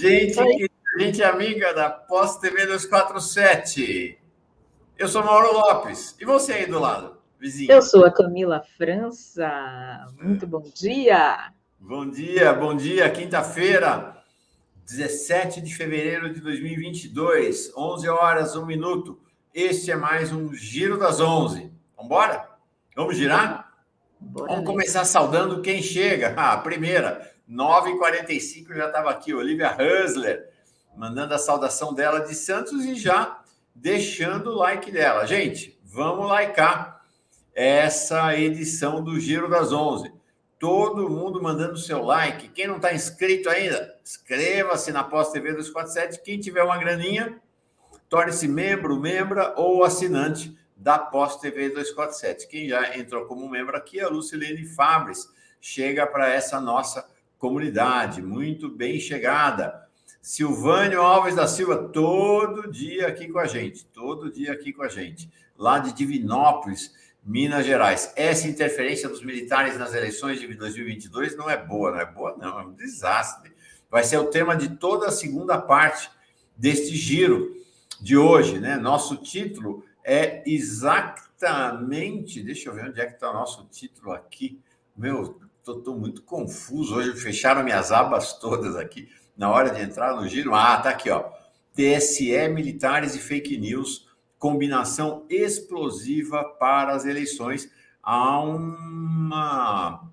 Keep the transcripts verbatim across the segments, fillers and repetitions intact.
Gente, Oi. querida, gente amiga da Pós T V duzentos e quarenta e sete. Eu sou Mauro Lopes. E você aí do lado, vizinho? Eu sou a Camila França. Muito bom dia. Bom dia, bom dia. Quinta-feira, dezessete de fevereiro de dois mil e vinte e dois, onze horas, um minuto. Este é mais um Giro das onze. Vamos embora? Vamos girar? Bora Vamos nessa. começar saudando quem chega. Ah, a primeira, nove e quarenta e cinco, já estava aqui, Olivia Husler, mandando a saudação dela de Santos e já deixando o like dela. Gente, vamos likear essa edição do Giro das onze. Todo mundo mandando seu like. Quem não está inscrito ainda, inscreva-se na Pós T V duzentos e quarenta e sete. Quem tiver uma graninha, torne-se membro, membra ou assinante da Pós T V duzentos e quarenta e sete. Quem já entrou como membro aqui, a Lucilene Fabres, chega para essa nossa comunidade. Muito bem chegada. Silvânio Alves da Silva, todo dia aqui com a gente, todo dia aqui com a gente, lá de Divinópolis, Minas Gerais. Essa interferência dos militares nas eleições de dois mil e vinte e dois não é boa, não é boa, não, é um desastre. Vai ser o tema de toda a segunda parte deste giro de hoje, né? Nosso título é exatamente... Deixa eu ver onde é que está o nosso título aqui. Meu, estou muito confuso hoje, fecharam minhas abas todas aqui na hora de entrar no giro. Ah, tá aqui, ó. T S E, militares e fake news, combinação explosiva para as eleições. Há uma...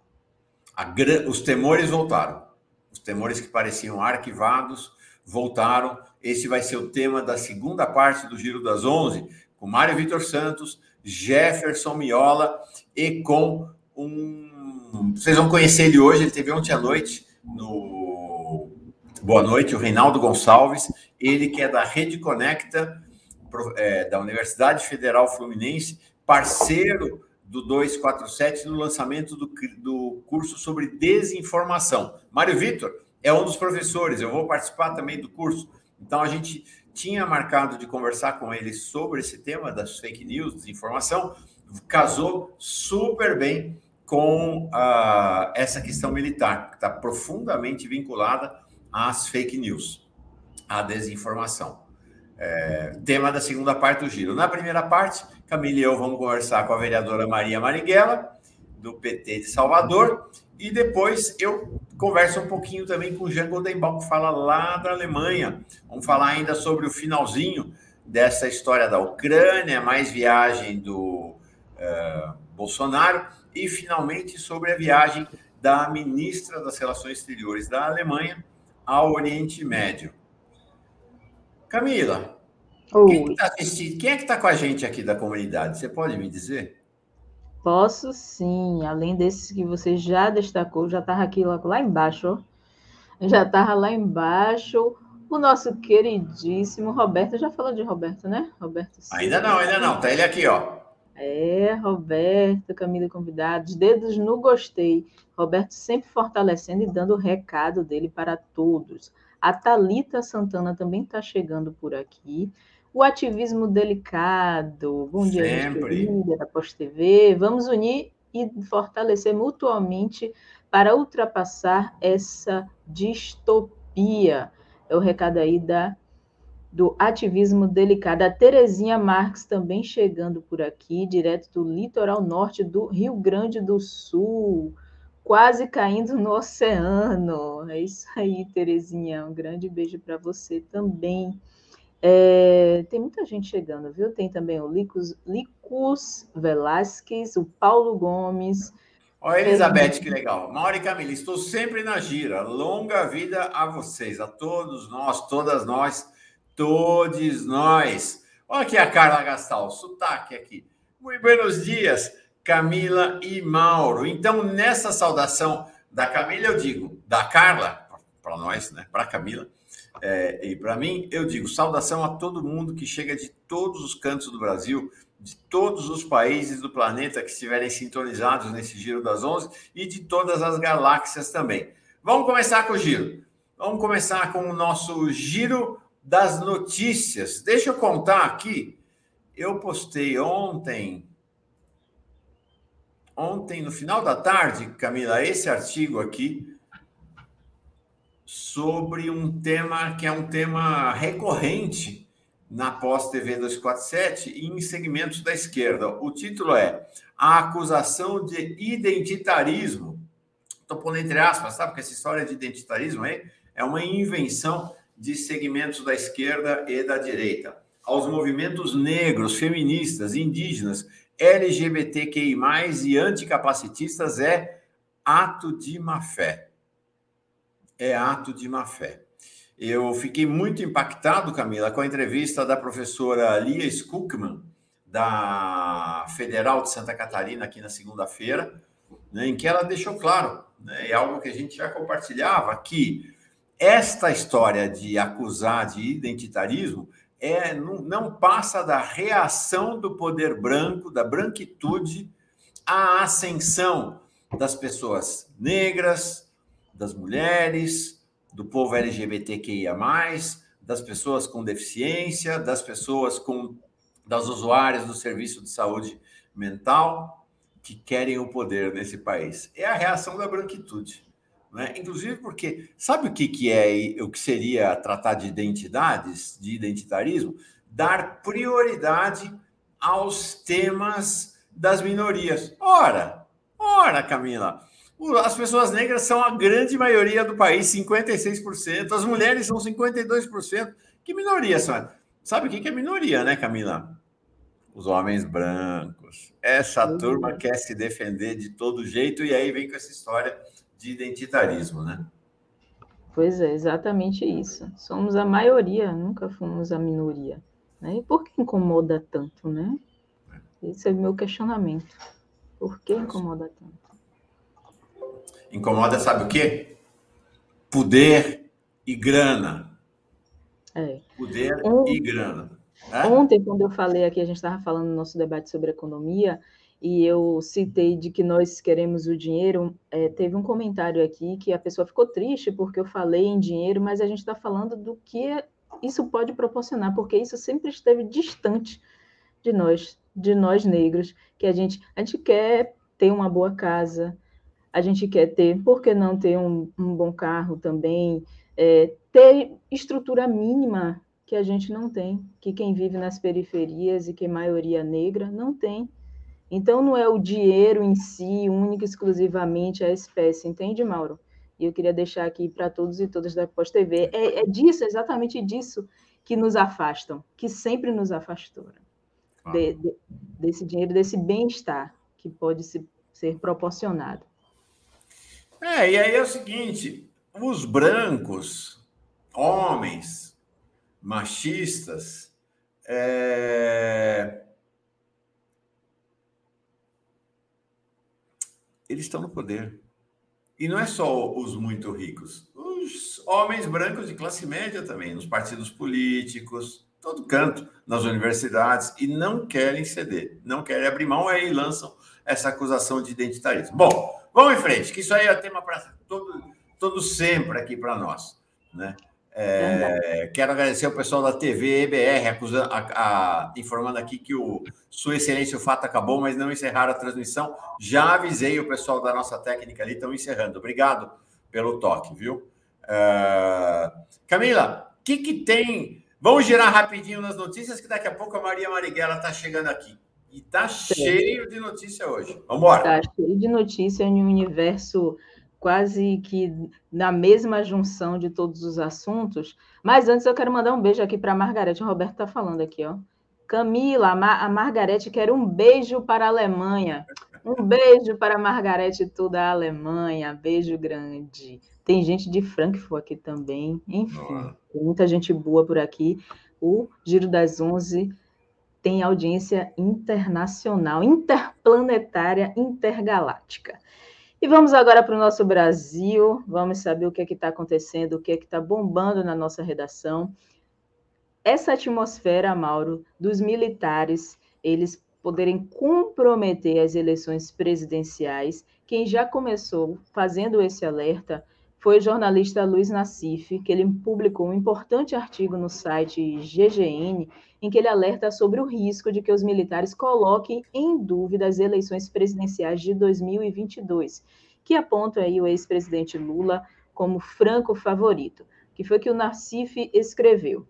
A... Os temores voltaram. Os temores que pareciam arquivados voltaram. Esse vai ser o tema da segunda parte do Giro das onze, com Mário Vitor Santos, Jefferson Miola e com um... Vocês vão conhecer ele hoje, ele teve ontem à noite no Boa Noite, o Reinaldo Gonçalves, ele que é da Rede Conecta, é, da Universidade Federal Fluminense, parceiro do duzentos e quarenta e sete no lançamento do, do curso sobre desinformação. Mário Vitor é um dos professores, eu vou participar também do curso. Então, a gente tinha marcado de conversar com ele sobre esse tema das fake news, desinformação, casou super bem com uh, essa questão militar, que está profundamente vinculada às fake news, à desinformação. É, tema da segunda parte do giro. Na primeira parte, Camila e eu vamos conversar com a vereadora Maria Marighella, do P T de Salvador, e depois eu converso um pouquinho também com o Jean Goldenbaum, que fala lá da Alemanha. Vamos falar ainda sobre o finalzinho dessa história da Ucrânia, mais viagem do uh, Bolsonaro, e finalmente sobre a viagem da ministra das Relações Exteriores da Alemanha ao Oriente Médio. Camila, quem está assistindo? Quem é que está com a gente aqui da comunidade? Você pode me dizer? Posso sim, além desses que você já destacou, já estava aqui lá, lá embaixo, ó. Já estava lá embaixo o nosso queridíssimo Roberto. Já falou de Roberto, né? Roberto Silva. Ainda não, ainda não. Tá ele aqui, ó. É, Roberto, Camila convidados, dedos no gostei. Roberto sempre fortalecendo e dando o recado dele para todos. A Thalita Santana também está chegando por aqui. O ativismo delicado. Bom dia, gente querida da Pós T V. Vamos unir e fortalecer mutuamente para ultrapassar essa distopia. É o recado aí da do ativismo delicado. A Terezinha Marques também chegando por aqui, direto do litoral norte do Rio Grande do Sul, quase caindo no oceano. É isso aí, Terezinha. Um grande beijo para você também. É, tem muita gente chegando, viu? Tem também o Licus, Licus Velasquez, o Paulo Gomes. Olha, Elizabeth, que legal. Mauro e Camila, estou sempre na gira. Longa vida a vocês, a todos nós, todas nós, todos nós. Olha aqui a Carla Gastal, sotaque aqui. Muito buenos dias, Camila e Mauro. Então, nessa saudação da Camila, eu digo, da Carla, para nós, né? Para a Camila, é, e para mim, eu digo, saudação a todo mundo que chega de todos os cantos do Brasil, de todos os países do planeta que estiverem sintonizados nesse Giro das onze e de todas as galáxias também. Vamos começar com o giro. Vamos começar com o nosso Giro das Notícias. Deixa eu contar aqui. Eu postei ontem, ontem no final da tarde, Camila, esse artigo aqui sobre um tema que é um tema recorrente na pós-T V duzentos e quarenta e sete e em segmentos da esquerda. O título é A Acusação de Identitarismo. Estou pondo entre aspas, sabe? Porque essa história de identitarismo aí é uma invenção de segmentos da esquerda e da direita. Aos movimentos negros, feministas, indígenas, L G B T Q I mais, e anticapacitistas é ato de má-fé. É ato de má-fé. Eu fiquei muito impactado, Camila, com a entrevista da professora Lia Schuckmann, da Federal de Santa Catarina, aqui na segunda-feira, né, em que ela deixou claro, né, é algo que a gente já compartilhava, que esta história de acusar de identitarismo é, não, não passa da reação do poder branco, da branquitude, à ascensão das pessoas negras, das mulheres, do povo L G B T Q I A mais, das pessoas com deficiência, das pessoas com, das usuárias do serviço de saúde mental que querem o poder nesse país. É a reação da branquitude, né? Inclusive porque, sabe o que, que é, o que seria tratar de identidades, de identitarismo? Dar prioridade aos temas das minorias. Ora, ora, Camila, as pessoas negras são a grande maioria do país, cinquenta e seis por cento. As mulheres são cinquenta e dois por cento. Que minoria são? Sabe o que é minoria, né, Camila? Os homens brancos. Essa uhum. turma quer se defender de todo jeito e aí vem com essa história de identitarismo, né? Pois é, exatamente isso. Somos a maioria, nunca fomos a minoria. Né? E por que incomoda tanto, né? Esse é o meu questionamento. Por que incomoda tanto? Incomoda, sabe o quê? Poder e grana. É. Poder um... e grana. É? Ontem, quando eu falei aqui, a gente estava falando no nosso debate sobre economia, e eu citei de que nós queremos o dinheiro, é, teve um comentário aqui que a pessoa ficou triste porque eu falei em dinheiro, mas a gente está falando do que isso pode proporcionar, porque isso sempre esteve distante de nós, de nós negros, que a gente, a gente quer ter uma boa casa, a gente quer ter, por que não ter um, um bom carro também, é, ter estrutura mínima que a gente não tem, que quem vive nas periferias e que a maioria negra não tem. Então, não é o dinheiro em si, único e exclusivamente a espécie, entende, Mauro? E eu queria deixar aqui para todos e todas da Pós-T V, é, é disso, exatamente disso, que nos afastam, que sempre nos afastaram, de, de, desse dinheiro, desse bem-estar que pode se, ser proporcionado. É, e aí é o seguinte, os brancos, homens, machistas, é... eles estão no poder. E não é só os muito ricos, os homens brancos de classe média também, nos partidos políticos, todo canto, nas universidades, e não querem ceder, não querem abrir mão, aí lançam essa acusação de identitarismo. Bom, vamos em frente, que isso aí é tema para todo, todo sempre aqui para nós, né? É, quero agradecer ao pessoal da T V E B R, acusando, a, a, informando aqui que o Sua Excelência, o fato acabou, mas não encerraram a transmissão. Já avisei o pessoal da nossa técnica ali, estão encerrando. Obrigado pelo toque, viu? Uh, Camila, o que, que tem? Vamos girar rapidinho nas notícias, que daqui a pouco a Maria Marighella está chegando aqui. E está cheio de notícia hoje. Vamos embora. Está cheio de notícia em um universo quase que na mesma junção de todos os assuntos. Mas antes eu quero mandar um beijo aqui para a Margarete. O Roberto está falando aqui, ó. Camila, a, Mar a Margarete quer um beijo para a Alemanha. Um beijo para a Margarete, toda a Alemanha. Beijo grande. Tem gente de Frankfurt aqui também. Enfim, Boa. Tem muita gente boa por aqui. O Giro das Onze tem audiência internacional, interplanetária, intergaláctica. E vamos agora para o nosso Brasil, vamos saber o que é que está acontecendo, o que é que está bombando na nossa redação. Essa atmosfera, Mauro, dos militares, eles poderem comprometer as eleições presidenciais, quem já começou fazendo esse alerta foi o jornalista Luiz Nassif, que ele publicou um importante artigo no site G G N, em que ele alerta sobre o risco de que os militares coloquem em dúvida as eleições presidenciais de dois mil e vinte e dois, que aponta aí o ex-presidente Lula como franco favorito. Que foi que o Nassif escreveu.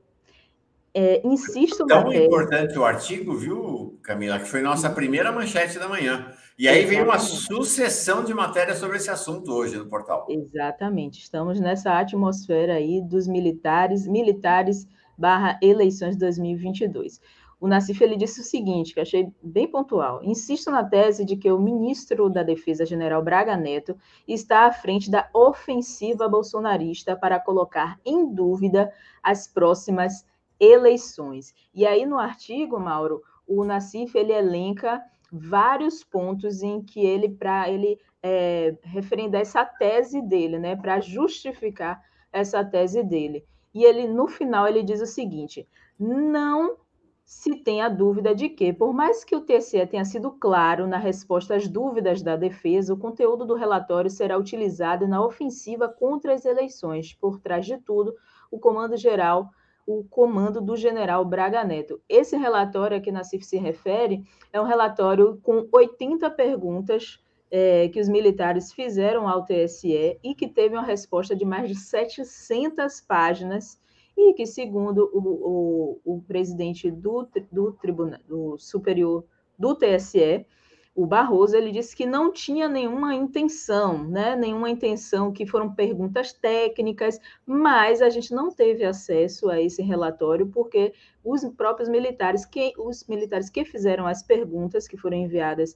É, insisto Tão na tese... importante o artigo, viu, Camila, que foi nossa primeira manchete da manhã. E aí veio uma sucessão de matérias sobre esse assunto hoje no portal. Exatamente. Estamos nessa atmosfera aí dos militares, militares barra eleições de dois mil e vinte e dois. O Nassif, ele disse o seguinte, que eu achei bem pontual. Insisto na tese de que o ministro da Defesa, general Braga Neto, está à frente da ofensiva bolsonarista para colocar em dúvida as próximas eleições. E aí, no artigo, Mauro, o Nassif, ele elenca vários pontos em que ele, para ele é, referendo a essa tese dele, né, para justificar essa tese dele. E ele, no final, ele diz o seguinte, não se tem a dúvida de que, por mais que o T S E tenha sido claro na resposta às dúvidas da defesa, o conteúdo do relatório será utilizado na ofensiva contra as eleições. Por trás de tudo, o comando geral, o comando do general Braga Neto. Esse relatório a que Nassif se refere é um relatório com oitenta perguntas é, que os militares fizeram ao T S E e que teve uma resposta de mais de setecentas páginas e que, segundo o, o, o presidente do, do Tribunal do Superior do T S E, o Barroso, ele disse que não tinha nenhuma intenção, né? Nenhuma intenção, que foram perguntas técnicas, mas a gente não teve acesso a esse relatório porque os próprios militares, que, os militares que fizeram as perguntas que foram enviadas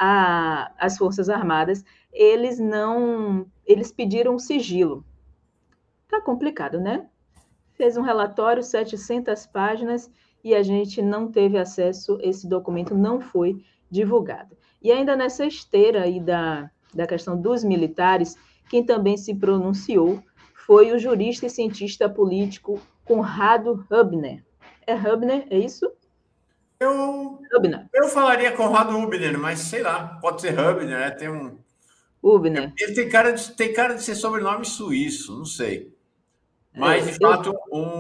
às Forças Armadas, eles não, eles pediram sigilo. Tá complicado, né? Fez um relatório, setecentas páginas, e a gente não teve acesso, esse documento não foi divulgado. E ainda nessa esteira aí da, da questão dos militares, quem também se pronunciou foi o jurista e cientista político Conrado Hübner. É Hübner, é isso? Eu, Hübner. Eu falaria Conrado Hübner, mas sei lá, pode ser Hübner, né? Tem um... Hübner. Ele tem cara, de, tem cara de ser sobrenome suíço, não sei. Mas, de fato,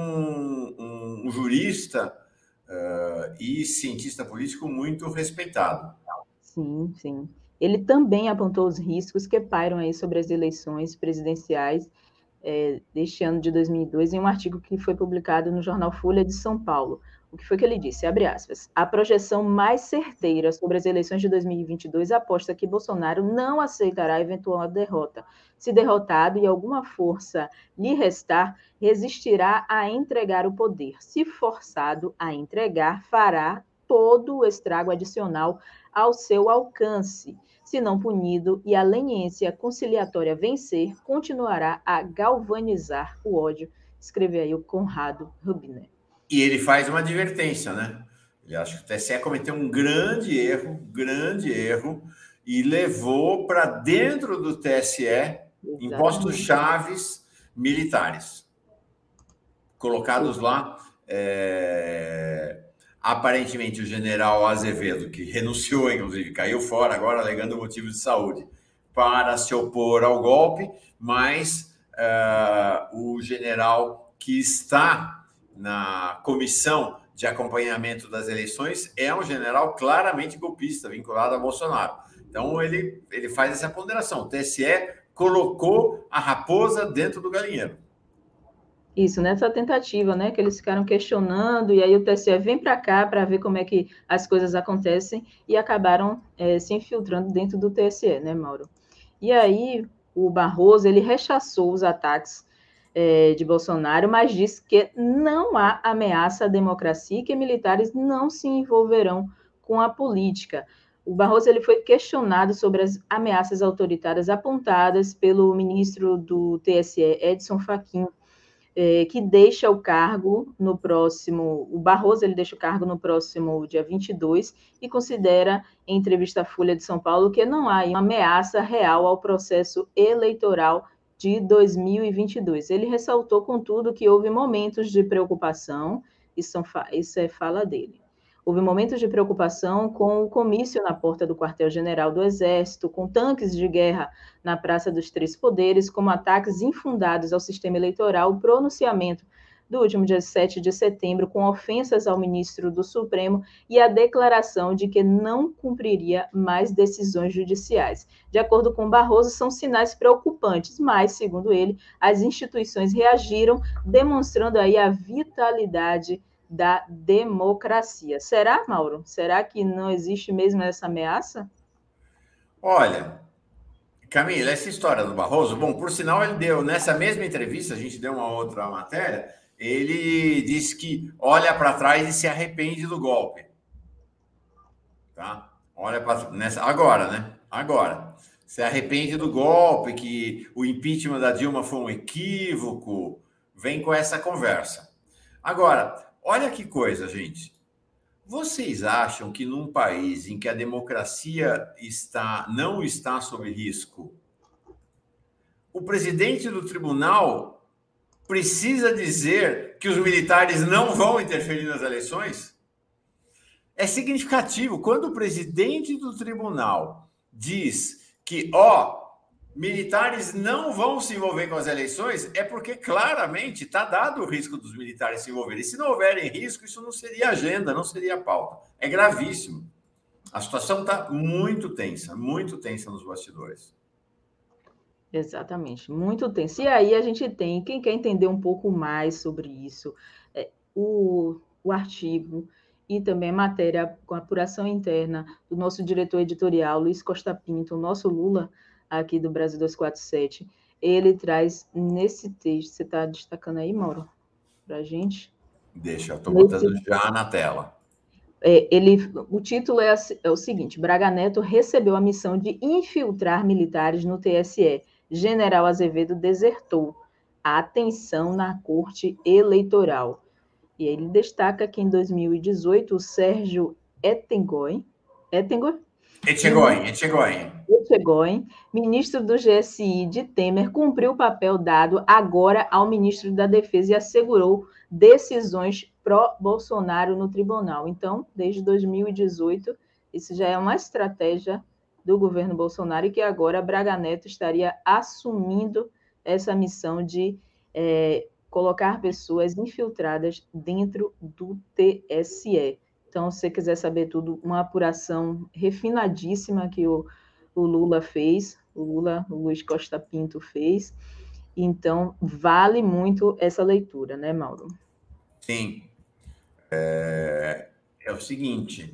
um, um jurista uh, e cientista político muito respeitado. Sim, sim. Ele também apontou os riscos que pairam aí sobre as eleições presidenciais é, deste ano de dois mil e dois, em um artigo que foi publicado no jornal Folha de São Paulo. O que foi que ele disse? Abre aspas. A projeção mais certeira sobre as eleições de dois mil e vinte e dois aposta que Bolsonaro não aceitará eventual derrota. Se derrotado e alguma força lhe restar, resistirá a entregar o poder. Se forçado a entregar, fará todo o estrago adicional ao seu alcance. Se não punido e a leniência conciliatória vencer, continuará a galvanizar o ódio, escreveu aí o Conrado Hübner. E ele faz uma advertência, né? Ele acha que o T S E cometeu um grande erro, grande erro, e levou para dentro do T S E impostos chaves militares, colocados lá, é... aparentemente o general Azevedo, que renunciou, inclusive, caiu fora agora, alegando motivos de saúde, para se opor ao golpe, mas uh, o general que está na comissão de acompanhamento das eleições é um general claramente golpista, vinculado a Bolsonaro. Então, ele, ele faz essa ponderação. O T S E colocou a raposa dentro do galinheiro. Isso, nessa tentativa, né, que eles ficaram questionando, e aí o T S E vem para cá para ver como é que as coisas acontecem, e acabaram é, se infiltrando dentro do T S E, né, Mauro? E aí, o Barroso, ele rechaçou os ataques é, de Bolsonaro, mas disse que não há ameaça à democracia e que militares não se envolverão com a política. O Barroso, ele foi questionado sobre as ameaças autoritárias apontadas pelo ministro do T S E, Edson Fachin, É, que deixa o cargo no próximo, o Barroso ele deixa o cargo no próximo dia vinte e dois e considera, em entrevista à Folha de São Paulo, que não há uma ameaça real ao processo eleitoral de dois mil e vinte e dois. Ele ressaltou, contudo, que houve momentos de preocupação, isso, isso é fala dele. Houve momentos de preocupação com o comício na porta do quartel-general do Exército, com tanques de guerra na Praça dos Três Poderes, como ataques infundados ao sistema eleitoral, o pronunciamento do último dia sete de setembro, com ofensas ao ministro do Supremo e a declaração de que não cumpriria mais decisões judiciais. De acordo com Barroso, são sinais preocupantes, mas, segundo ele, as instituições reagiram, demonstrando aí a vitalidade da democracia. Será, Mauro? Será que não existe mesmo essa ameaça? Olha, Camila, essa história do Barroso, bom, por sinal, ele deu, nessa mesma entrevista, a gente deu uma outra matéria, ele disse que olha para trás e se arrepende do golpe. Tá? Olha para nessa agora, né? Agora. Se arrepende do golpe, que o impeachment da Dilma foi um equívoco, vem com essa conversa. Agora, olha que coisa, gente. Vocês acham que num país em que a democracia está, não está sob risco, o presidente do tribunal precisa dizer que os militares não vão interferir nas eleições? É significativo. Quando o presidente do tribunal diz que, ó, militares não vão se envolver com as eleições, é porque claramente está dado o risco dos militares se envolverem. E se não houverem risco, isso não seria agenda, não seria pauta. É gravíssimo. A situação está muito tensa, muito tensa nos bastidores. Exatamente, muito tenso. E aí a gente tem, quem quer entender um pouco mais sobre isso, é, o, o artigo e também a matéria com a apuração interna do nosso diretor editorial, Luiz Costa Pinto, o nosso Lula aqui do Brasil duzentos e quarenta e sete, ele traz nesse texto, você está destacando aí, Mauro, para a gente? Deixa, eu estou botando já na tela. É, ele, o título é, é o seguinte: Braga Neto recebeu a missão de infiltrar militares no T S E. General Azevedo desertou. A atenção na corte eleitoral. E ele destaca que em dois mil e dezoito o Sérgio Ettengoin, Ettengoin? Etchegoin, Etchegoin. Etchegoin, ministro do G S I de Temer, cumpriu o papel dado agora ao ministro da Defesa e assegurou decisões pró-Bolsonaro no tribunal. Então, desde dois mil e dezoito, isso já é uma estratégia do governo Bolsonaro e que agora Braga Neto estaria assumindo essa missão de é, colocar pessoas infiltradas dentro do T S E. Então, se você quiser saber tudo, uma apuração refinadíssima que o, o Lula fez, o Lula, o Luiz Costa Pinto fez. Então, vale muito essa leitura, né, Mauro? Sim. É, é o seguinte,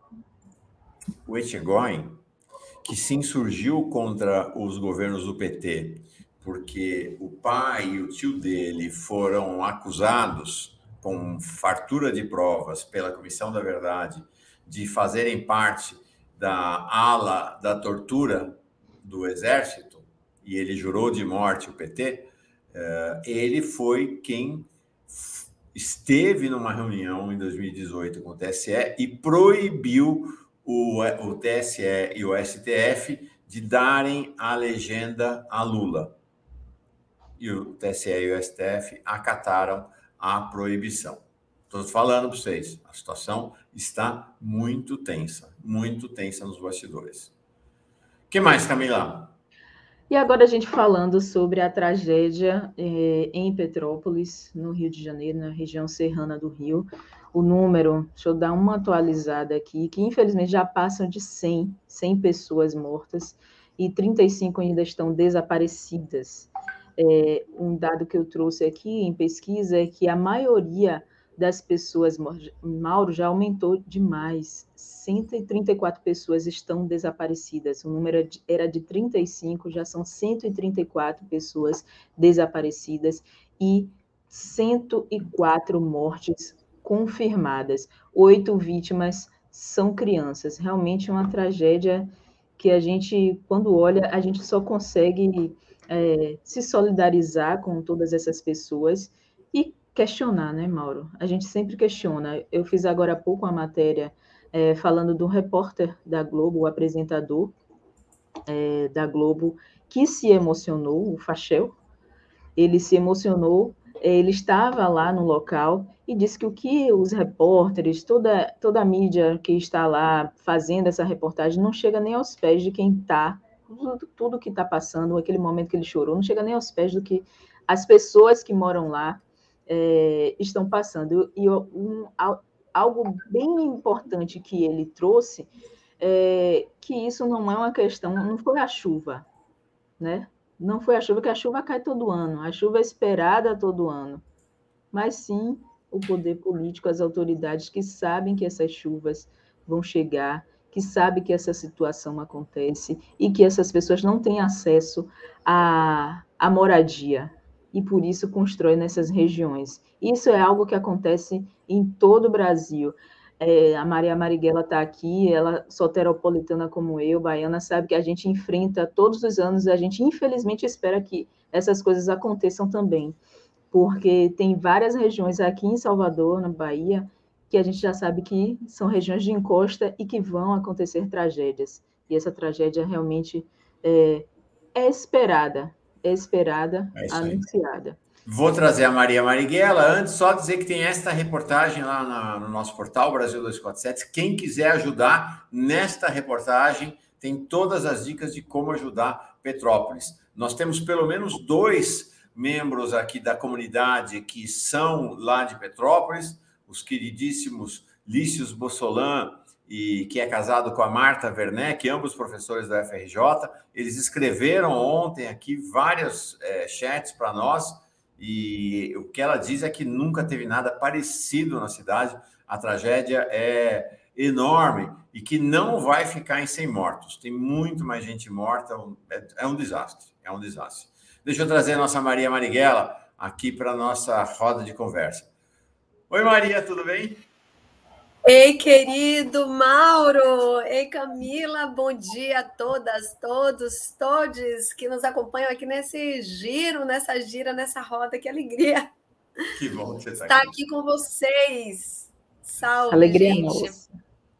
o Etchegoin, que se insurgiu contra os governos do P T, porque o pai e o tio dele foram acusados, com fartura de provas, pela Comissão da Verdade, de fazerem parte da ala da tortura do Exército, e ele jurou de morte o P T, ele foi quem esteve numa reunião em dois mil e dezoito com o T S E e proibiu o, o T S E e o S T F de darem a legenda a Lula. E o T S E e o S T F acataram a proibição. Estou falando para vocês, a situação está muito tensa, muito tensa nos bastidores. O que mais, Camila? E agora a gente falando sobre a tragédia eh, em Petrópolis, no Rio de Janeiro, na região serrana do Rio. O número, deixa eu dar uma atualizada aqui, que infelizmente já passam de cem, cem pessoas mortas e trinta e cinco ainda estão desaparecidas. É, um dado que eu trouxe aqui em pesquisa é que a maioria das pessoas, Mauro, já aumentou demais. cento e trinta e quatro pessoas estão desaparecidas. O número era de trinta e cinco, já são cento e trinta e quatro pessoas desaparecidas e cento e quatro mortes confirmadas. Oito vítimas são crianças. Realmente uma tragédia que a gente, quando olha, a gente só consegue é, se solidarizar com todas essas pessoas e questionar, né, Mauro? A gente sempre questiona. Eu fiz agora há pouco uma matéria é, falando do repórter da Globo, o apresentador é, da Globo, que se emocionou, o Fachel. Ele se emocionou, ele estava lá no local e disse que o que os repórteres, toda, toda a mídia que está lá fazendo essa reportagem, não chega nem aos pés de quem está, tudo, tudo que está passando, aquele momento que ele chorou, não chega nem aos pés do que as pessoas que moram lá é, estão passando. E um, algo bem importante que ele trouxe é que isso não é uma questão, não foi a chuva, né? Não foi a chuva, que a chuva cai todo ano, a chuva é esperada todo ano, mas sim o poder político, as autoridades que sabem que essas chuvas vão chegar, que sabem que essa situação acontece e que essas pessoas não têm acesso à, à moradia e por isso constroem nessas regiões. Isso é algo que acontece em todo o Brasil. É, a Maria Marighella está aqui, ela soteropolitana como eu, baiana, sabe que a gente enfrenta todos os anos, e a gente infelizmente espera que essas coisas aconteçam também, porque tem várias regiões aqui em Salvador, na Bahia, que a gente já sabe que são regiões de encosta e que vão acontecer tragédias. E essa tragédia realmente é, é esperada, é esperada, É isso aí. anunciada. Vou trazer a Maria Marighella. Antes, só dizer que tem esta reportagem lá na, no nosso portal, Brasil duzentos e quarenta e sete. Quem quiser ajudar nesta reportagem, tem todas as dicas de como ajudar Petrópolis. Nós temos pelo menos dois membros aqui da comunidade que são lá de Petrópolis, os queridíssimos Lícios Bossolan, e que é casado com a Marta Werneck, ambos professores da U F R J. Eles escreveram ontem aqui vários é, chats para nós, e o que ela diz é que nunca teve nada parecido na cidade, a tragédia é enorme e que não vai ficar em cem mortos. Tem muito mais gente morta, é, é um desastre, é um desastre. Deixa eu trazer a nossa Maria Marighella aqui para a nossa roda de conversa. Oi, Maria, tudo bem? Ei, querido Mauro! Ei, Camila! Bom dia a todas, todos, todes que nos acompanham aqui nesse giro, nessa gira, nessa roda. Que alegria! Que bom que você está estar aqui. aqui com vocês. Salve, Alegria gente! nossa.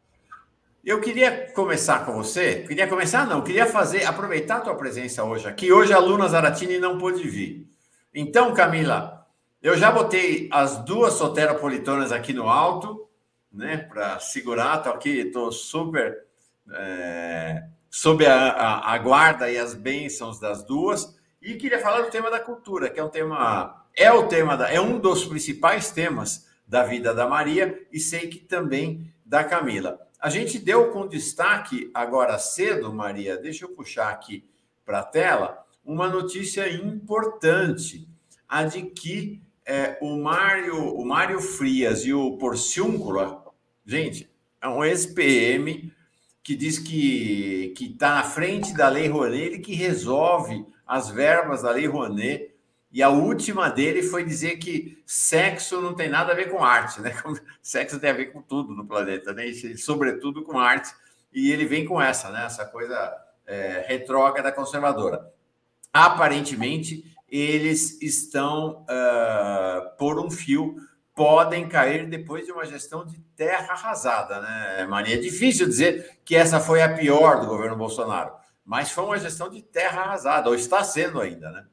Eu queria começar com você. Queria começar, não. Queria fazer, aproveitar a tua presença hoje aqui. Hoje a Luna Zaratini não pôde vir. Então, Camila, eu já botei as duas soteropolitanas aqui no alto, né, para segurar. Estou aqui, estou super é, sob a, a, a guarda e as bênçãos das duas. E queria falar do tema da cultura, que é um tema, é o tema da, é um dos principais temas da vida da Maria e sei que também da Camila. A gente deu com destaque agora cedo, Maria, deixa eu puxar aqui para a tela, uma notícia importante, a de que é, o Mário, o Mário Frias e o Porciúncula, gente, é um ex-P M que diz que que está na frente da Lei Rouanet, ele que resolve as verbas da Lei Rouanet, e a última dele foi dizer que sexo não tem nada a ver com arte, né? Sexo tem a ver com tudo no planeta, né? E, sobretudo com arte, e ele vem com essa, né? Essa coisa é, retrógrada conservadora. Aparentemente, eles estão uh, por um fio, podem cair depois de uma gestão de terra arrasada, né, Maria? É difícil dizer que essa foi a pior do governo Bolsonaro, mas foi uma gestão de terra arrasada, ou está sendo ainda, né?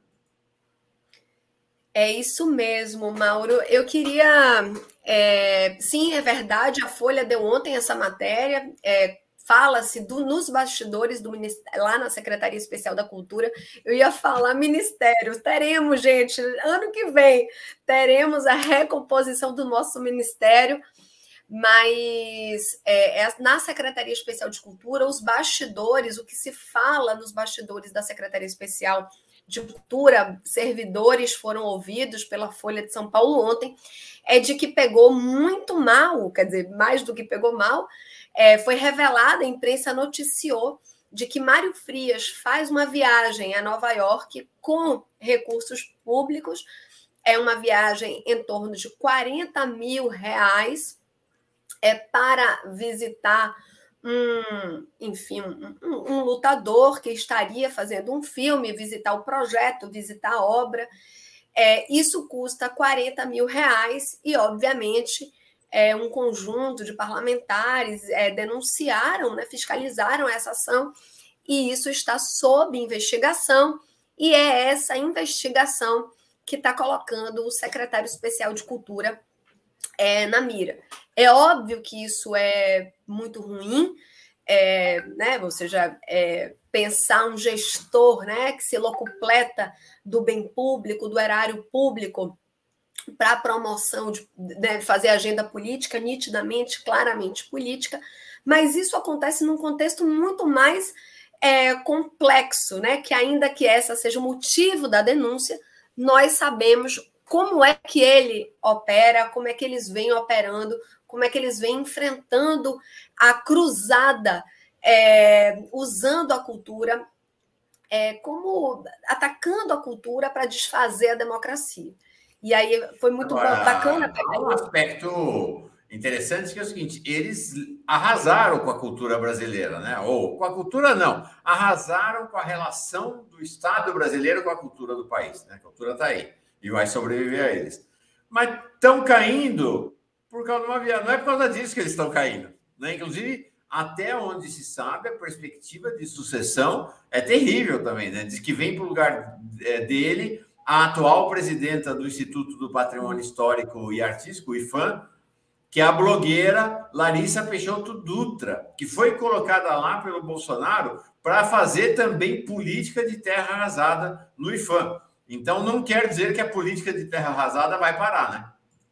É isso mesmo, Mauro. Eu queria... É, sim, é verdade, a Folha deu ontem essa matéria, é, fala-se do, nos bastidores do lá na Secretaria Especial da Cultura. Eu ia falar ministério. Teremos, gente, ano que vem, teremos a recomposição do nosso ministério, mas é, é, na Secretaria Especial de Cultura, os bastidores, o que se fala nos bastidores da Secretaria Especial de Cultura, servidores foram ouvidos pela Folha de São Paulo ontem, é de que pegou muito mal, quer dizer, mais do que pegou mal, é, foi revelada, a imprensa noticiou de que Mário Frias faz uma viagem a Nova York com recursos públicos, é uma viagem em torno de quarenta mil reais, é, para visitar um, enfim, um, um, um lutador que estaria fazendo um filme, visitar o projeto, visitar a obra. É, isso custa quarenta mil reais e, obviamente, é, um conjunto de parlamentares é, denunciaram, né, fiscalizaram essa ação, e isso está sob investigação, e é essa investigação que está colocando o secretário especial de Cultura é, na mira. É óbvio que isso é muito ruim, é, né, ou seja, é, pensar um gestor, né, que se locupleta do bem público, do erário público, para a promoção de, de fazer agenda política, nitidamente, claramente política, mas isso acontece num contexto muito mais é, complexo, né? Que ainda que essa seja o motivo da denúncia, nós sabemos como é que ele opera, como é que eles vêm operando, como é que eles vêm enfrentando a cruzada, é, usando a cultura, é, como atacando a cultura para desfazer a democracia. E aí foi muito Agora, bacana. há um aspecto interessante que é o seguinte: eles arrasaram com a cultura brasileira, né? Ou com a cultura não, arrasaram com a relação do Estado brasileiro com a cultura do país, né? A cultura está aí e vai sobreviver a eles. Mas estão caindo por causa de uma viagem. Não é por causa disso que eles estão caindo, né? Inclusive, até onde se sabe, a perspectiva de sucessão é terrível também, né? Diz que vem para o lugar dele a atual presidenta do Instituto do Patrimônio Histórico e Artístico, o IFAM, que é a blogueira Larissa Peixoto Dutra, que foi colocada lá pelo Bolsonaro para fazer também política de terra arrasada no IFAM. Então, não quer dizer que a política de terra arrasada vai parar, né?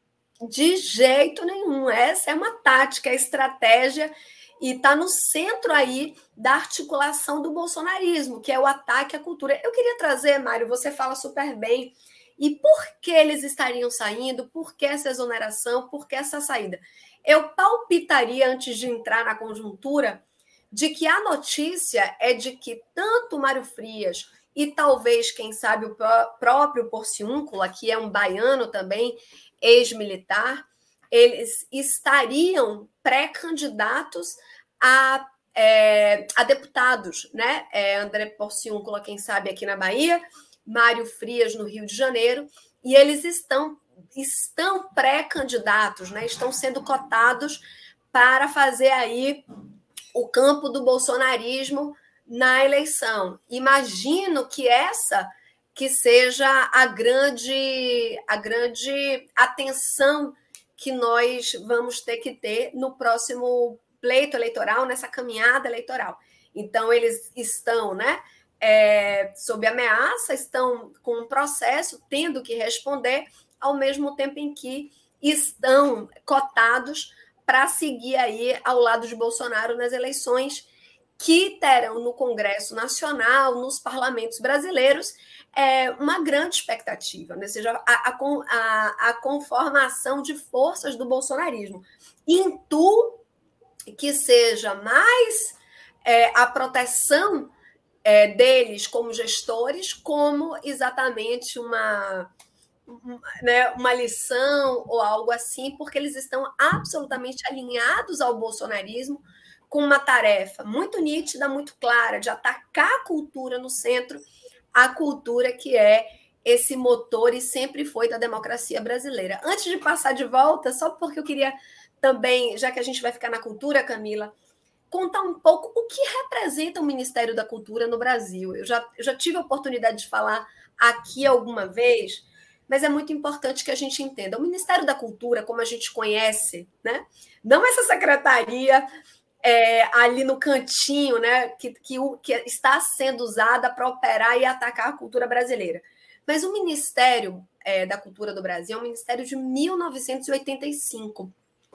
De jeito nenhum. Essa é uma tática, é estratégia, e está no centro aí da articulação do bolsonarismo, que é o ataque à cultura. Eu queria trazer, Mário, você fala super bem, e por que eles estariam saindo, por que essa exoneração, por que essa saída? Eu palpitaria, antes de entrar na conjuntura, de que a notícia é de que tanto Mário Frias e talvez, quem sabe, o próprio Porciúncula, que é um baiano também, ex-militar, eles estariam pré-candidatos a, é, a deputados, né? É, André Porciúncula, quem sabe, aqui na Bahia, Mário Frias, no Rio de Janeiro, e eles estão, estão pré-candidatos, né? Estão sendo cotados para fazer aí o campo do bolsonarismo na eleição. Imagino que essa que seja a grande, a grande atenção que nós vamos ter que ter no próximo pleito eleitoral, nessa caminhada eleitoral. Então, eles estão, né, é, sob ameaça, estão com um processo, tendo que responder, ao mesmo tempo em que estão cotados para seguir aí ao lado de Bolsonaro nas eleições que terão no Congresso Nacional, nos parlamentos brasileiros, é uma grande expectativa, né? Ou seja, a, a, a conformação de forças do bolsonarismo. Intuo que seja mais é, a proteção é, deles como gestores, como exatamente uma, né, uma lição ou algo assim, porque eles estão absolutamente alinhados ao bolsonarismo, com uma tarefa muito nítida, muito clara, de atacar a cultura no centro, a cultura que é esse motor e sempre foi da democracia brasileira. Antes de passar de volta, só porque eu queria também, já que a gente vai ficar na cultura, Camila, contar um pouco o que representa o Ministério da Cultura no Brasil. Eu já, eu já tive a oportunidade de falar aqui alguma vez, mas é muito importante que a gente entenda. O Ministério da Cultura, como a gente conhece, né? Não essa secretaria é, ali no cantinho, né? que, que, que está sendo usada para operar e atacar a cultura brasileira. Mas o Ministério é, da Cultura do Brasil é um ministério de mil novecentos e oitenta e cinco.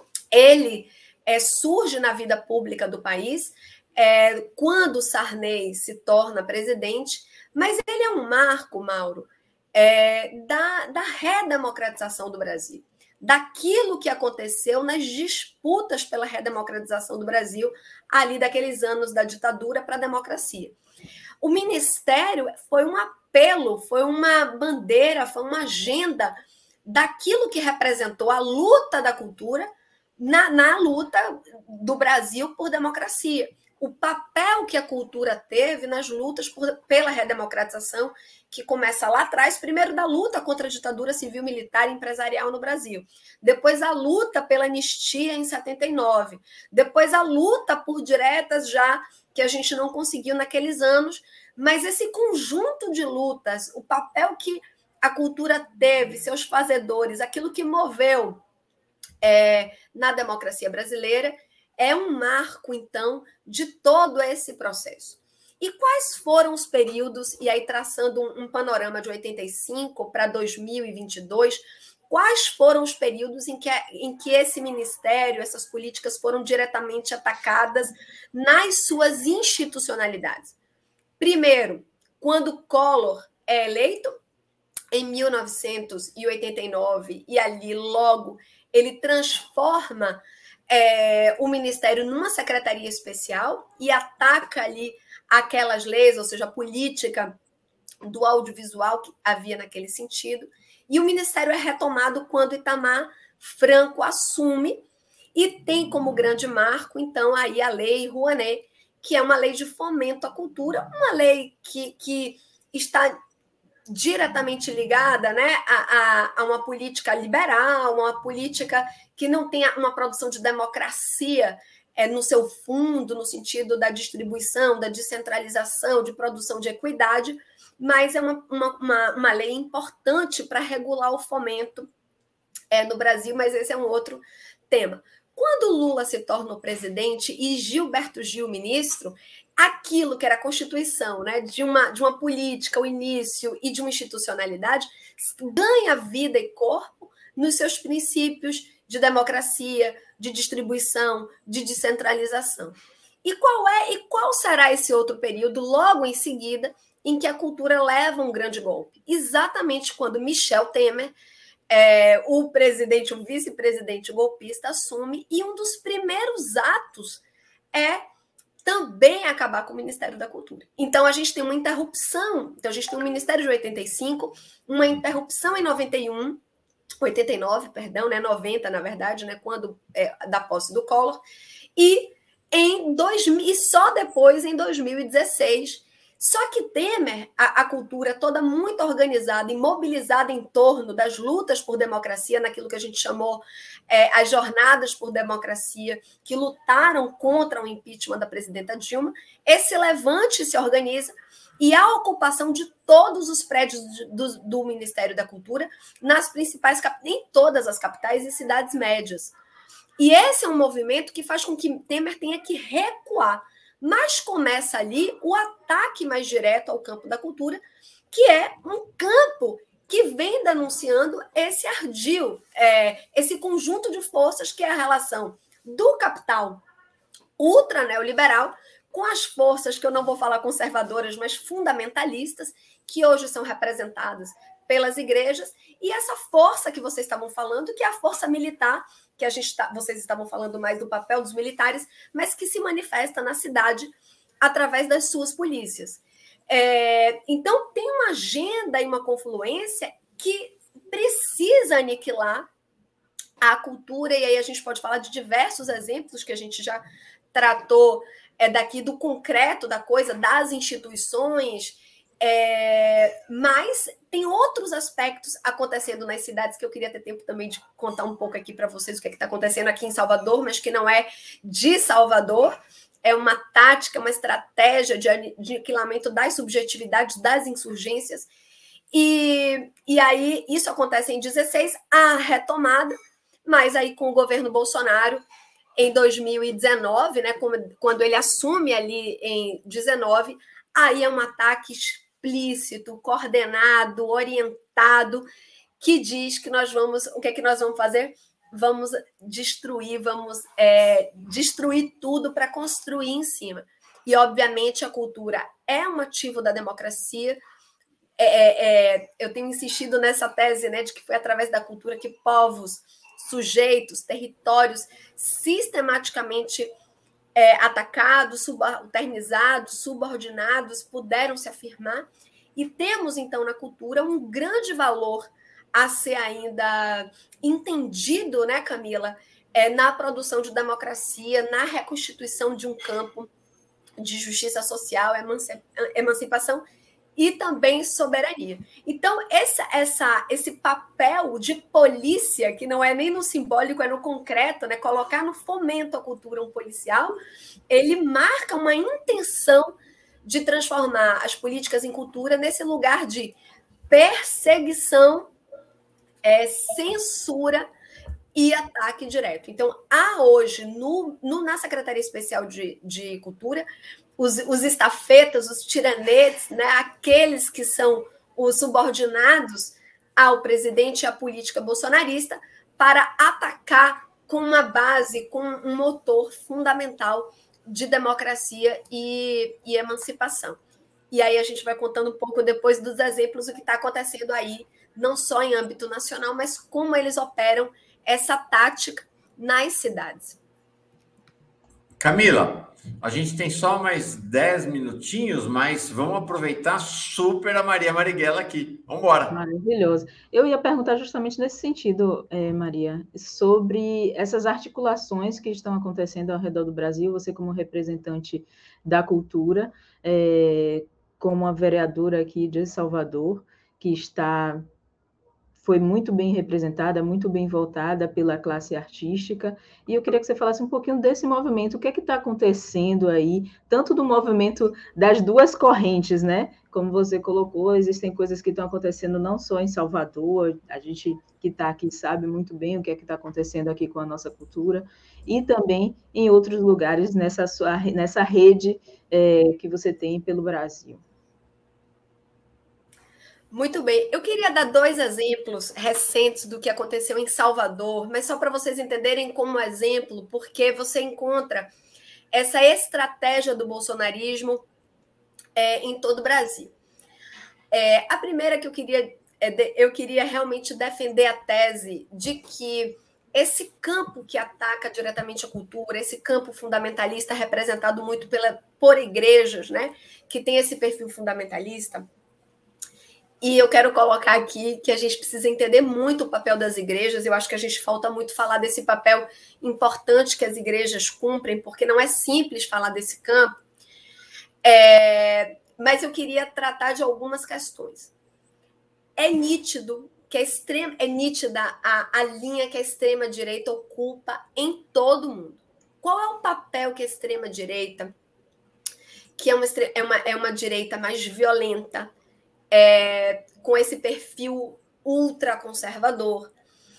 Ele é, surge na vida pública do país é, quando Sarney se torna presidente, mas ele é um marco, Mauro, é, da, da redemocratização do Brasil, daquilo que aconteceu nas disputas pela redemocratização do Brasil, ali daqueles anos da ditadura para a democracia. O Ministério foi um apelo, foi uma bandeira, foi uma agenda daquilo que representou a luta da cultura na, na luta do Brasil por democracia. O papel que a cultura teve nas lutas por, pela redemocratização, que começa lá atrás, primeiro da luta contra a ditadura civil, militar e empresarial no Brasil, depois a luta pela anistia em setenta e nove, depois a luta por diretas já, que a gente não conseguiu naqueles anos, mas esse conjunto de lutas, o papel que a cultura teve, seus fazedores, aquilo que moveu é, na democracia brasileira, é um marco, então, de todo esse processo. E quais foram os períodos, e aí traçando um, um panorama de oitenta e cinco para dois mil e vinte e dois, quais foram os períodos em que, em que esse ministério, essas políticas foram diretamente atacadas nas suas institucionalidades. Primeiro, quando Collor é eleito, em mil novecentos e oitenta e nove, e ali logo ele transforma é, o Ministério numa secretaria especial e ataca ali aquelas leis, ou seja, a política do audiovisual que havia naquele sentido. E o Ministério é retomado quando Itamar Franco assume e tem como grande marco, então, aí a Lei Rouanet, que é uma lei de fomento à cultura, uma lei que, que está diretamente ligada, né, a, a, a uma política liberal, uma política que não tem uma produção de democracia é, no seu fundo, no sentido da distribuição, da descentralização, de produção de equidade, mas é uma, uma, uma, uma lei importante para regular o fomento é, no Brasil, mas esse é um outro tema. Quando Lula se torna o presidente e Gilberto Gil ministro, aquilo que era a Constituição, né, de, uma, de uma política, o início e de uma institucionalidade, ganha vida e corpo nos seus princípios de democracia, de distribuição, de descentralização. E qual é e qual será esse outro período, logo em seguida, em que a cultura leva um grande golpe? Exatamente quando Michel Temer, é, o presidente, o vice-presidente golpista, assume, e um dos primeiros atos é também acabar com o Ministério da Cultura. Então, a gente tem uma interrupção. Então, a gente tem um Ministério de oitenta e cinco, uma interrupção em noventa e um, oitenta e nove, perdão, né, noventa, na verdade, né, quando é, da posse do Collor, e, em dois mil, e só depois, em dois mil e dezesseis, só que Temer, a, a cultura toda muito organizada e mobilizada em torno das lutas por democracia, naquilo que a gente chamou é, as jornadas por democracia, que lutaram contra o impeachment da presidenta Dilma, esse levante se organiza e a ocupação de todos os prédios do, do Ministério da Cultura nas principais, em todas as capitais e cidades médias. E esse é um movimento que faz com que Temer tenha que recuar. Mas começa ali o ataque mais direto ao campo da cultura, que é um campo que vem denunciando esse ardil, é, esse conjunto de forças que é a relação do capital ultra neoliberal com as forças, que eu não vou falar conservadoras, mas fundamentalistas, que hoje são representadas pelas igrejas, e essa força que vocês estavam falando, que é a força militar, que a gente tá, vocês estavam falando mais do papel dos militares, mas que se manifesta na cidade através das suas polícias. É, então, tem uma agenda e uma confluência que precisa aniquilar a cultura, e aí a gente pode falar de diversos exemplos que a gente já tratou é, daqui do concreto da coisa, das instituições, é, mas tem outros aspectos acontecendo nas cidades que eu queria ter tempo também de contar um pouco aqui para vocês o que é está acontecendo aqui em Salvador, mas que não é de Salvador, é uma tática, uma estratégia de aniquilamento das subjetividades, das insurgências, e, e aí isso acontece em dezesseis, a retomada, mas aí com o governo Bolsonaro, em dois mil e dezenove, né, quando ele assume ali em dezenove, aí é um ataque explícito, coordenado, orientado, que diz que nós vamos, o que é que nós vamos fazer? Vamos destruir, vamos é, destruir tudo para construir em cima. E, obviamente, a cultura é um ativo da democracia. É, é, é, eu tenho insistido nessa tese, né, de que foi através da cultura que povos, sujeitos, territórios sistematicamente é, atacados, subalternizados, subordinados, puderam se afirmar. E temos, então, na cultura um grande valor a ser ainda entendido, né, Camila, é, na produção de democracia, na reconstituição de um campo de justiça social, emancipação e também soberania. Então, essa, essa, esse papel de polícia, que não é nem no simbólico, é no concreto, né? Colocar no fomento à cultura um policial, ele marca uma intenção de transformar as políticas em cultura nesse lugar de perseguição, é, censura e ataque direto. Então, há hoje, no, no, na Secretaria Especial de, de Cultura, os, os estafetas, os tiranetes, né, aqueles que são os subordinados ao presidente e à política bolsonarista para atacar com uma base, com um motor fundamental de democracia e, e emancipação. E aí a gente vai contando um pouco depois dos exemplos o que está acontecendo aí, não só em âmbito nacional, mas como eles operam essa tática nas cidades. Camila, a gente tem só mais dez minutinhos, mas vamos aproveitar super a Maria Marighella aqui. Vamos embora. Maravilhoso. Eu ia perguntar justamente nesse sentido, eh, Maria, sobre essas articulações que estão acontecendo ao redor do Brasil, você como representante da cultura, eh, como a vereadora aqui de Salvador, que está... foi muito bem representada, muito bem votada pela classe artística, e eu queria que você falasse um pouquinho desse movimento, o que é que está acontecendo aí, tanto do movimento das duas correntes, né? Como você colocou, existem coisas que estão acontecendo não só em Salvador, a gente que está aqui sabe muito bem o que é que está acontecendo aqui com a nossa cultura, e também em outros lugares nessa, sua, nessa rede é, que você tem pelo Brasil. Muito bem. Eu queria dar dois exemplos recentes do que aconteceu em Salvador, mas só para vocês entenderem como exemplo, porque você encontra essa estratégia do bolsonarismo é, em todo o Brasil. É, a primeira que eu queria, é, eu queria realmente defender a tese de que esse campo que ataca diretamente a cultura, esse campo fundamentalista representado muito pela, por igrejas, né, que tem esse perfil fundamentalista. E eu quero colocar aqui que a gente precisa entender muito o papel das igrejas. Eu acho que a gente falta muito falar desse papel importante que as igrejas cumprem, porque não é simples falar desse campo. É... Mas eu queria tratar de algumas questões. É nítido que a extrema, é nítida a, a linha que a extrema-direita ocupa em todo o mundo. Qual é o papel que a extrema-direita, que é uma, é uma, é uma direita mais violenta, É, com esse perfil ultraconservador,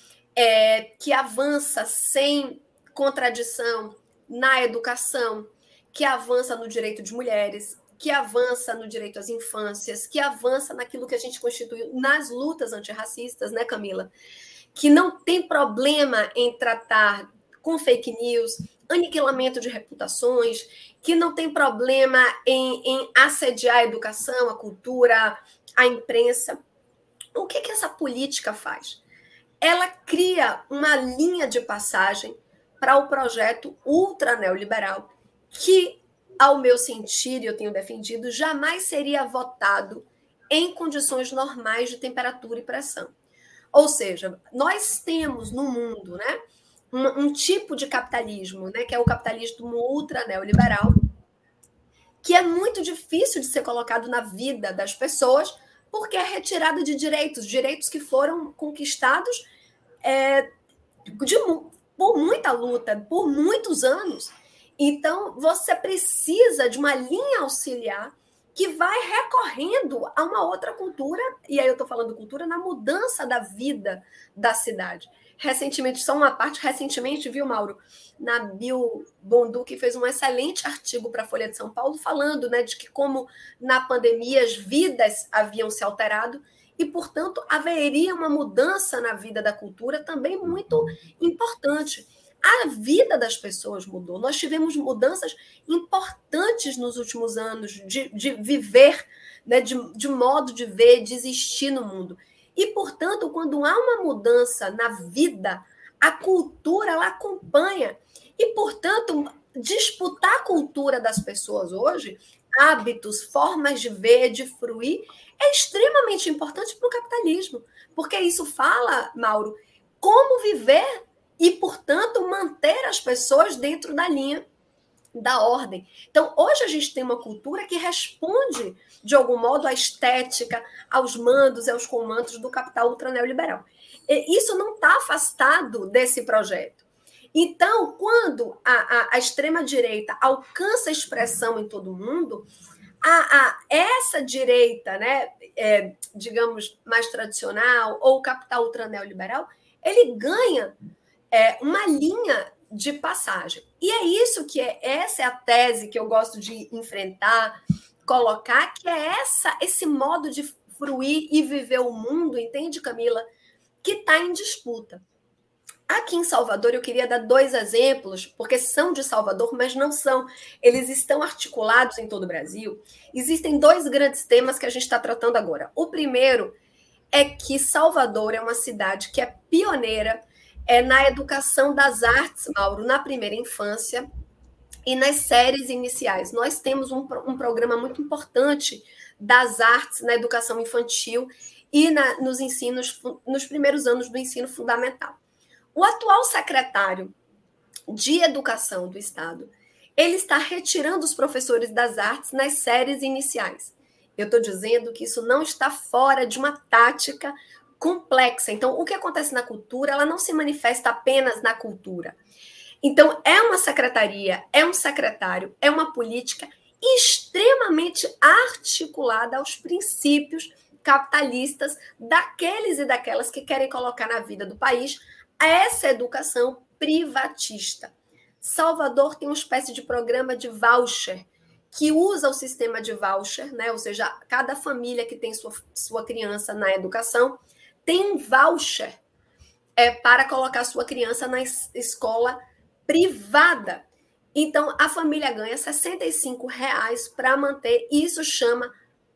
é, que avança sem contradição na educação, que avança no direito de mulheres, que avança no direito às infâncias, que avança naquilo que a gente constituiu nas lutas antirracistas, né, Camila? Que não tem problema em tratar com fake news, aniquilamento de reputações, que não tem problema em, em assediar a educação, a cultura, a imprensa. O que, que essa política faz? Ela cria uma linha de passagem para o projeto ultra-neoliberal que, ao meu sentir, e eu tenho defendido, jamais seria votado em condições normais de temperatura e pressão. Ou seja, nós temos no mundo, né, um, um tipo de capitalismo, né, que é o capitalismo ultra-neoliberal, que é muito difícil de ser colocado na vida das pessoas, porque é retirada de direitos, direitos que foram conquistados é, de, por muita luta, por muitos anos. Então, você precisa de uma linha auxiliar que vai recorrendo a uma outra cultura, e aí eu estou falando cultura na mudança da vida da cidade. Recentemente, só uma parte, recentemente, viu, Mauro, Nabil Bonduque fez um excelente artigo para a Folha de São Paulo falando, né, de que como na pandemia as vidas haviam se alterado e, portanto, haveria uma mudança na vida da cultura também muito importante. A vida das pessoas mudou. Nós tivemos mudanças importantes nos últimos anos de, de viver, né, de, de modo de ver, de existir no mundo. E, portanto, quando há uma mudança na vida, a cultura ela acompanha. E, portanto, disputar a cultura das pessoas hoje, hábitos, formas de ver, de fruir, é extremamente importante para o capitalismo. Porque isso fala, Mauro, como viver e, portanto, manter as pessoas dentro da linha da ordem. Então, hoje a gente tem uma cultura que responde, de algum modo, à estética, aos mandos e aos comandos do capital ultraneoliberal. E isso não está afastado desse projeto. Então, quando a, a, a extrema-direita alcança expressão em todo o mundo, a, a, essa direita, né, é, digamos, mais tradicional, ou o capital ultraneoliberal, ele ganha é, uma linha de passagem. E é isso que é, essa é a tese que eu gosto de enfrentar, colocar, que é essa, esse modo de fruir e viver o mundo, entende, Camila? Que está em disputa. Aqui em Salvador, eu queria dar dois exemplos, porque são de Salvador, mas não são. Eles estão articulados em todo o Brasil. Existem dois grandes temas que a gente está tratando agora. O primeiro é que Salvador é uma cidade que é pioneira é, na educação das artes, Mauro, na primeira infância e nas séries iniciais. Nós temos um, um programa muito importante das artes na educação infantil e na, nos ensinos, nos primeiros anos do ensino fundamental. O atual secretário de Educação do Estado, ele está retirando os professores das artes nas séries iniciais. Eu estou dizendo que isso não está fora de uma tática complexa. Então, o que acontece na cultura, ela não se manifesta apenas na cultura. Então, é uma secretaria, é um secretário, é uma política extremamente articulada aos princípios capitalistas daqueles e daquelas que querem colocar na vida do país essa educação privatista. Salvador tem uma espécie de programa de voucher, que usa o sistema de voucher, né? Ou seja, cada família que tem sua, sua criança na educação tem um voucher é, para colocar sua criança na escola privada. Então, a família ganha sessenta e cinco reais para manter, e isso chama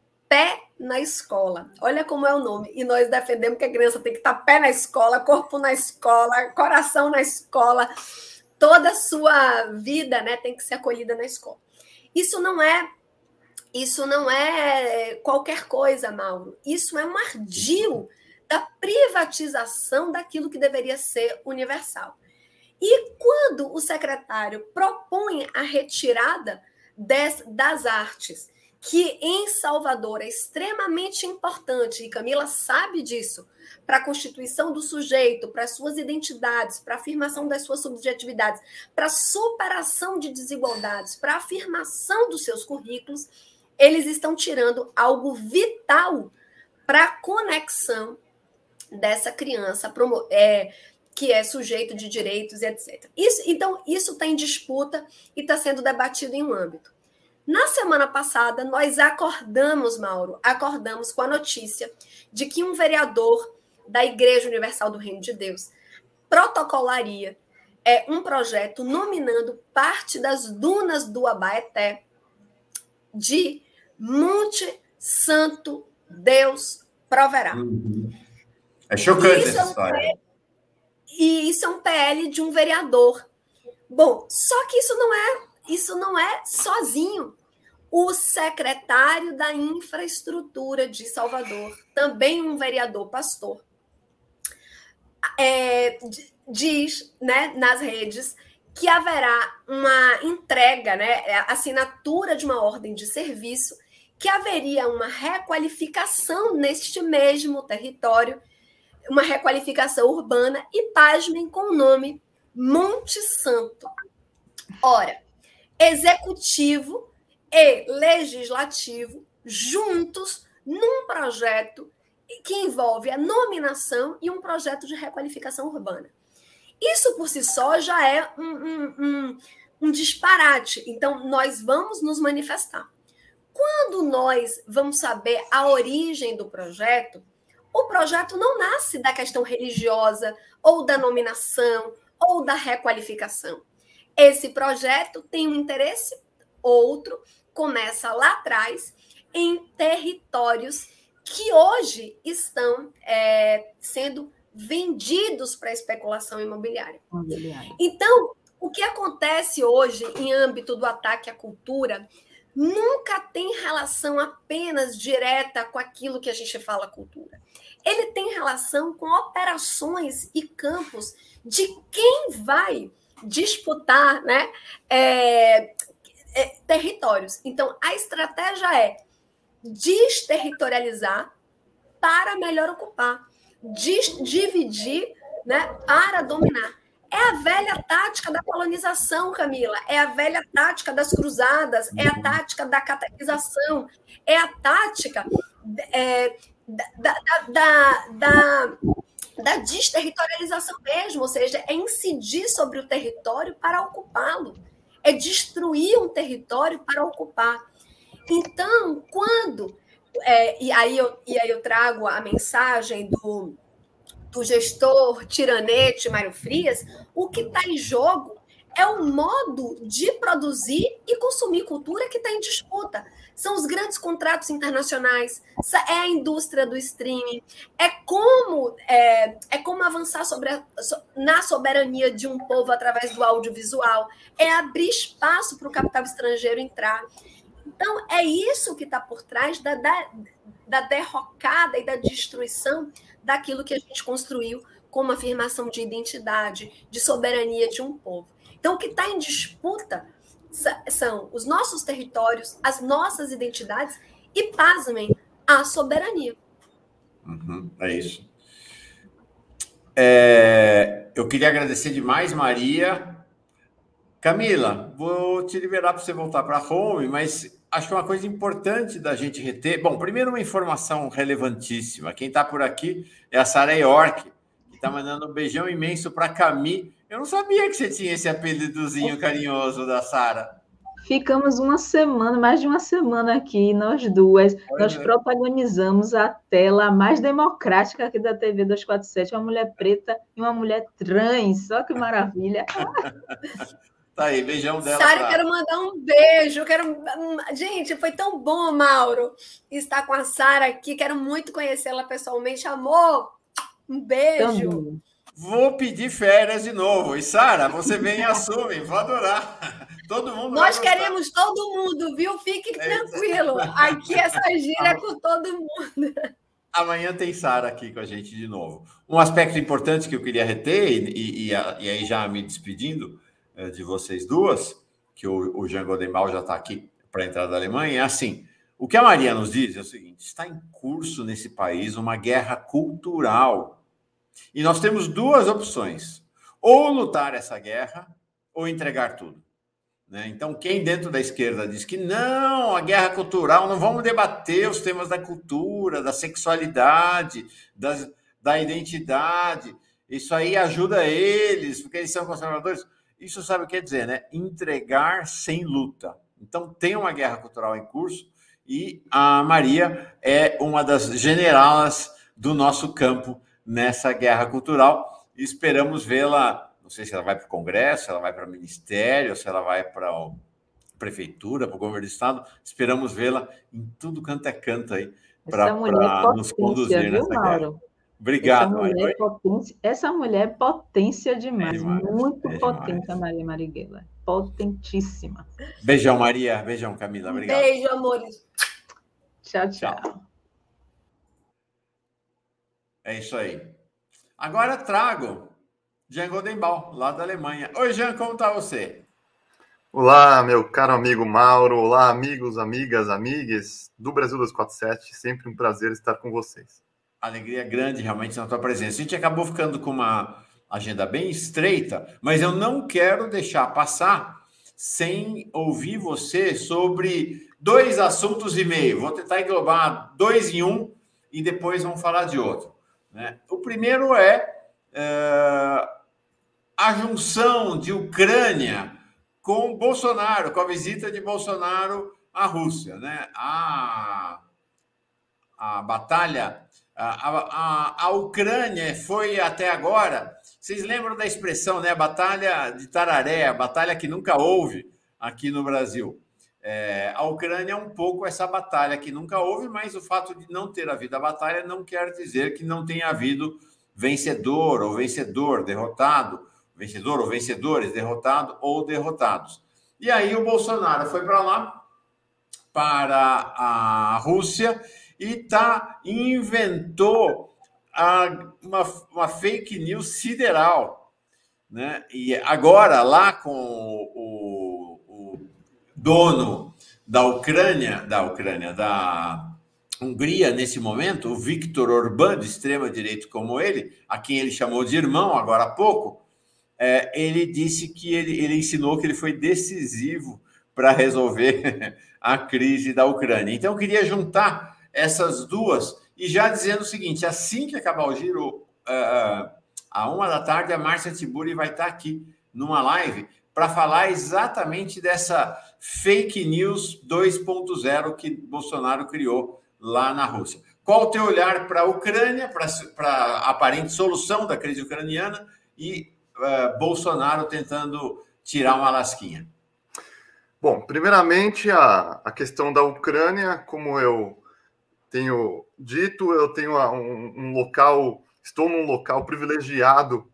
pé na escola. Olha como é o nome. E nós defendemos que a criança tem que estar pé na escola, corpo na escola, coração na escola, toda a sua vida, né, tem que ser acolhida na escola. Isso não é, isso não é qualquer coisa, Mauro. Isso é um ardil da privatização daquilo que deveria ser universal. E quando o secretário propõe a retirada des, das artes, que em Salvador é extremamente importante, e Camila sabe disso, para a constituição do sujeito, para as suas identidades, para a afirmação das suas subjetividades, para a superação de desigualdades, para a afirmação dos seus currículos, eles estão tirando algo vital para a conexão dessa criança, é, que é sujeito de direitos, etcétera. Isso, então, isso está em disputa e está sendo debatido em um âmbito. Na semana passada, nós acordamos, Mauro, acordamos com a notícia de que um vereador da Igreja Universal do Reino de Deus protocolaria é, um projeto nominando parte das dunas do Abaeté de Monte Santo Deus Proverá. Uhum. É chocante isso essa história. É um, e isso é um P L de um vereador. Bom, só que isso não é Isso não é sozinho. O secretário da Infraestrutura de Salvador, também um vereador pastor, é, diz, né, nas redes que haverá uma entrega, né, assinatura de uma ordem de serviço, que haveria uma requalificação neste mesmo território, uma requalificação urbana, e pasmem com o nome Monte Santo. Ora, executivo e legislativo juntos num projeto que envolve a nominação e um projeto de requalificação urbana. Isso por si só já é um, um, um, um disparate. Então, nós vamos nos manifestar. Quando nós vamos saber a origem do projeto, o projeto não nasce da questão religiosa ou da nominação ou da requalificação. Esse projeto tem um interesse, outro, começa lá atrás, em territórios que hoje estão é, sendo vendidos para especulação imobiliária. imobiliária. Então, o que acontece hoje em âmbito do ataque à cultura nunca tem relação apenas direta com aquilo que a gente fala cultura. Ele tem relação com operações e campos de quem vai disputar, né, é, é, territórios. Então, a estratégia é desterritorializar para melhor ocupar, Des, dividir, né, para dominar. É a velha tática da colonização, Camila, é a velha tática das cruzadas, é a tática da catequização, é a tática é, da, da, da, da da desterritorialização mesmo, ou seja, é incidir sobre o território para ocupá-lo, é destruir um território para ocupar. Então, quando é, e, aí eu, e aí eu trago a mensagem do, do gestor tiranete Mário Frias. O que está em jogo é o modo de produzir e consumir cultura que está em disputa. São os grandes contratos internacionais, é a indústria do streaming, é como, é, é como avançar sobre a, na soberania de um povo através do audiovisual, é abrir espaço para o capital estrangeiro entrar. Então, é isso que está por trás da, da, da derrocada e da destruição daquilo que a gente construiu como afirmação de identidade, de soberania de um povo. Então, o que está em disputa são os nossos territórios, as nossas identidades e, pasmem, a soberania. Uhum, é isso. É, eu queria agradecer demais, Maria. Camila, vou te liberar para você voltar para home, mas acho que é uma coisa importante da gente reter. Bom, primeiro uma informação relevantíssima. Quem está por aqui é a Sara York, que está mandando um beijão imenso para a Cami. Eu não sabia que você tinha esse apelidozinho carinhoso da Sara. Ficamos uma semana, mais de uma semana aqui, nós duas. Pois nós é. protagonizamos a tela mais democrática aqui da T V duzentos e quarenta e sete, uma mulher preta e uma mulher trans. Só que maravilha. Tá aí, beijão dela. Sara, pra... quero mandar um beijo. Quero... Gente, foi tão bom, Mauro, estar com a Sara aqui. Quero muito conhecê-la pessoalmente. Amor, um beijo. Então, vou pedir férias de novo. E, Sara, você vem e assume. Vou adorar. Todo mundo Nós queremos todo mundo, viu? Fique é tranquilo. Aqui essa gira é com todo mundo. Amanhã tem Sara aqui com a gente de novo. Um aspecto importante que eu queria reter, e, e, e aí já me despedindo de vocês duas, que o, o Jean Goldenbaum já está aqui para a entrada da Alemanha, é assim, o que a Maria nos diz é o seguinte: está em curso nesse país uma guerra cultural. E nós temos duas opções: ou lutar essa guerra, ou entregar tudo. Né? Então, quem dentro da esquerda diz que não, a guerra cultural, não vamos debater os temas da cultura, da sexualidade, das, da identidade, isso aí ajuda eles, porque eles são conservadores. Isso sabe o que quer dizer, né? Entregar sem luta. Então, tem uma guerra cultural em curso e a Maria é uma das generalas do nosso campo nessa guerra cultural. E esperamos vê-la, não sei se ela vai para o Congresso, se ela vai para o Ministério, se ela vai para a Prefeitura, para o Governo do Estado. Esperamos vê-la em tudo quanto é canto aí para nos conduzir viu, nessa Mauro? guerra. Obrigado, essa mulher, potência, essa mulher é potência demais, é demais muito é potente demais. A Maria Marighella, potentíssima. Beijão, Maria, beijão, Camila, obrigado. Beijo, amores. Tchau, tchau, tchau. É isso aí. Agora trago Jean Goldenbaum, lá da Alemanha. Oi, Jean, como está você? Olá, meu caro amigo Mauro. Olá, amigos, amigas, amigues do Brasil duzentos e quarenta e sete. Sempre um prazer estar com vocês. Alegria grande realmente na tua presença. A gente acabou ficando com uma agenda bem estreita, mas eu não quero deixar passar sem ouvir você sobre dois assuntos e meio. Vou tentar englobar dois em um e depois vamos falar de outro. Né? O primeiro é, é a junção de Ucrânia com Bolsonaro, com a visita de Bolsonaro à Rússia. Né? A, a batalha... A, a, a Ucrânia foi até agora, vocês lembram da expressão, né? Batalha de Tararé, a batalha que nunca houve aqui no Brasil. É, a Ucrânia é um pouco essa batalha que nunca houve, mas o fato de não ter havido a batalha não quer dizer que não tenha havido vencedor ou vencedor, derrotado, vencedor ou vencedores, derrotado ou derrotados. E aí o Bolsonaro foi para lá, para a Rússia, e tá, inventou a, uma, uma fake news sideral. Né? E agora, lá com o, o dono da Ucrânia, da Ucrânia, da Hungria, nesse momento, o Viktor Orbán, de extrema-direita como ele, a quem ele chamou de irmão agora há pouco, é, ele disse que ele, ele ensinou que ele foi decisivo para resolver a crise da Ucrânia. Então, eu queria juntar essas duas, e já dizendo o seguinte: assim que acabar o giro, uh, à uma da tarde, a Márcia Tiburi vai estar aqui numa live para falar exatamente dessa fake news dois ponto zero que Bolsonaro criou lá na Rússia. Qual o teu olhar para a Ucrânia, para a aparente solução da crise ucraniana e uh, Bolsonaro tentando tirar uma lasquinha? Bom, primeiramente, a, a questão da Ucrânia, como eu tenho dito, eu tenho um, um local, estou num local privilegiado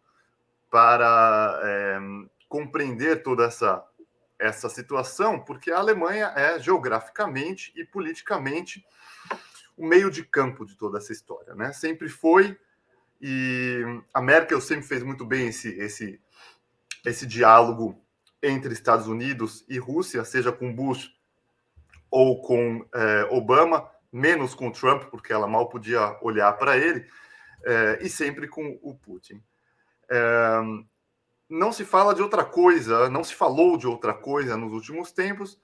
para é, compreender toda essa, essa situação, porque a Alemanha é geograficamente e politicamente o meio de campo de toda essa história, né? Sempre foi, e a Merkel sempre fez muito bem esse, esse, esse diálogo entre Estados Unidos e Rússia, seja com Bush ou com é, Obama, menos com Trump, porque ela mal podia olhar para ele, é, e sempre com o Putin. É, não se fala de outra coisa, não se falou de outra coisa nos últimos tempos,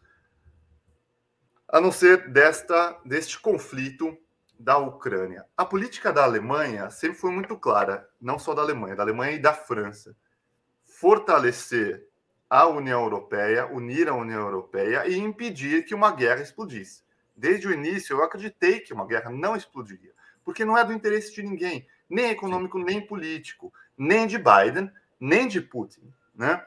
a não ser desta, deste conflito da Ucrânia. A política da Alemanha sempre foi muito clara, não só da Alemanha, da Alemanha e da França. Fortalecer a União Europeia, unir a União Europeia e impedir que uma guerra explodisse. Desde o início, eu acreditei que uma guerra não explodiria, porque não é do interesse de ninguém, nem econômico, nem político, nem de Biden, nem de Putin, né?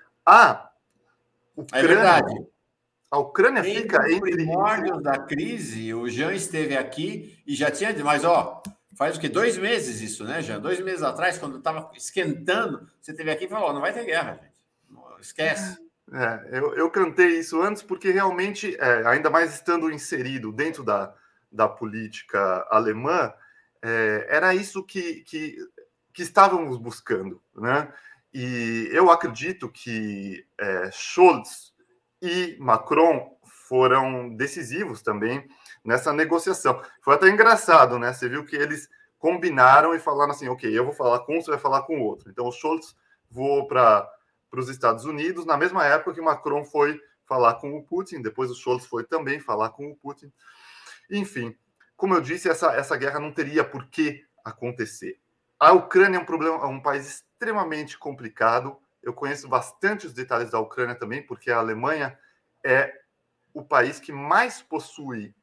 A Ucrânia, é verdade. A Ucrânia entre fica os entre... primórdios da crise, o Jean esteve aqui e já tinha... Mas, ó, faz o quê? Dois meses isso, né, Jean? Dois meses atrás, quando estava esquentando, você esteve aqui e falou, não vai ter guerra, gente. Esquece. É, eu, eu cantei isso antes porque realmente, é, ainda mais estando inserido dentro da, da política alemã, é, era isso que, que, que estávamos buscando, né? E eu acredito que é, Scholz e Macron foram decisivos também nessa negociação. Foi até engraçado, né? Você viu que eles combinaram e falaram assim, ok, eu vou falar com um, você vai falar com o outro. Então o Scholz voou para para os Estados Unidos, na mesma época que Macron foi falar com o Putin, depois o Scholz foi também falar com o Putin. Enfim, como eu disse, essa, essa guerra não teria por que acontecer. A Ucrânia é um problema, é um país extremamente complicado. Eu conheço bastante os detalhes da Ucrânia também, porque a Alemanha é o país que mais possui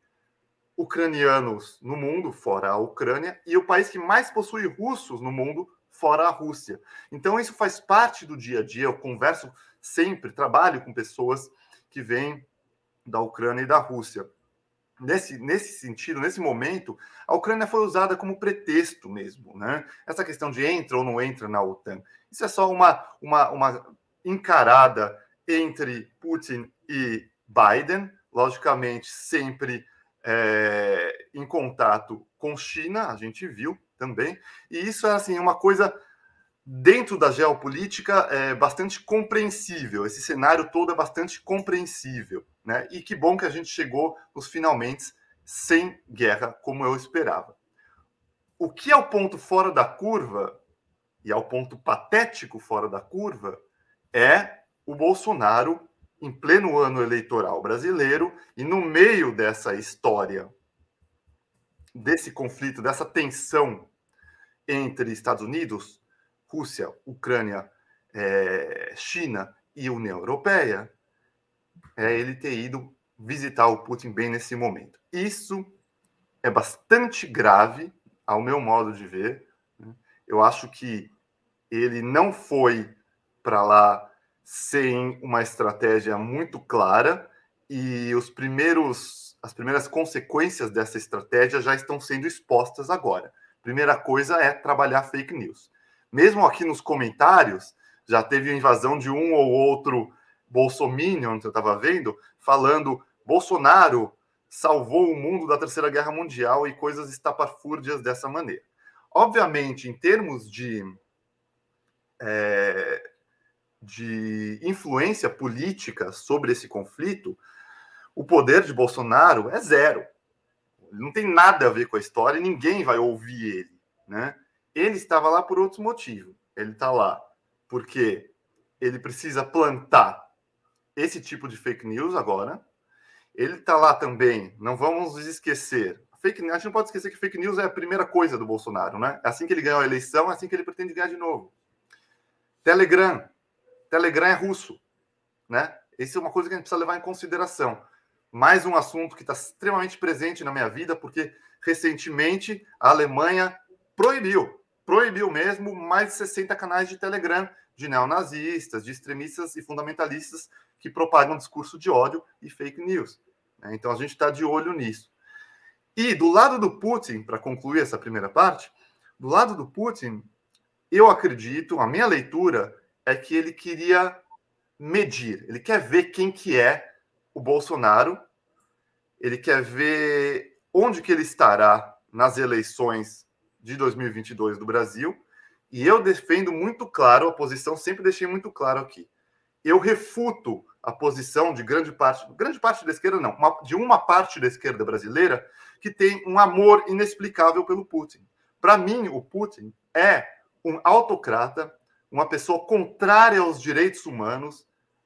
ucranianos no mundo, fora a Ucrânia, e o país que mais possui russos no mundo, fora a Rússia. Então, isso faz parte do dia a dia. Eu converso sempre, trabalho com pessoas que vêm da Ucrânia e da Rússia. Nesse, nesse sentido, nesse momento, a Ucrânia foi usada como pretexto mesmo, né? Essa questão de entra ou não entra na OTAN. Isso é só uma, uma, uma encarada entre Putin e Biden, logicamente sempre é, em contato com China, a gente viu também, e isso é assim, uma coisa dentro da geopolítica é bastante compreensível, esse cenário todo é bastante compreensível, né? E que bom que a gente chegou nos finalmente sem guerra, como eu esperava. O que é o ponto fora da curva, e é o ponto patético fora da curva, é o Bolsonaro em pleno ano eleitoral brasileiro e no meio dessa história, desse conflito, dessa tensão entre Estados Unidos, Rússia, Ucrânia, é, China e União Europeia, é ele ter ido visitar o Putin bem nesse momento. Isso é bastante grave, ao meu modo de ver. Eu acho que ele não foi para lá sem uma estratégia muito clara e os primeiros, as primeiras consequências dessa estratégia já estão sendo expostas agora. Primeira coisa é trabalhar fake news. Mesmo aqui nos comentários, já teve a invasão de um ou outro bolsominion, que eu estava vendo, falando Bolsonaro salvou o mundo da Terceira Guerra Mundial e coisas estapafúrdias dessa maneira. Obviamente, em termos de, é, de influência política sobre esse conflito, o poder de Bolsonaro é zero. Não tem nada a ver com a história e ninguém vai ouvir ele, né? Ele estava lá por outro motivo. Ele está lá porque ele precisa plantar esse tipo de fake news agora. Ele está lá também, não vamos esquecer, fake news, a gente não pode esquecer que fake news é a primeira coisa do Bolsonaro, né? É assim que ele ganhou a eleição, é assim que ele pretende ganhar de novo. Telegram. Telegram é russo, né? Isso é uma coisa que a gente precisa levar em consideração. mais um assunto que está extremamente presente na minha vida, porque recentemente a Alemanha proibiu, proibiu mesmo mais de sessenta canais de Telegram de neonazistas, de extremistas e fundamentalistas que propagam discurso de ódio e fake news. Então a gente está de olho nisso. E do lado do Putin, para concluir essa primeira parte, do lado do Putin, eu acredito, a minha leitura é que ele queria medir, ele quer ver quem que é o Bolsonaro, ele quer ver onde que ele estará nas eleições de dois mil e vinte e dois do Brasil, e eu defendo muito claro a posição, sempre deixei muito claro aqui. Eu refuto a posição de grande parte, grande parte da esquerda não, uma, de uma parte da esquerda brasileira que tem um amor inexplicável pelo Putin. Para mim, o Putin é um autocrata, uma pessoa contrária aos direitos humanos.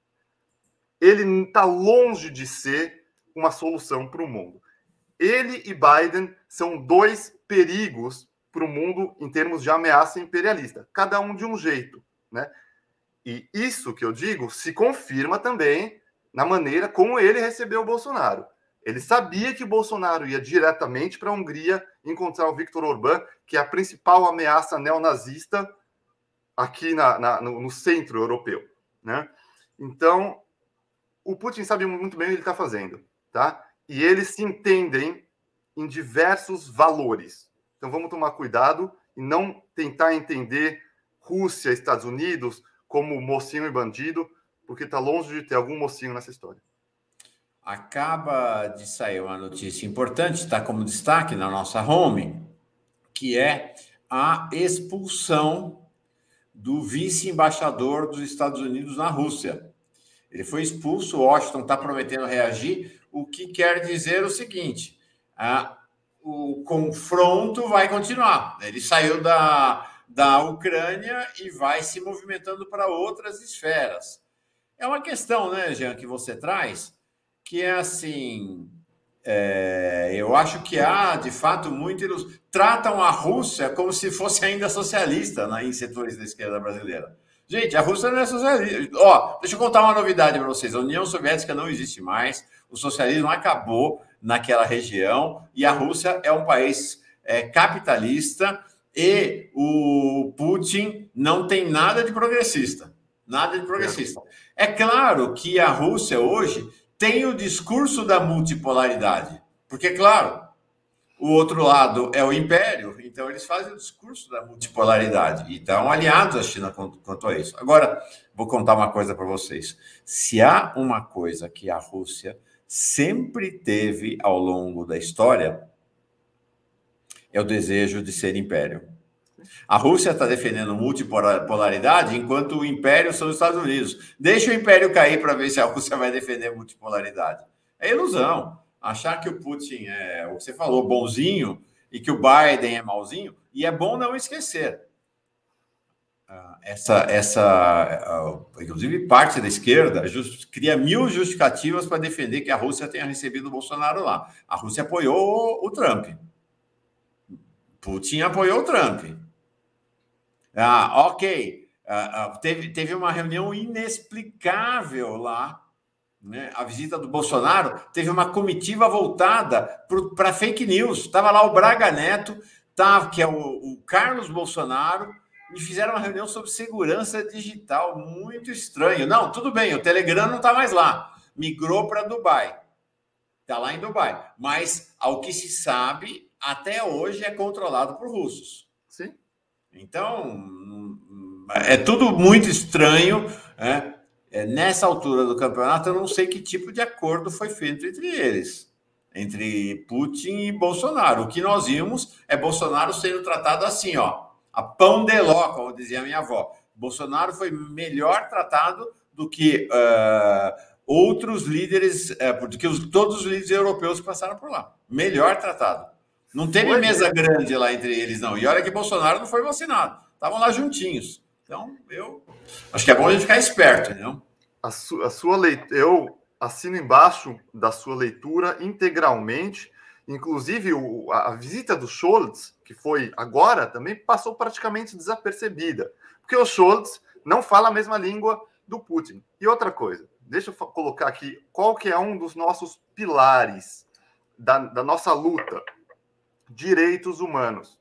Ele está longe de ser uma solução para o mundo. Ele e Biden são dois perigos para o mundo em termos de ameaça imperialista, cada um de um jeito, né? E isso que eu digo se confirma também na maneira como ele recebeu o Bolsonaro. Ele sabia que o Bolsonaro ia diretamente para a Hungria encontrar o Viktor Orbán, que é a principal ameaça neonazista aqui na, na, no, no centro europeu, né? Então, o Putin sabe muito bem o que ele está fazendo, tá? E eles se entendem em diversos valores. Então, vamos tomar cuidado e não tentar entender Rússia, Estados Unidos como mocinho e bandido, porque está longe de ter algum mocinho nessa história. Acaba de sair uma notícia importante, está como destaque na nossa home, que é a expulsão do vice-embaixador dos Estados Unidos na Rússia. Ele foi expulso, Washington está prometendo reagir, o que quer dizer o seguinte, a, o confronto vai continuar. Ele saiu da, da Ucrânia e vai se movimentando para outras esferas. É uma questão, né, Jean, que você traz, que é assim, é, eu acho que há, de fato, muitos tratam a Rússia como se fosse ainda socialista, né, em setores da esquerda brasileira. Gente, a Rússia não é socialista. Ó, deixa eu contar uma novidade para vocês. A União Soviética não existe mais, o socialismo acabou naquela região e a Rússia é um país é, capitalista e o Putin não tem nada de progressista. Nada de progressista. É claro que a Rússia hoje tem o discurso da multipolaridade, porque, claro, o outro lado é o império, então eles fazem o discurso da multipolaridade e estão aliados à China quanto a isso. Agora, vou contar uma coisa para vocês. Se há uma coisa que a Rússia sempre teve ao longo da história, é o desejo de ser império. A Rússia está defendendo multipolaridade, enquanto o império são os Estados Unidos. Deixa o império cair para ver se a Rússia vai defender multipolaridade. É ilusão. Achar que o Putin é, o que você falou, bonzinho, e que o Biden é malzinho, e é bom não esquecer. Essa, essa inclusive, parte da esquerda just, cria mil justificativas para defender que a Rússia tenha recebido o Bolsonaro lá. A Rússia apoiou o, o Trump. Putin apoiou o Trump. Ah, ok. Ah, ah, teve, teve uma reunião inexplicável lá, né? A visita do Bolsonaro teve uma comitiva voltada para fake news. Estava lá o Braga Neto, tá, que é o, o Carlos Bolsonaro, e fizeram uma reunião sobre segurança digital. Muito estranho. Não, tudo bem, o Telegram não está mais lá. Migrou para Dubai. Está lá em Dubai. Mas, ao que se sabe, até hoje é controlado por russos. Sim. Então, é tudo muito estranho, né? Nessa altura do campeonato, eu não sei que tipo de acordo foi feito entre eles, entre Putin e Bolsonaro. O que nós vimos é Bolsonaro sendo tratado assim, ó, a pão de ló, como dizia a minha avó. Bolsonaro foi melhor tratado do que uh, outros líderes, uh, do que os, todos os líderes europeus que passaram por lá. Melhor tratado. Não teve foi mesa mesmo. grande lá entre eles, não. E olha que Bolsonaro não foi vacinado. Estavam lá juntinhos. Então, eu acho que é bom a gente ficar esperto, entendeu? A, su, a sua leitura, eu assino embaixo da sua leitura integralmente. Inclusive, o, a, a visita do Scholz, que foi agora, também passou praticamente desapercebida. Porque o Scholz não fala a mesma língua do Putin. E outra coisa, deixa eu colocar aqui qual que é um dos nossos pilares da, da nossa luta. Direitos humanos.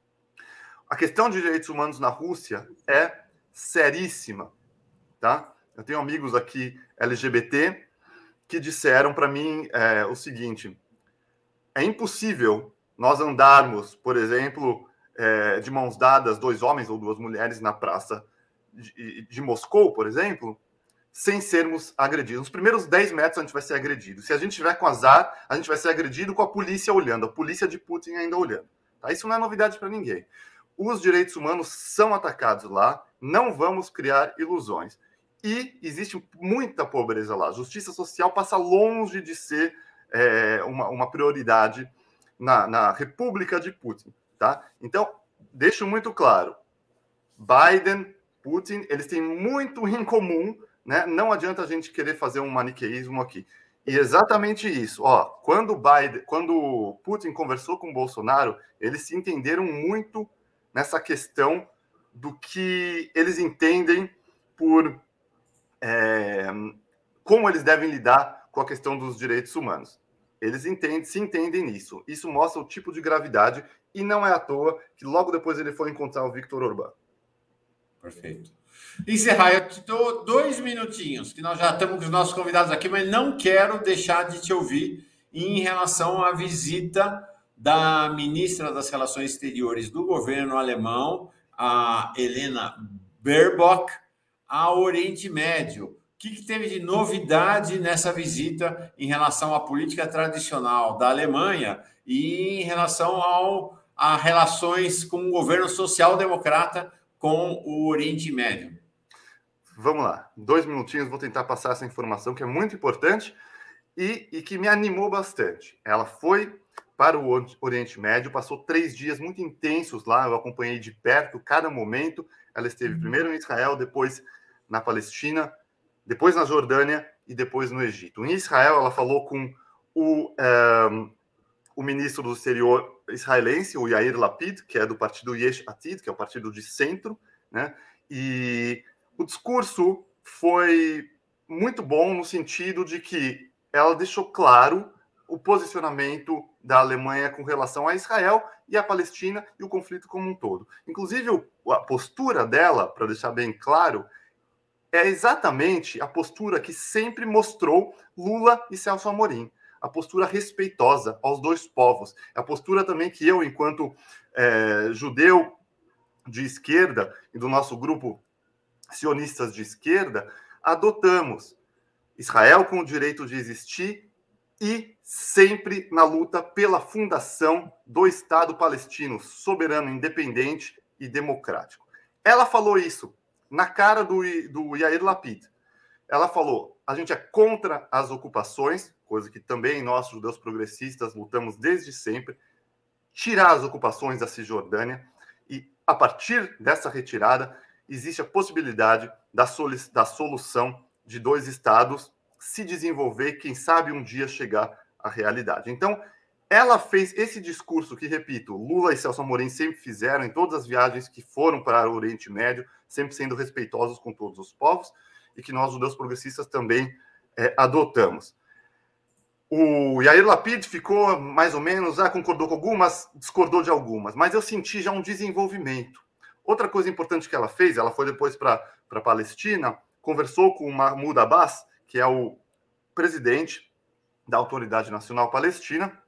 A questão de direitos humanos na Rússia é seríssima, tá? Eu tenho amigos aqui L G B T que disseram para mim é, o seguinte: é impossível nós andarmos, por exemplo, é, de mãos dadas, dois homens ou duas mulheres na praça de, de Moscou, por exemplo, sem sermos agredidos. Nos primeiros dez metros a gente vai ser agredido. Se a gente tiver com azar, a gente vai ser agredido com a polícia olhando, a polícia de Putin ainda olhando. Tá? Isso não é novidade para ninguém. Os direitos humanos são atacados lá, não vamos criar ilusões. E existe muita pobreza lá. A justiça social passa longe de ser é, uma, uma prioridade na, na República de Putin. Tá? Então, deixo muito claro, Biden, Putin, eles têm muito em comum, né? Não adianta a gente querer fazer um maniqueísmo aqui. E exatamente isso. Ó, quando Biden, quando Putin conversou com Bolsonaro, eles se entenderam muito nessa questão do que eles entendem por é, como eles devem lidar com a questão dos direitos humanos. Eles entendem, se entendem nisso. Isso mostra o tipo de gravidade e não é à toa que logo depois ele foi encontrar o Viktor Orbán. Perfeito. Encerrar, eu te dou dois minutinhos, que nós já estamos com os nossos convidados aqui, mas não quero deixar de te ouvir em relação à visita da ministra das Relações Exteriores do governo alemão, a Helena Baerbock, ao Oriente Médio. O que, que teve de novidade nessa visita em relação à política tradicional da Alemanha e em relação ao, a relações com o governo social-democrata com o Oriente Médio? Vamos lá, dois minutinhos, vou tentar passar essa informação que é muito importante e, e que me animou bastante. Ela foi para o Oriente Médio, passou três dias muito intensos lá, eu acompanhei de perto cada momento. Ela esteve primeiro em Israel, depois na Palestina, depois na Jordânia e depois no Egito. Em Israel, ela falou com o, um, o ministro do exterior israelense, o Yair Lapid, que é do partido Yesh Atid, que é o partido de centro, né? E o discurso foi muito bom no sentido de que ela deixou claro o posicionamento da Alemanha com relação a Israel e a Palestina e o conflito como um todo. Inclusive, a postura dela, para deixar bem claro, é exatamente a postura que sempre mostrou Lula e Celso Amorim. A postura respeitosa aos dois povos. A postura também que eu, enquanto é, judeu de esquerda e do nosso grupo sionistas de esquerda, adotamos. Israel com o direito de existir e sempre na luta pela fundação do Estado palestino, soberano, independente e democrático. Ela falou isso na cara do, do Yair Lapid. Ela falou, a gente é contra as ocupações, coisa que também nós, judeus progressistas, lutamos desde sempre, tirar as ocupações da Cisjordânia e, a partir dessa retirada, existe a possibilidade da, solu- da solução de dois estados se desenvolver e, quem sabe, um dia chegar à realidade. Então, ela fez esse discurso que, repito, Lula e Celso Amorim sempre fizeram em todas as viagens que foram para o Oriente Médio, sempre sendo respeitosos com todos os povos, e que nós, judeus progressistas, também é, adotamos. O Yair Lapid ficou mais ou menos, ah, concordou com algumas, discordou de algumas, mas eu senti já um desenvolvimento. Outra coisa importante que ela fez, ela foi depois para a Palestina, conversou com o Mahmoud Abbas, que é o presidente da Autoridade Nacional Palestina,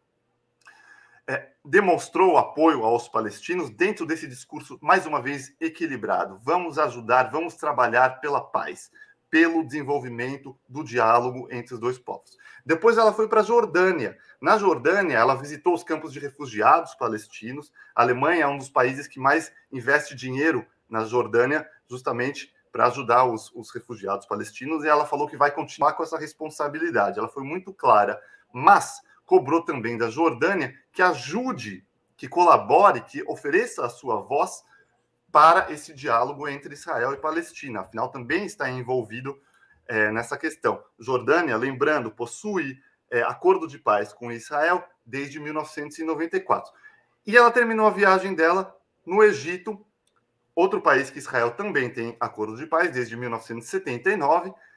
é, demonstrou apoio aos palestinos dentro desse discurso, mais uma vez, equilibrado. Vamos ajudar, vamos trabalhar pela paz, pelo desenvolvimento do diálogo entre os dois povos. Depois ela foi para a Jordânia. Na Jordânia, ela visitou os campos de refugiados palestinos. A Alemanha é um dos países que mais investe dinheiro na Jordânia, justamente para ajudar os, os refugiados palestinos, e ela falou que vai continuar com essa responsabilidade. Ela foi muito clara, mas cobrou também da Jordânia que ajude, que colabore, que ofereça a sua voz para esse diálogo entre Israel e Palestina. Afinal, também está envolvido é, nessa questão. Jordânia, lembrando, possui é, acordo de paz com Israel desde mil novecentos e noventa e quatro. E ela terminou a viagem dela no Egito, outro país que Israel também tem acordo de paz desde mil novecentos e setenta e nove,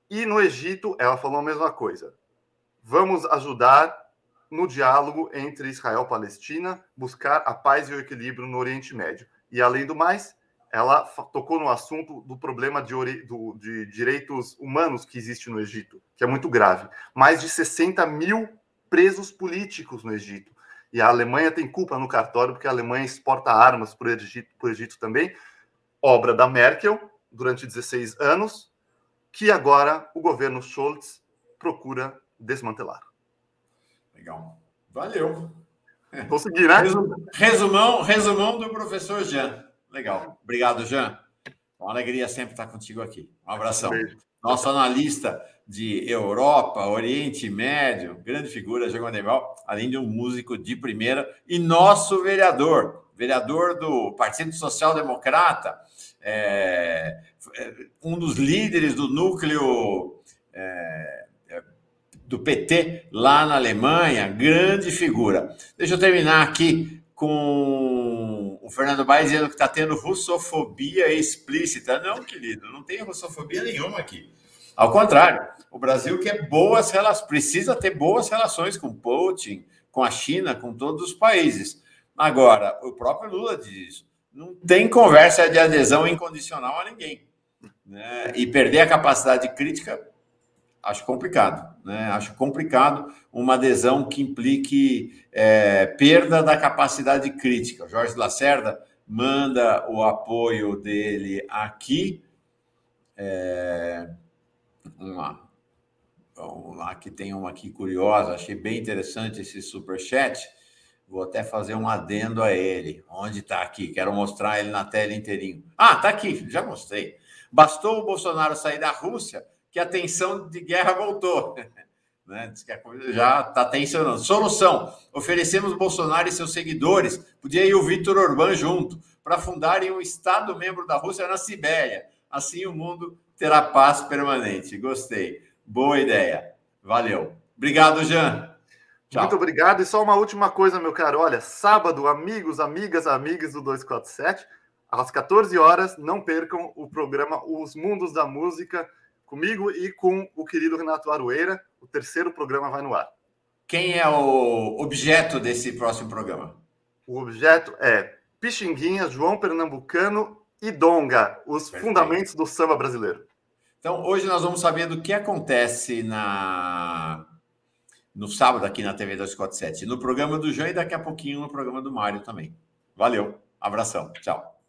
E no Egito, ela falou a mesma coisa. Vamos ajudar no diálogo entre Israel e Palestina, buscar a paz e o equilíbrio no Oriente Médio. E, além do mais, ela tocou no assunto do problema de, do, de direitos humanos que existe no Egito, que é muito grave. Mais de sessenta mil presos políticos no Egito. E a Alemanha tem culpa no cartório, porque a Alemanha exporta armas para o Egito, para o Egito também, obra da Merkel, durante dezesseis anos, que agora o governo Scholz procura desmantelar. Legal. Valeu. Consegui, né? Resumão, resumão do professor Jean. Legal. Obrigado, Jean. Uma alegria sempre estar contigo aqui. Um abração. Um Nosso analista de Europa, Oriente Médio, grande figura, Jean Gondeval, além de um músico de primeira, e nosso vereador, vereador do Partido Social Democrata, é, um dos líderes do núcleo é, do P T lá na Alemanha, grande figura. Deixa eu terminar aqui com o Fernando Baez dizendo que está tendo russofobia explícita. Não, querido, não tem russofobia nenhuma aqui. Ao contrário, o Brasil quer boas relações, precisa ter boas relações com Putin, com a China, com todos os países. Agora, o próprio Lula diz isso. Não tem conversa de adesão incondicional a ninguém. Né? E perder a capacidade crítica, acho complicado. Né? Acho complicado uma adesão que implique é, perda da capacidade crítica. O Jorge Lacerda manda o apoio dele aqui. É... Vamos lá. Vamos lá, que tem uma aqui curiosa. Achei bem interessante esse superchat. Vou até fazer um adendo a ele. Onde está aqui? Quero mostrar ele na tela inteirinho. Ah, está aqui. Já mostrei. Bastou o Bolsonaro sair da Rússia que a tensão de guerra voltou. Né? Diz que a coisa já está tensionando. Solução. Oferecemos Bolsonaro e seus seguidores. Podia ir o Vítor Orbán junto para fundarem um Estado-membro da Rússia na Sibéria. Assim o mundo terá paz permanente. Gostei. Boa ideia. Valeu. Obrigado, Jean. Tchau. Muito obrigado. E só uma última coisa, meu caro. Olha, sábado, amigos, amigas, amigas do duzentos e quarenta e sete, às quatorze horas, não percam o programa Os Mundos da Música, comigo e com o querido Renato Aroeira. O terceiro programa vai no ar. Quem é o objeto desse próximo programa? O objeto é Pixinguinha, João Pernambucano e Donga, os Perfeito. Fundamentos do samba brasileiro. Então, hoje nós vamos saber do que acontece na... no sábado aqui na T V duzentos e quarenta e sete, no programa do Jean e daqui a pouquinho no programa do Mário também. Valeu, abração, tchau.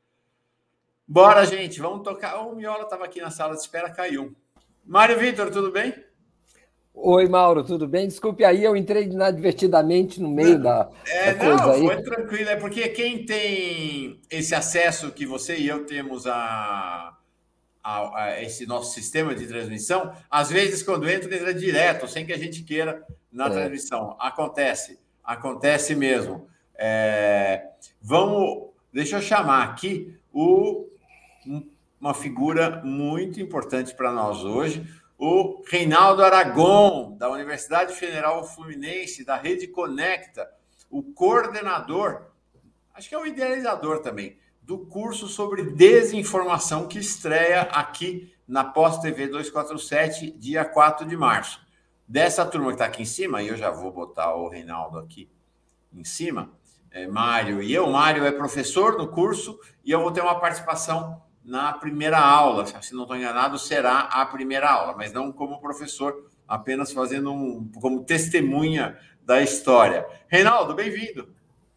Bora, gente, vamos tocar. O Miola estava aqui na sala de espera, caiu. Mário Vitor, tudo bem? Oi, Mauro, tudo bem? Desculpe aí, eu entrei inadvertidamente no meio da, é, da coisa não, aí. Foi tranquilo, é porque quem tem esse acesso que você e eu temos a... A, a esse nosso sistema de transmissão, às vezes quando entra, entra direto, sem que a gente queira na é. transmissão. Acontece, acontece mesmo. É, vamos, deixa eu chamar aqui o, uma figura muito importante para nós hoje, o Reinaldo Aragon, da Universidade Federal Fluminense, da Rede Conecta, o coordenador, acho que é o idealizador também, do curso sobre desinformação que estreia aqui na Pós-T V duzentos e quarenta e sete, dia quatro de março. Dessa turma que está aqui em cima, e eu já vou botar o Reinaldo aqui em cima, é Mário e eu. Mário é professor no curso e eu vou ter uma participação na primeira aula. Se não estou enganado, será a primeira aula, mas não como professor, apenas fazendo um, como testemunha da história. Reinaldo, bem-vindo.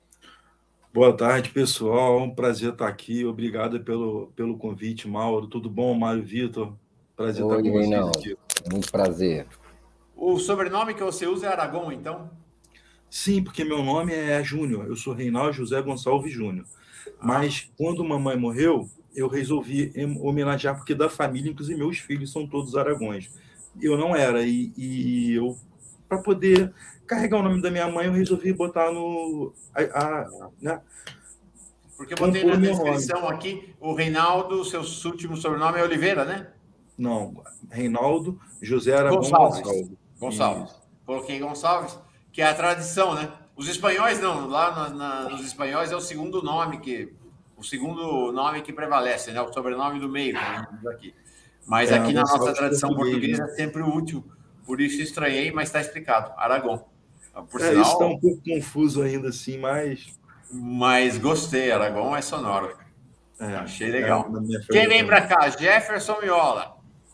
Boa tarde, pessoal. Um prazer estar aqui. Obrigado pelo, pelo convite, Mauro. Tudo bom, Mário Vitor? Prazer Oi, estar com vocês não. aqui. Muito prazer. O sobrenome que você usa é Aragon, então? Sim, porque meu nome é Júnior. Eu sou Reinaldo José Gonçalves Júnior. Mas quando mamãe morreu, eu resolvi homenagear, porque da família, inclusive meus filhos são todos Aragões. Eu não era. E, e eu, para poder carregar o nome da minha mãe, eu resolvi botar no... A, a, né? Porque eu botei na descrição aqui, o Reinaldo, seu último sobrenome é Oliveira, né? Não, Reinaldo José Aragão Gonçalves. Gonçalves. Gonçalves. Coloquei Gonçalves, que é a tradição, né? Os espanhóis não, lá na, na, nos espanhóis é o segundo nome que o segundo nome que prevalece, né? O sobrenome do meio, que a gente diz aqui. Mas É, aqui na Gonçalves nossa tradição português, portuguesa né? é sempre útil, por isso estranhei, mas está explicado, Aragon. Por É, sinal, isso está um pouco confuso ainda assim, mas mas gostei, Aragon é sonoro. é, Achei é legal. na minha Quem frente vem também. para cá? Jefferson Miola.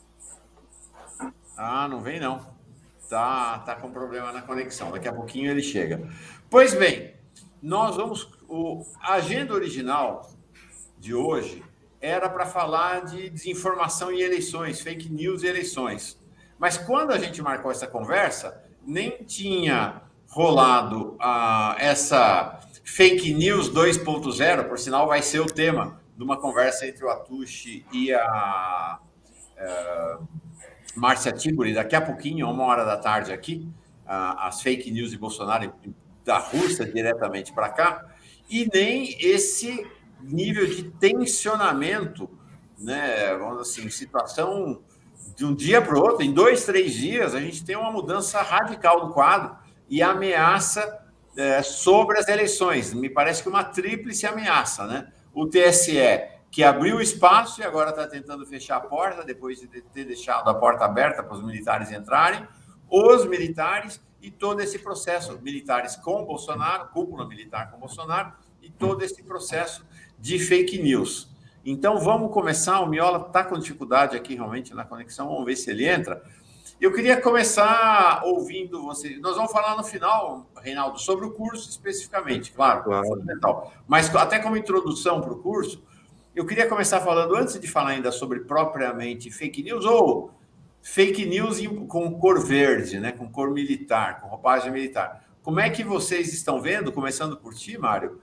Ah, não vem não. Tá, tá com problema na conexão. Daqui a pouquinho ele chega. Pois bem, nós vamos. O, a agenda original de hoje era para falar de desinformação e eleições, fake news e eleições. Mas quando a gente marcou essa conversa, nem tinha rolado ah, essa fake news dois ponto zero, por sinal, vai ser o tema de uma conversa entre o Atushi e a é, Márcia Tiburi, daqui a pouquinho, uma hora da tarde aqui, ah, as fake news de Bolsonaro da Rússia diretamente para cá, e nem esse nível de tensionamento, né? Vamos assim, situação de um dia para o outro, em dois, três dias, a gente tem uma mudança radical do quadro e ameaça é, sobre as eleições. Me parece que uma tríplice ameaça, né? O T S E, que abriu espaço e agora está tentando fechar a porta, depois de ter deixado a porta aberta para os militares entrarem, os militares e todo esse processo, militares com Bolsonaro, cúpula militar com Bolsonaro, e todo esse processo de fake news. Então, vamos começar. O Miola está com dificuldade aqui, realmente, na conexão. Vamos ver se ele entra. Eu queria começar ouvindo você. Nós vamos falar no final, Reinaldo, sobre o curso especificamente, claro, Claro. fundamental. Mas até como introdução para o curso, eu queria começar falando, antes de falar ainda sobre propriamente fake news, ou fake news com cor verde, né, com cor militar, com roupagem militar. Como é que vocês estão vendo, começando por ti, Mário,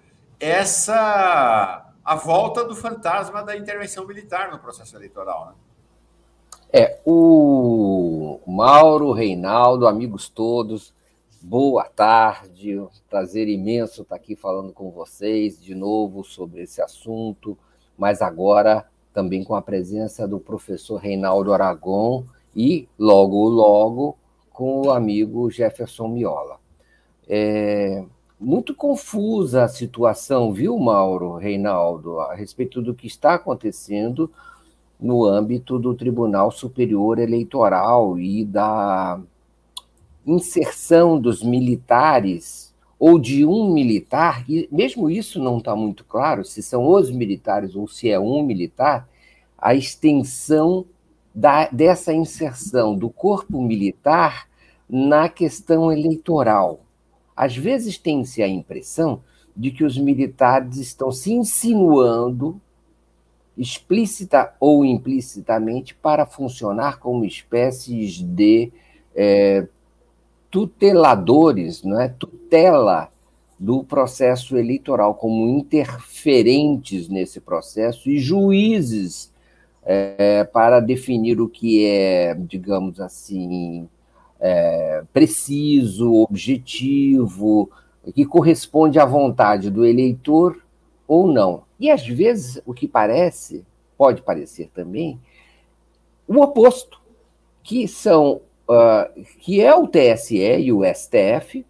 essa a volta do fantasma da intervenção militar no processo eleitoral, né? É, o Mauro, Reinaldo, amigos todos, boa tarde, um prazer imenso estar aqui falando com vocês de novo sobre esse assunto, mas agora também com a presença do professor Reinaldo Aragon e, logo, logo, com o amigo Jefferson Miola. É muito confusa a situação, viu, Mauro, Reinaldo, a respeito do que está acontecendo no âmbito do Tribunal Superior Eleitoral e da inserção dos militares ou de um militar, e mesmo isso não está muito claro, se são os militares ou se é um militar, a extensão da, dessa inserção do corpo militar na questão eleitoral. Às vezes tem-se a impressão de que os militares estão se insinuando explícita ou implicitamente para funcionar como espécies de é, tuteladores, não é? Tutela do processo eleitoral, como interferentes nesse processo e juízes é, para definir o que é, digamos assim, é, preciso, objetivo, que corresponde à vontade do eleitor ou não. E, às vezes, o que parece, pode parecer também, o oposto, que são, uh, que é o T S E e o S T F,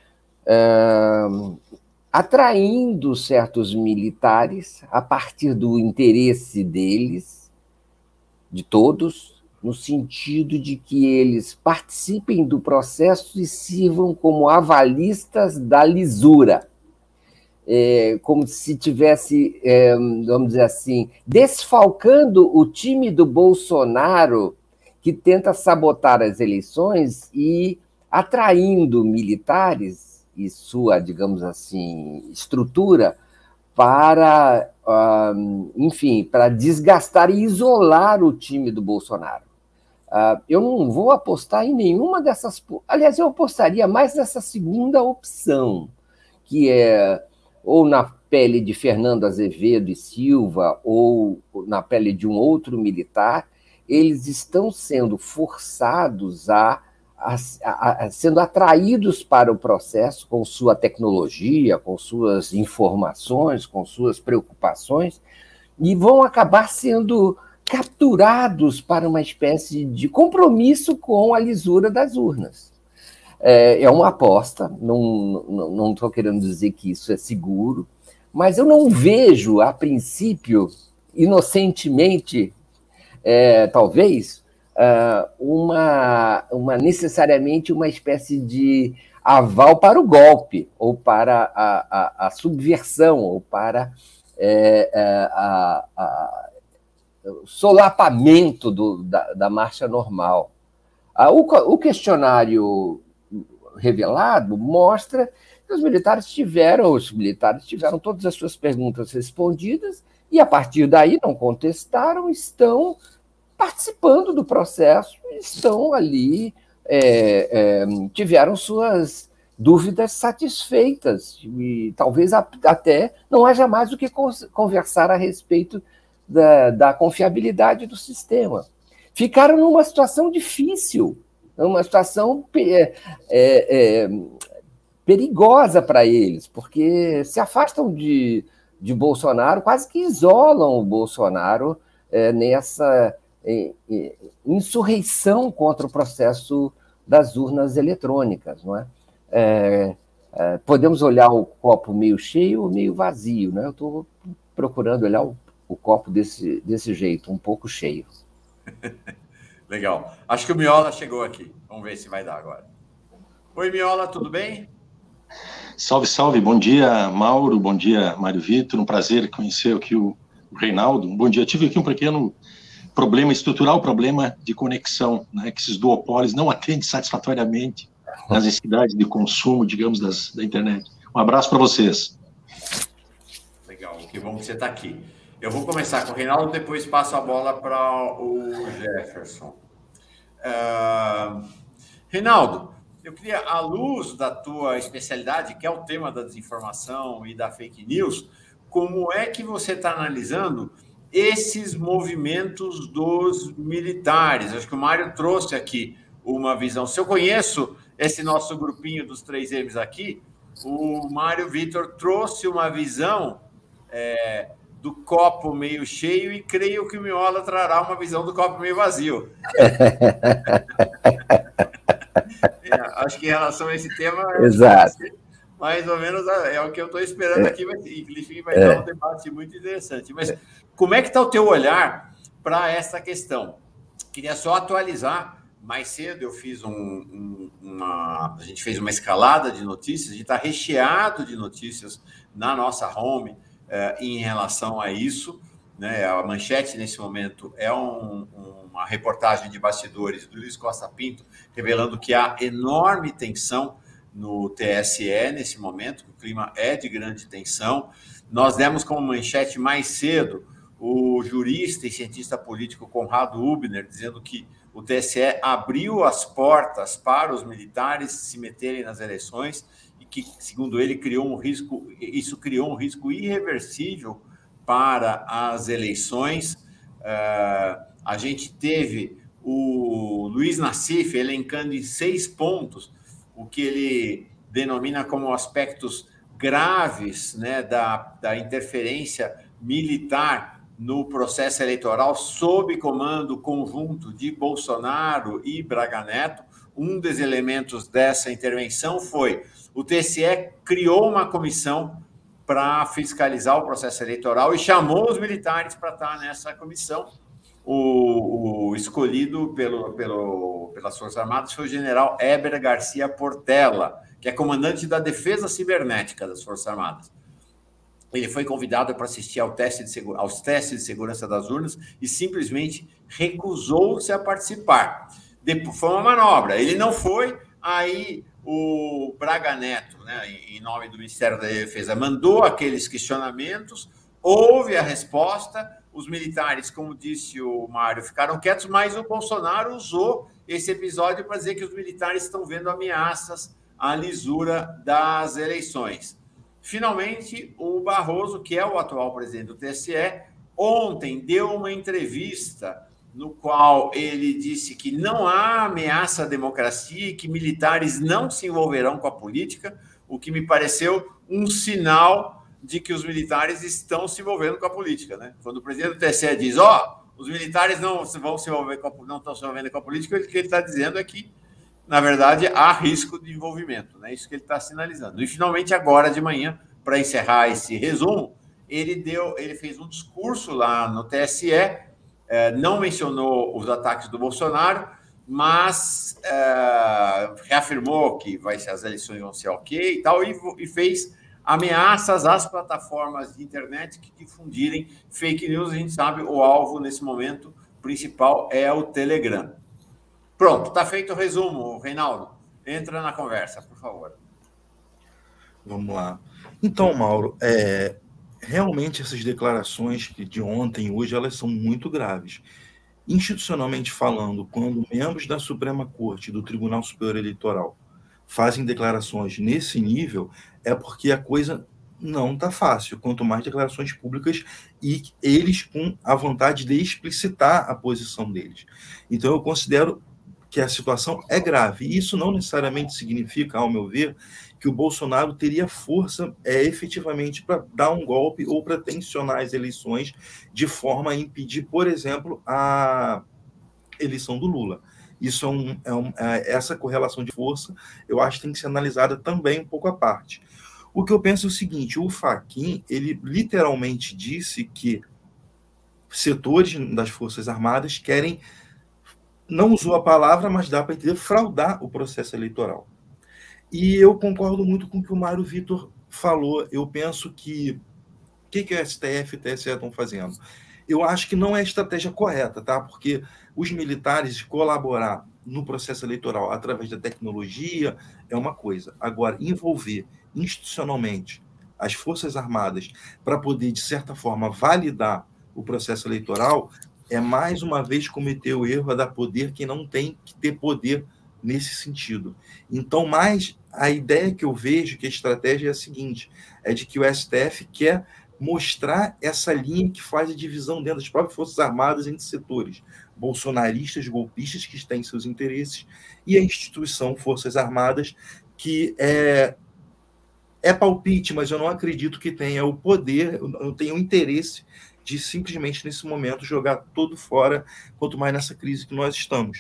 uh, atraindo certos militares a partir do interesse deles, de todos, no sentido de que eles participem do processo e sirvam como avalistas da lisura. É, como se tivesse, é, vamos dizer assim, desfalcando o time do Bolsonaro, que tenta sabotar as eleições e atraindo militares e sua, digamos assim, estrutura para, uh, enfim, para desgastar e isolar o time do Bolsonaro. Uh, eu não vou apostar em nenhuma dessas... Aliás, eu apostaria mais nessa segunda opção, que é ou na pele de Fernando Azevedo e Silva, ou na pele de um outro militar. Eles estão sendo forçados a, a, a, a sendo atraídos para o processo com sua tecnologia, com suas informações, com suas preocupações, e vão acabar sendo capturados para uma espécie de compromisso com a lisura das urnas. É uma aposta, não estou querendo dizer que isso é seguro, mas eu não vejo, a princípio, inocentemente, é, talvez, uh, uma, uma necessariamente uma espécie de aval para o golpe, ou para a, a, a subversão, ou para é, é, a, a, o solapamento do, da, da marcha normal. Ah, o, o questionário revelado mostra que os militares tiveram, os militares tiveram todas as suas perguntas respondidas e, a partir daí, não contestaram, estão participando do processo, estão ali, é, é, tiveram suas dúvidas satisfeitas e talvez até não haja mais o que conversar a respeito da, da confiabilidade do sistema. Ficaram numa situação difícil, numa situação é, é, perigosa para eles, porque se afastam de, de Bolsonaro, quase que isolam o Bolsonaro é, nessa é, é, insurreição contra o processo das urnas eletrônicas, não é? É, é, podemos olhar o copo meio cheio ou meio vazio, né? Eu estou procurando olhar o, o copo desse, desse jeito, um pouco cheio. Legal. Acho que o Miola chegou aqui. Vamos ver se vai dar agora. Oi, Miola, tudo bem? Salve, salve. Bom dia, Mauro. Bom dia, Mário Vitor. Um prazer conhecer aqui o Reinaldo. Bom dia. Eu tive aqui um pequeno problema estrutural, problema de conexão, né? Que esses duopólios não atendem satisfatoriamente nas necessidades de consumo, digamos, das, da internet. Um abraço para vocês. Legal. Que bom que você está aqui. Eu vou começar com o Reinaldo, depois passo a bola para o Jefferson. Uh, Reinaldo, eu queria, à luz da tua especialidade, que é o tema da desinformação e da fake news, como é que você está analisando esses movimentos dos militares? Acho que o Mário trouxe aqui uma visão. Se eu conheço esse nosso grupinho dos três M's aqui, o Mário Vitor trouxe uma visão... É, do copo meio cheio e creio que o Miola trará uma visão do copo meio vazio. É, acho que em relação a esse tema, exato, mais ou menos é o que eu estou esperando aqui, mas enfim, vai é. dar um debate muito interessante. Mas como é que está o teu olhar para essa questão? Queria só atualizar. Mais cedo eu fiz um, um, uma... A gente fez uma escalada de notícias, a gente está recheado de notícias na nossa home, Uh, em relação a isso, né? A manchete nesse momento é um, uma reportagem de bastidores do Luiz Costa Pinto, revelando que há enorme tensão no T S E nesse momento, o clima é de grande tensão. Nós demos como manchete mais cedo o jurista e cientista político Conrado Hübner, dizendo que o T S E abriu as portas para os militares se meterem nas eleições, que, segundo ele, criou um risco, isso criou um risco irreversível para as eleições. Uh, a gente teve o Luiz Nassif elencando em seis pontos o que ele denomina como aspectos graves, né, da, da interferência militar no processo eleitoral sob comando conjunto de Bolsonaro e Braga Neto. Um dos elementos dessa intervenção foi o T S E criou uma comissão para fiscalizar o processo eleitoral e chamou os militares para estar nessa comissão. O, o escolhido pelo, pelo, pelas Forças Armadas foi o general Éber Garcia Portela, que é comandante da Defesa Cibernética das Forças Armadas. Ele foi convidado para assistir ao teste de segura, aos testes de segurança das urnas e simplesmente recusou-se a participar. Depois, foi uma manobra. Ele não foi, aí o Braga Neto, né, em nome do Ministério da Defesa, mandou aqueles questionamentos, houve a resposta, os militares, como disse o Mário, ficaram quietos, mas o Bolsonaro usou esse episódio para dizer que os militares estão vendo ameaças à lisura das eleições. Finalmente, o Barroso, que é o atual presidente do T S E, ontem deu uma entrevista no qual ele disse que não há ameaça à democracia e que militares não se envolverão com a política, o que me pareceu um sinal de que os militares estão se envolvendo com a política, né? Quando o presidente do T S E diz, ó, oh, os militares não vão se envolver com a, não estão se envolvendo com a política, o que ele está dizendo é que, na verdade, há risco de envolvimento, né? Isso que ele está sinalizando. E, finalmente, agora de manhã, para encerrar esse resumo, ele deu, ele fez um discurso lá no T S E é, não mencionou os ataques do Bolsonaro, mas é, reafirmou que vai ser, as eleições vão ser ok e tal, e, e fez ameaças às plataformas de internet que difundirem fake news. A gente sabe, o alvo nesse momento principal é o Telegram. Pronto, está feito o resumo, Reinaldo. Entra na conversa, por favor. Vamos lá. Então, Mauro, é, realmente essas declarações de ontem e hoje, elas são muito graves. Institucionalmente falando, quando membros da Suprema Corte e do Tribunal Superior Eleitoral fazem declarações nesse nível, é porque a coisa não está fácil, quanto mais declarações públicas e eles com a vontade de explicitar a posição deles. Então, eu considero que a situação é grave. E isso não necessariamente significa, ao meu ver, que o Bolsonaro teria força é, efetivamente para dar um golpe ou para tensionar as eleições de forma a impedir, por exemplo, a eleição do Lula. Isso é, um, é, um, é essa correlação de força, eu acho que tem que ser analisada também um pouco à parte. O que eu penso é o seguinte, o Fachin, ele literalmente disse que setores das Forças Armadas querem, não usou a palavra, mas dá para entender, fraudar o processo eleitoral. E eu concordo muito com o que o Mário Vitor falou. Eu penso que o que, que o S T F e o T S E estão fazendo? Eu acho que não é a estratégia correta, tá? Porque os militares colaborar no processo eleitoral através da tecnologia é uma coisa. Agora, envolver institucionalmente as Forças Armadas para poder, de certa forma, validar o processo eleitoral é, mais uma vez, cometer o erro a dar poder quem não tem que ter poder nesse sentido. Então, mais a ideia que eu vejo, que a estratégia é a seguinte, é de que o S T F quer mostrar essa linha que faz a divisão dentro das próprias Forças Armadas entre setores bolsonaristas, golpistas, que têm seus interesses, e a instituição Forças Armadas, que é, é palpite, mas eu não acredito que tenha o poder, eu não tenho o interesse de simplesmente, nesse momento, jogar todo fora, quanto mais nessa crise que nós estamos.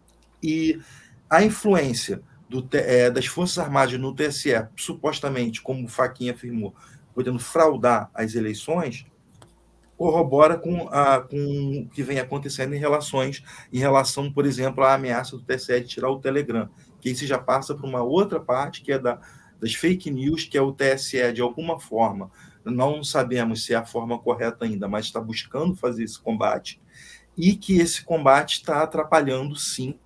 E a influência do, é, das Forças Armadas no T S E, supostamente, como o Fachin afirmou, podendo fraudar as eleições, corrobora com, a, com o que vem acontecendo em, relações, em relação, por exemplo, à ameaça do T S E de tirar o Telegram, que isso já passa para uma outra parte, que é da, das fake news, que é o T S E, de alguma forma, não sabemos se é a forma correta ainda, mas está buscando fazer esse combate, e que esse combate está atrapalhando, sim,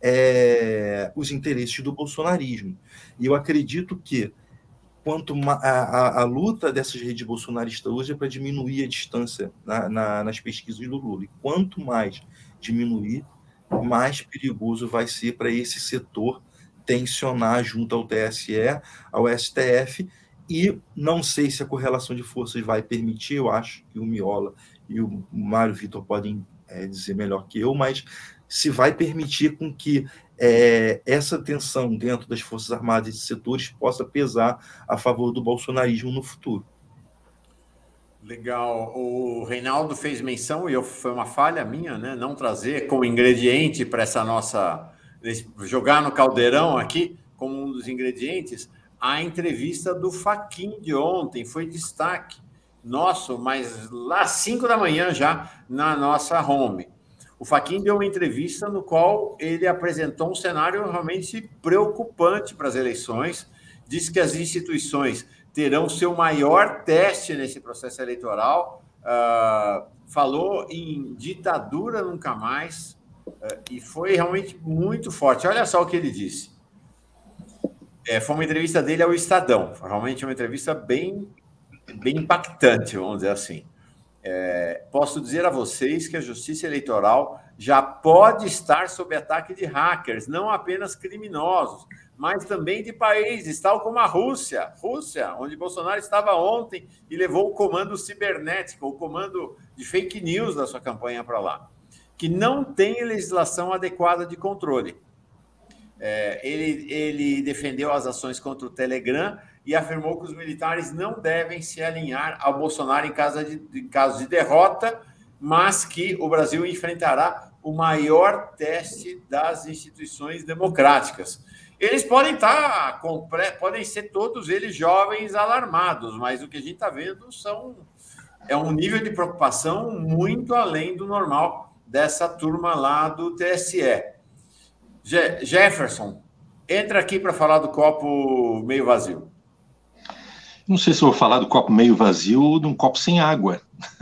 é, os interesses do bolsonarismo. E eu acredito que quanto a, a, a luta dessas redes bolsonaristas hoje é para diminuir a distância na, na, nas pesquisas do Lula. E quanto mais diminuir, mais perigoso vai ser para esse setor tensionar junto ao T S E, ao S T F, e não sei se a correlação de forças vai permitir, eu acho que o Miola e o Mário Vitor podem é, dizer melhor que eu, mas se vai permitir com que é, essa tensão dentro das Forças Armadas e setores possa pesar a favor do bolsonarismo no futuro. Legal. O Reinaldo fez menção, e eu, foi uma falha minha, né, não trazer como ingrediente para essa nossa... jogar no caldeirão aqui, como um dos ingredientes, a entrevista do Fachin de ontem. Foi destaque nosso, mas lá às cinco da manhã já, na nossa home. O Fachin deu uma entrevista no qual ele apresentou um cenário realmente preocupante para as eleições, disse que as instituições terão seu maior teste nesse processo eleitoral, uh, falou em ditadura nunca mais, uh, e foi realmente muito forte. Olha só o que ele disse. É, foi uma entrevista dele ao Estadão, foi realmente uma entrevista bem, bem impactante, vamos dizer assim. É, posso dizer a vocês que a Justiça Eleitoral já pode estar sob ataque de hackers, não apenas criminosos, mas também de países, tal como a Rússia, Rússia, onde Bolsonaro estava ontem e levou o comando cibernético, o comando de fake news da sua campanha para lá, que não tem legislação adequada de controle. É, ele, ele defendeu as ações contra o Telegram e afirmou que os militares não devem se alinhar ao Bolsonaro em caso de, em caso de derrota, mas que o Brasil enfrentará o maior teste das instituições democráticas. Eles podem estar, podem ser todos eles jovens alarmados, mas o que a gente está vendo são, é um nível de preocupação muito além do normal dessa turma lá do T S E. Je- Jefferson, entra aqui para falar do copo meio vazio. Não sei se eu vou falar do copo meio vazio ou de um copo sem água.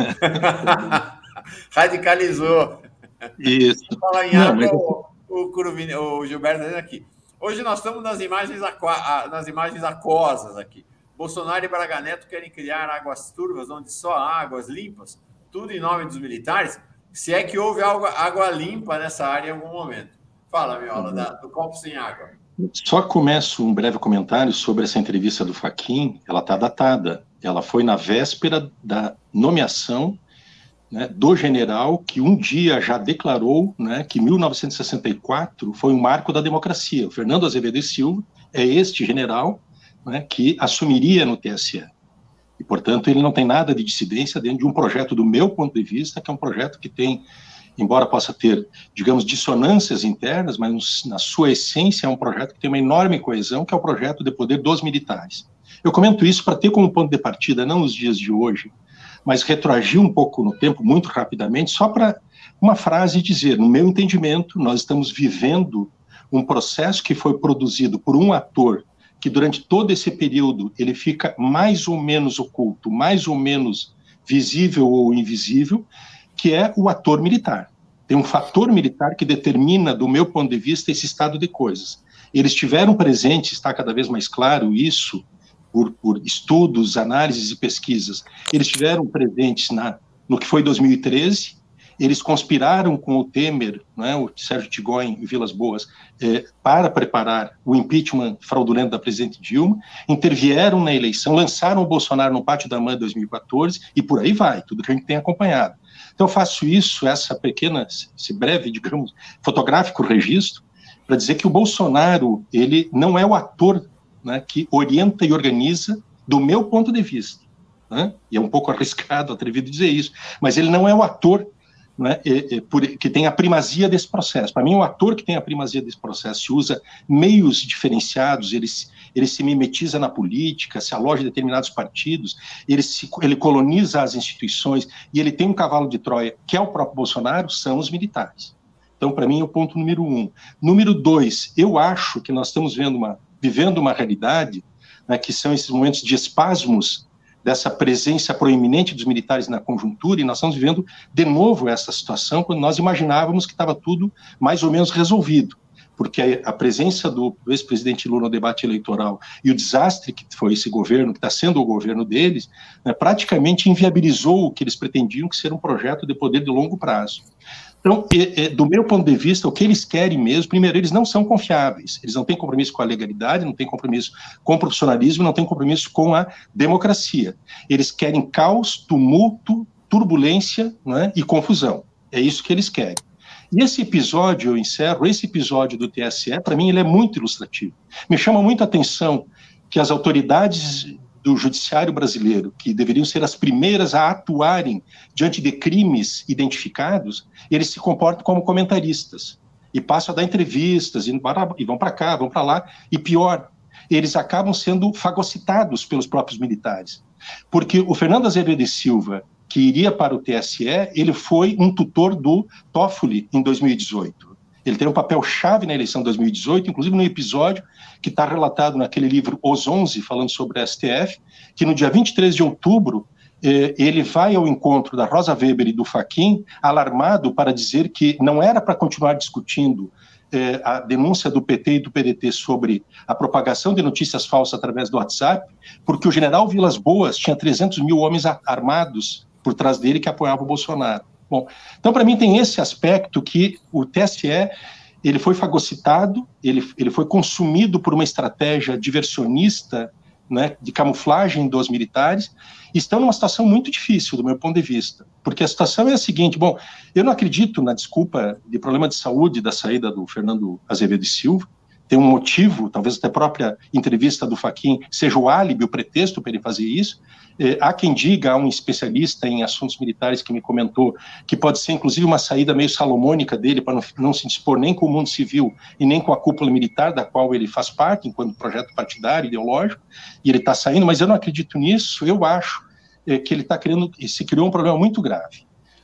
Radicalizou. Isso. Falar em Não, água, mas... o, o, Curuvini, o Gilberto está aqui. Hoje nós estamos nas imagens, aqua, nas imagens aquosas aqui. Bolsonaro e Braga Neto querem criar águas turvas, onde só águas limpas, tudo em nome dos militares. Se é que houve água, água limpa nessa área em algum momento. Fala, Miola, uhum. da, do copo sem água. Só começo um breve comentário sobre essa entrevista do Fachin. Ela está datada. Ela foi na véspera da nomeação, né, do general que um dia já declarou, né, que mil novecentos e sessenta e quatro foi um marco da democracia. O Fernando Azevedo e Silva é este general, né, que assumiria no T S E. E, portanto, ele não tem nada de dissidência dentro de um projeto, do meu ponto de vista, que é um projeto que tem, embora possa ter, digamos, dissonâncias internas, mas na sua essência é um projeto que tem uma enorme coesão, que é o projeto de poder dos militares. Eu comento isso para ter como ponto de partida, não os dias de hoje, mas retroagir um pouco no tempo, muito rapidamente, só para uma frase dizer, no meu entendimento, nós estamos vivendo um processo que foi produzido por um ator que durante todo esse período ele fica mais ou menos oculto, mais ou menos visível ou invisível, que é o ator militar. Tem um fator militar que determina, do meu ponto de vista, esse estado de coisas. Eles tiveram presente, está cada vez mais claro isso, Por, por estudos, análises e pesquisas, eles estiveram presentes na, no que foi dois mil e treze, eles conspiraram com o Temer, né, o Sérgio Tigóin e Vilas Boas, eh, para preparar o impeachment fraudulento da presidente Dilma, intervieram na eleição, lançaram o Bolsonaro no Pátio da Mãe em dois mil e quatorze, e por aí vai, tudo que a gente tem acompanhado. Então eu faço isso, essa pequena, esse breve, digamos, fotográfico registro, para dizer que o Bolsonaro, ele não é o ator, né, que orienta e organiza, do meu ponto de vista, né, e é um pouco arriscado, atrevido dizer isso, mas ele não é o ator, né, é, é, por, que tem a primazia desse processo. Para mim, o ator que tem a primazia desse processo se usa meios diferenciados, ele, ele se mimetiza na política, se aloja em determinados partidos, ele, se, ele coloniza as instituições, e ele tem um cavalo de Troia, que é o próprio Bolsonaro, são os militares. Então, para mim, é o ponto número um. Número dois, eu acho que nós estamos vendo uma vivendo uma realidade, né, que são esses momentos de espasmos dessa presença proeminente dos militares na conjuntura, e nós estamos vivendo de novo essa situação quando nós imaginávamos que estava tudo mais ou menos resolvido, porque a presença do ex-presidente Lula no debate eleitoral e o desastre que foi esse governo, que está sendo o governo deles, né, praticamente inviabilizou o que eles pretendiam que ser um projeto de poder de longo prazo. Então, é, é, do meu ponto de vista, o que eles querem mesmo, primeiro, eles não são confiáveis, eles não têm compromisso com a legalidade, não têm compromisso com o profissionalismo, não têm compromisso com a democracia. Eles querem caos, tumulto, turbulência, né, e confusão. É isso que eles querem. E esse episódio, eu encerro, esse episódio do T S E, para mim, ele é muito ilustrativo. Me chama muito a atenção que as autoridades do judiciário brasileiro, que deveriam ser as primeiras a atuarem diante de crimes identificados, eles se comportam como comentaristas e passam a dar entrevistas e vão para cá, vão para lá, e pior, eles acabam sendo fagocitados pelos próprios militares, porque o Fernando Azevedo e Silva, que iria para o T S E, ele foi um tutor do Toffoli em dois mil e dezoito. Ele tem um papel-chave na eleição de dois mil e dezoito, inclusive no episódio que está relatado naquele livro Os onze, falando sobre a S T F, que no dia vinte e três de outubro, eh, ele vai ao encontro da Rosa Weber e do Fachin, alarmado para dizer que não era para continuar discutindo eh, a denúncia do P T e do P D T sobre a propagação de notícias falsas através do WhatsApp, porque o general Vilas Boas tinha trezentos mil homens armados por trás dele que apoiavam o Bolsonaro. Bom, então, para mim, tem esse aspecto que o T S E, ele foi fagocitado, ele, ele foi consumido por uma estratégia diversionista, né, de camuflagem dos militares, e estão numa situação muito difícil, do meu ponto de vista, porque a situação é a seguinte, bom, eu não acredito na desculpa de problema de saúde da saída do Fernando Azevedo e Silva, tem um motivo, talvez até a própria entrevista do Fachin seja o álibi, o pretexto para ele fazer isso. É, há quem diga, há um especialista em assuntos militares que me comentou que pode ser inclusive uma saída meio salomônica dele para não, não se dispor nem com o mundo civil e nem com a cúpula militar da qual ele faz parte, enquanto projeto partidário, ideológico, e ele está saindo, mas eu não acredito nisso. Eu acho é, que ele está criando, se criou um problema muito grave.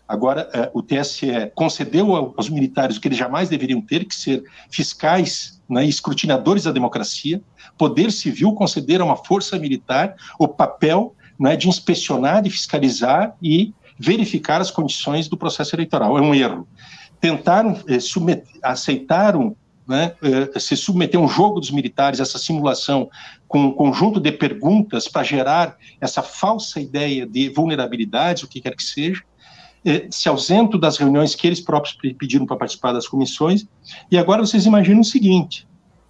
Agora, o T S E concedeu aos militares o que eles jamais deveriam ter, que ser fiscais, né, e escrutinadores da democracia. Poder Civil conceder a uma força militar o papel, né, de inspecionar, de fiscalizar e verificar as condições do processo eleitoral. É um erro. Tentaram, eh, submeter, aceitaram, né, eh, se submeter a um jogo dos militares, essa simulação, com um conjunto de perguntas para gerar essa falsa ideia de vulnerabilidades, o que quer que seja, eh, se ausentam das reuniões que eles próprios pediram para participar das comissões, e agora vocês imaginam o seguinte,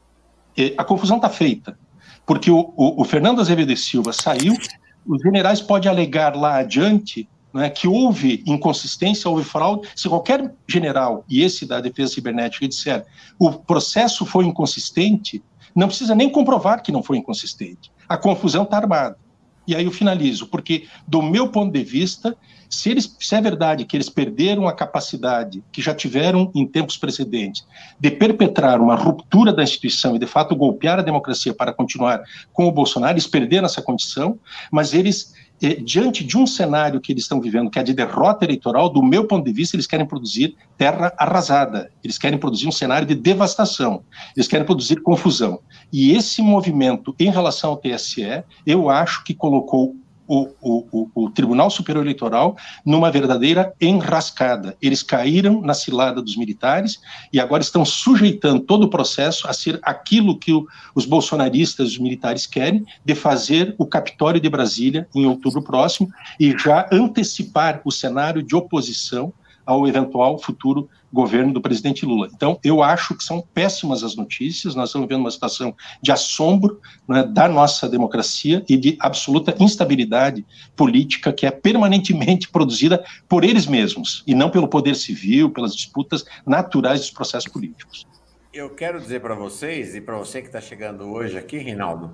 eh, a confusão está feita, porque o, o, o Fernando Azevedo e Silva saiu, os generais podem alegar lá adiante, né, que houve inconsistência, houve fraude. Se qualquer general, e esse da defesa cibernética, disser o processo foi inconsistente, não precisa nem comprovar que não foi inconsistente. A confusão está armada. E aí eu finalizo, porque, do meu ponto de vista, se, eles, se é verdade que eles perderam a capacidade, que já tiveram em tempos precedentes, de perpetrar uma ruptura da instituição e, de fato, golpear a democracia para continuar com o Bolsonaro, eles perderam essa condição, mas eles... Eh, diante de um cenário que eles estão vivendo, que é de derrota eleitoral, do meu ponto de vista, eles querem produzir terra arrasada, eles querem produzir um cenário de devastação, eles querem produzir confusão. E esse movimento, em relação ao T S E, eu acho que colocou o, o, o, o Tribunal Superior Eleitoral numa verdadeira enrascada. Eles caíram na cilada dos militares e agora estão sujeitando todo o processo a ser aquilo que o, os bolsonaristas, os militares querem, de fazer o Capitólio de Brasília em outubro próximo e já antecipar o cenário de oposição ao eventual futuro governo do presidente Lula. Então, eu acho que são péssimas as notícias, nós estamos vivendo uma situação de assombro, né, da nossa democracia e de absoluta instabilidade política que é permanentemente produzida por eles mesmos, e não pelo poder civil, pelas disputas naturais dos processos políticos. Eu quero dizer para vocês, e para você que está chegando hoje aqui, Reinaldo,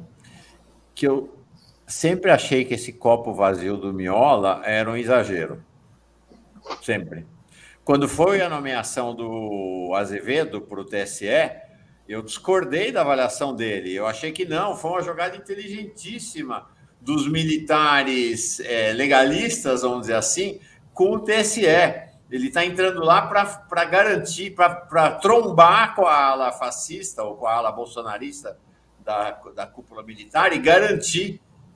que eu sempre achei que esse copo vazio do Miola era um exagero. Sempre. Quando foi a nomeação do Azevedo para o T S E, eu discordei da avaliação dele. Eu achei que não, foi uma jogada inteligentíssima dos militares é, legalistas, vamos dizer assim, com o T S E. Ele está entrando lá para garantir, para trombar com a ala fascista ou com a ala bolsonarista da, da cúpula militar e garantir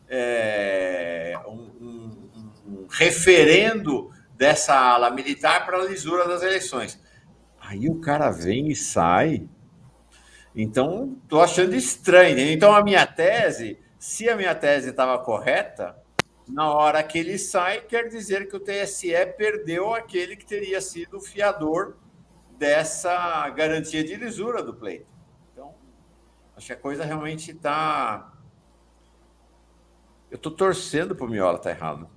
é, um, um, um referendo dessa ala militar para a lisura das eleições. Aí o cara vem e sai. Então, estou achando estranho. Então, a minha tese, se a minha tese estava correta, na hora que ele sai, quer dizer que o T S E perdeu aquele que teria sido o fiador dessa garantia de lisura do pleito. Então, acho que a coisa realmente está... Eu estou torcendo para o Miola estar errado.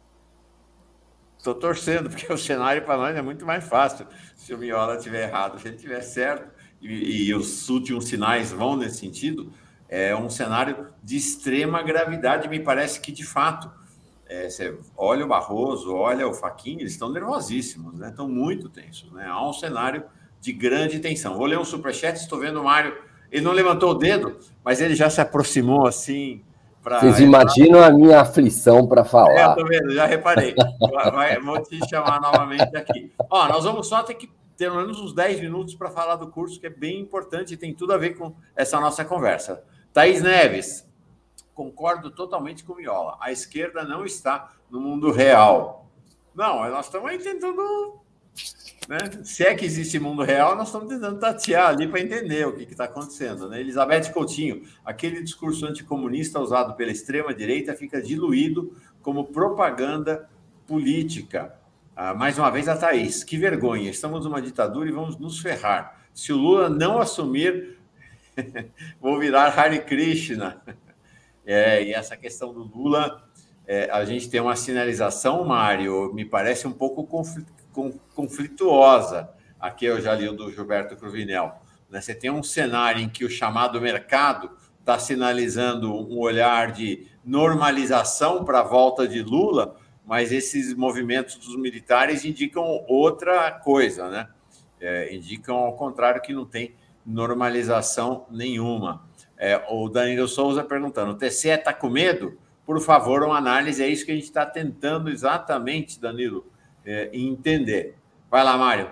Estou torcendo, porque o cenário para nós é muito mais fácil se o Miola estiver errado. Se ele estiver certo, e, e os últimos sinais vão nesse sentido, é um cenário de extrema gravidade. Me parece que, de fato, é, você olha o Barroso, olha o Fachin, eles estão nervosíssimos, né? Estão muito tensos, né? Há um cenário de grande tensão. Vou ler um superchat, estou vendo o Mário, ele não levantou o dedo, mas ele já se aproximou assim... Pra... Vocês imaginam a minha aflição para falar. É, eu tô vendo, já reparei. Vai, vou te chamar novamente aqui. Ó, nós vamos só ter que ter pelo menos uns dez minutos para falar do curso, que é bem importante e tem tudo a ver com essa nossa conversa. Thaís Neves, concordo totalmente com o Miola. A esquerda não está no mundo real. Não, nós estamos aí tentando... Né? Se é que existe mundo real, nós estamos tentando tatear ali para entender o que está acontecendo. Né? Elizabeth Coutinho, aquele discurso anticomunista usado pela extrema-direita fica diluído como propaganda política. Ah, mais uma vez a Thaís, que vergonha, estamos numa ditadura e vamos nos ferrar. Se o Lula não assumir, vou virar Hare Krishna. É, e essa questão do Lula, é, a gente tem uma sinalização, Mário, me parece um pouco conflito conflituosa. Aqui eu já li o do Gilberto Cruvinel. Né? Você tem um cenário em que o chamado mercado está sinalizando um olhar de normalização para a volta de Lula, mas esses movimentos dos militares indicam outra coisa, né? É, indicam ao contrário que não tem normalização nenhuma. É, o Danilo Souza perguntando, o T C E está com medo? Por favor, uma análise, é isso que a gente está tentando exatamente, Danilo, é, entender. Vai lá, Mário.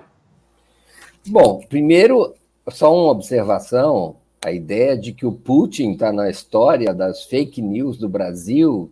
Bom, primeiro, só uma observação, a ideia de que o Putin está na história das fake news do Brasil,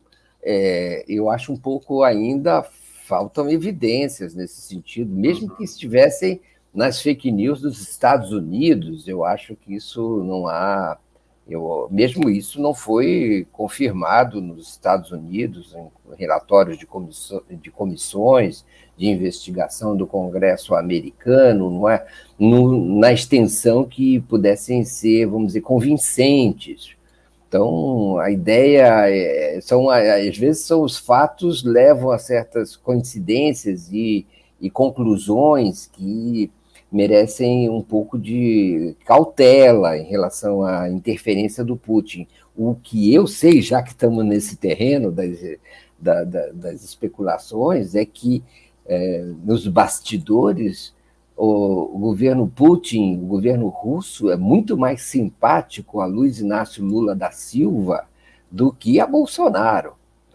é, eu acho um pouco ainda, faltam evidências nesse sentido, mesmo que estivessem nas fake news dos Estados Unidos, eu acho que isso não há... Eu, mesmo isso não foi confirmado nos Estados Unidos, em relatórios de, comissão, de comissões de investigação do Congresso americano, não é? No, na extensão que pudessem ser, vamos dizer, convincentes. Então, a ideia, é, são, às vezes, são os fatos levam a certas coincidências e, e conclusões que merecem um pouco de cautela em relação à interferência do Putin. O que eu sei, já que estamos nesse terreno das, da, da, das especulações, é que é, nos bastidores o, o governo Putin, o governo russo, é muito mais simpático a Luiz Inácio Lula da Silva do que a Bolsonaro.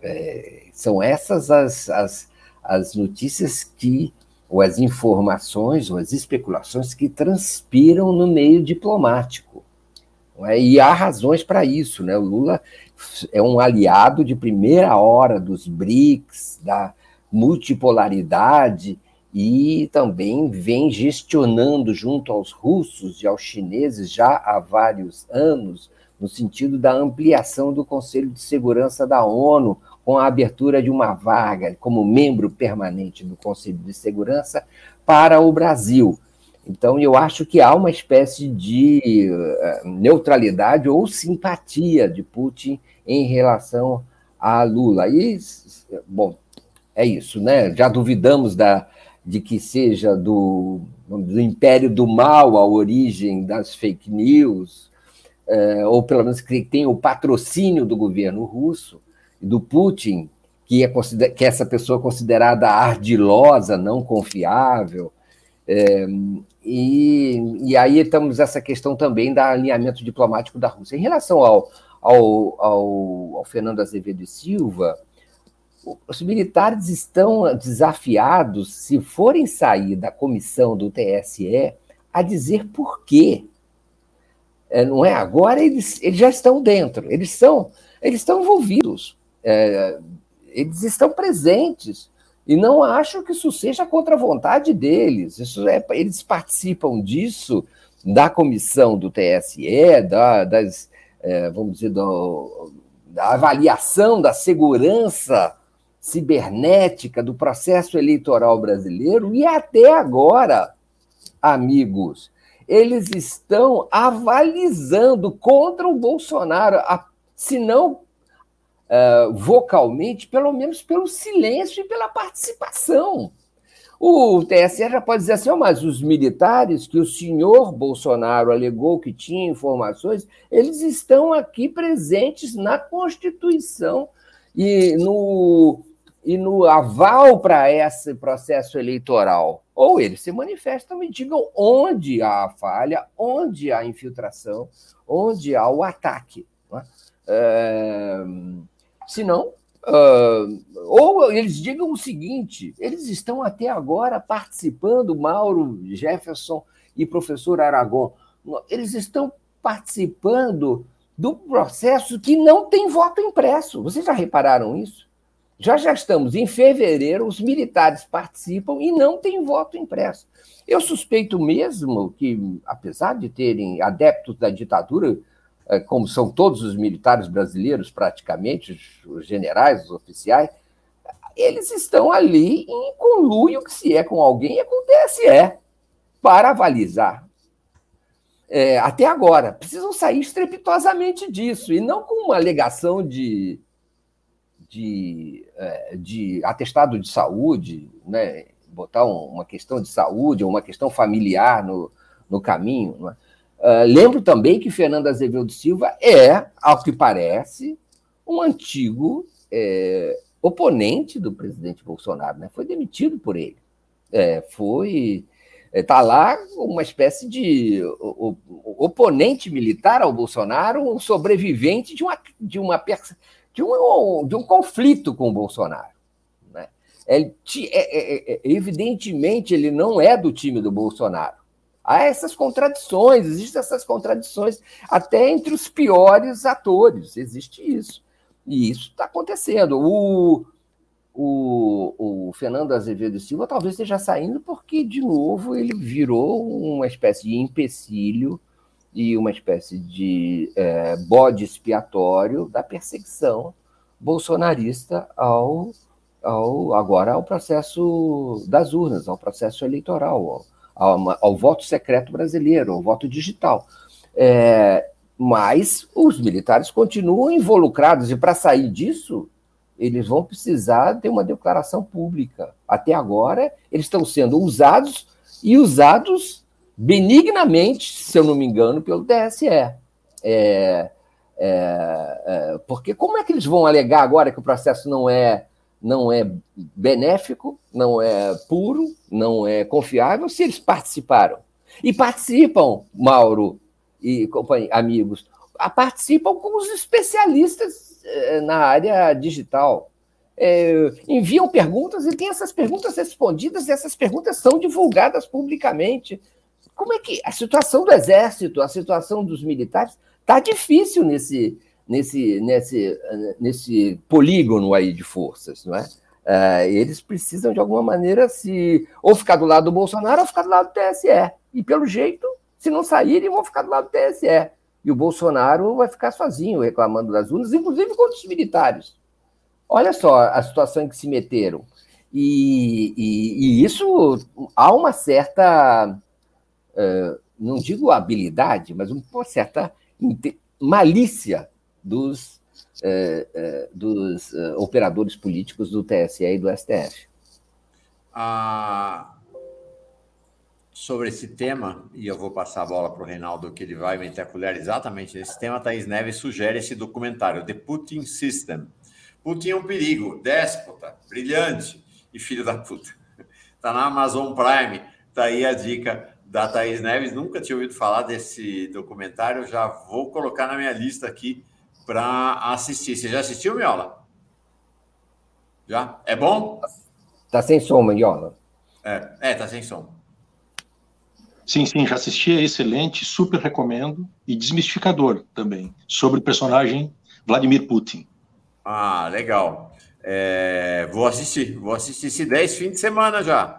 É, são essas as, as, as notícias que ou as informações, ou as especulações que transpiram no meio diplomático. Não é? E há razões para isso. Né? O Lula é um aliado de primeira hora dos BRICS, da multipolaridade, e também vem gestionando junto aos russos e aos chineses já há vários anos, no sentido da ampliação do Conselho de Segurança da ONU, com a abertura de uma vaga como membro permanente do Conselho de Segurança para o Brasil. Então, eu acho que há uma espécie de neutralidade ou simpatia de Putin em relação a Lula. E, bom, é isso, né? Já duvidamos da, de que seja do, do império do mal a origem das fake news, é, ou pelo menos que tem o patrocínio do governo russo, do Putin, que é, que é essa pessoa considerada ardilosa, não confiável, é, e, e aí estamos essa questão também do alinhamento diplomático da Rússia. Em relação ao, ao, ao, ao Fernando Azevedo e Silva, os militares estão desafiados, se forem sair da comissão do T S E, a dizer por quê. É, não é? Agora eles, eles já estão dentro, eles, são, eles estão envolvidos. É, eles estão presentes e não acho que isso seja contra a vontade deles. Isso é, eles participam disso, da comissão do T S E, da, das, é, vamos dizer, do, da avaliação da segurança cibernética do processo eleitoral brasileiro, e até agora, amigos, eles estão avalizando contra o Bolsonaro, a, se não Uh, vocalmente, pelo menos pelo silêncio e pela participação. O T S E já pode dizer assim, oh, mas os militares que o senhor Bolsonaro alegou que tinha informações, eles estão aqui presentes na Constituição e no, e no aval para esse processo eleitoral. Ou eles se manifestam e digam onde há a falha, onde há a infiltração, onde há o ataque. Não é? É... Se não, uh, ou eles digam o seguinte, eles estão até agora participando, Mauro, Jefferson e professor Aragon, eles estão participando do processo que não tem voto impresso. Vocês já repararam isso? Já já estamos em fevereiro, os militares participam e não tem voto impresso. Eu suspeito mesmo que, apesar de terem adeptos da ditadura, como são todos os militares brasileiros, praticamente, os generais, os oficiais, eles estão ali em conluio, que se é com alguém, é com o T S E, para avalizar. É, até agora, precisam sair estrepitosamente disso, e não com uma alegação de, de, de atestado de saúde, né? Botar uma questão de saúde ou uma questão familiar no, no caminho, não é? Uh, lembro também que Fernando Azevedo Silva é, ao que parece, um antigo é, oponente do presidente Bolsonaro, né? Foi demitido por ele. É, foi... Está lá uma espécie de o, o, oponente militar ao Bolsonaro, um sobrevivente de, uma, de, uma, de, um, de um conflito com o Bolsonaro. Né? Ele, é, é, é, evidentemente, ele não é do time do Bolsonaro. Há essas contradições, existem essas contradições até entre os piores atores, existe isso. E isso está acontecendo. O, o, o Fernando Azevedo Silva talvez esteja saindo porque, de novo, ele virou uma espécie de empecilho e uma espécie de é, bode expiatório da perseguição bolsonarista ao, ao, agora ao processo das urnas, ao processo eleitoral, ao, ao, ao voto secreto brasileiro, ao voto digital. É, mas os militares continuam involucrados, e para sair disso, eles vão precisar ter uma declaração pública. Até agora, eles estão sendo usados, e usados benignamente, se eu não me engano, pelo T S E. É, é, é, porque como é que eles vão alegar agora que o processo não é, não é benéfico, não é puro, não é confiável, se eles participaram? E participam, Mauro e amigos, participam como os especialistas na área digital. É, enviam perguntas e têm essas perguntas respondidas, e essas perguntas são divulgadas publicamente. Como é que a situação do Exército, a situação dos militares, está difícil nesse, nesse, nesse, nesse polígono aí de forças, não é? É, eles precisam, de alguma maneira, se ou ficar do lado do Bolsonaro ou ficar do lado do T S E. E, pelo jeito, se não saírem, vão ficar do lado do T S E. E o Bolsonaro vai ficar sozinho reclamando das urnas, inclusive contra os militares. Olha só a situação em que se meteram. E, e, e isso há uma certa, uh, não digo habilidade, mas uma certa malícia dos, uh, uh, dos uh, operadores políticos do T S E e do S T F. Ah... Sobre esse tema, e eu vou passar a bola para o Reinaldo, que ele vai meter a colher exatamente nesse tema, Thaís Neves sugere esse documentário, The Putin System. Putin é um perigo, déspota, brilhante e filho da puta. Está na Amazon Prime, está aí a dica da Thaís Neves. Nunca tinha ouvido falar desse documentário, já vou colocar na minha lista aqui para assistir. Você já assistiu, Miola? Já? É bom? Está sem som, Miola. É, é, tá sem som. Sim, sim, já assisti, é excelente, super recomendo, e desmistificador também, sobre o personagem Vladimir Putin. Ah, legal. É, vou assistir, vou assistir esse dez fim de semana já.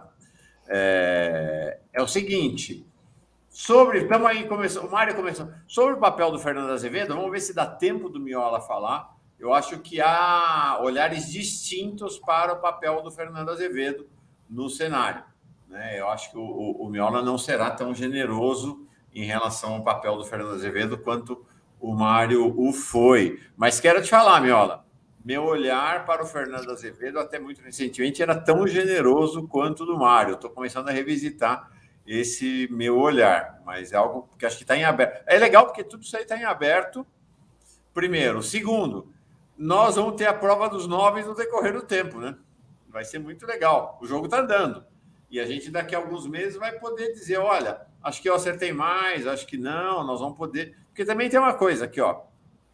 É, é o seguinte, sobre, estamos aí, começou, o Mário começou, sobre o papel do Fernando Azevedo, vamos ver se dá tempo do Miola falar. Eu acho que há olhares distintos para o papel do Fernando Azevedo no cenário. Eu acho que o, o, o Miola não será tão generoso em relação ao papel do Fernando Azevedo quanto o Mário o foi. Mas quero te falar, Miola, meu olhar para o Fernando Azevedo, até muito recentemente, era tão generoso quanto o do Mário. Estou começando a revisitar esse meu olhar, mas é algo que acho que está em aberto. É legal porque tudo isso aí está em aberto, primeiro. Segundo, nós vamos ter a prova dos nove no decorrer do tempo, né? Vai ser muito legal. O jogo está andando. E a gente, daqui a alguns meses, vai poder dizer, olha, acho que eu acertei mais, acho que não, nós vamos poder... Porque também tem uma coisa aqui, ó.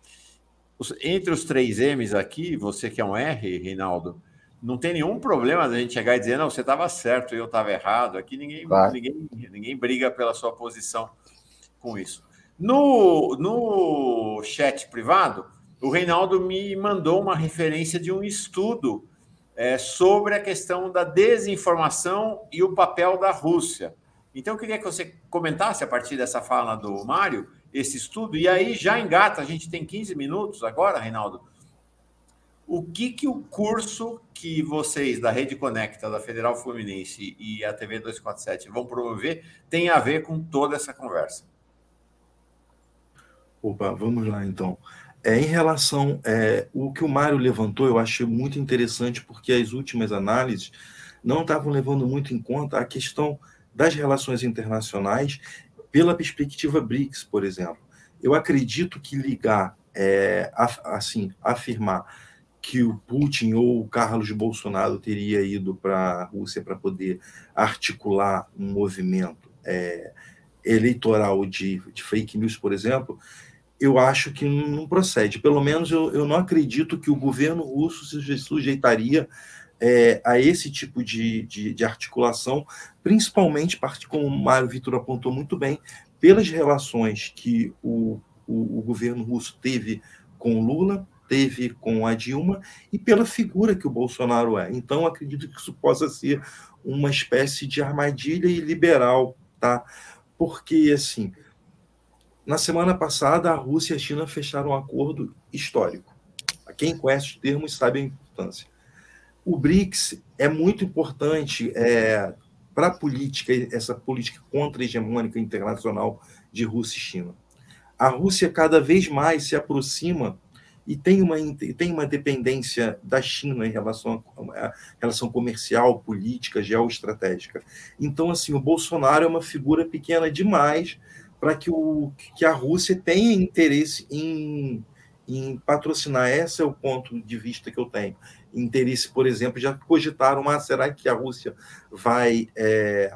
Entre os três M's aqui, você que é um R, Reinaldo, não tem nenhum problema da gente chegar e dizer, não, você estava certo e eu estava errado. Aqui ninguém, claro. ninguém, ninguém briga pela sua posição com isso. No, no chat privado, o Reinaldo me mandou uma referência de um estudo É, sobre a questão da desinformação e o papel da Rússia. Então, eu queria que você comentasse, a partir dessa fala do Mário, esse estudo, e aí já engata, a gente tem quinze minutos agora, Reinaldo, o que, que o curso que vocês da Rede Conecta, da Federal Fluminense e a T V duzentos e quarenta e sete vão promover tem a ver com toda essa conversa? Opa, vamos lá, então. É, em relação é, o que o Mário levantou, eu achei muito interessante, porque as últimas análises não estavam levando muito em conta a questão das relações internacionais pela perspectiva BRICS, por exemplo. Eu acredito que ligar, é, a, assim, afirmar que o Putin ou o Carlos Bolsonaro teria ido para a Rússia para poder articular um movimento é, eleitoral de, de fake news, por exemplo, eu acho que não procede. Pelo menos eu, eu não acredito que o governo russo se sujeitaria é, a esse tipo de, de, de articulação, principalmente, como o Mário Vitor apontou muito bem, pelas relações que o, o, o governo russo teve com Lula, teve com a Dilma, e pela figura que o Bolsonaro é. Então, acredito que isso possa ser uma espécie de armadilha liberal, tá? Porque, assim, na semana passada, a Rússia e a China fecharam um acordo histórico. Quem conhece os termos sabe a importância. O BRICS é muito importante é, para a política, essa política contra-hegemônica internacional de Rússia e China. A Rússia cada vez mais se aproxima e tem uma, tem uma dependência da China em relação à relação comercial, política, geoestratégica. Então, assim, o Bolsonaro é uma figura pequena demais para que, o, que a Rússia tenha interesse em, em patrocinar. Esse é o ponto de vista que eu tenho. Interesse, por exemplo, já cogitaram, mas será que a Rússia vai é,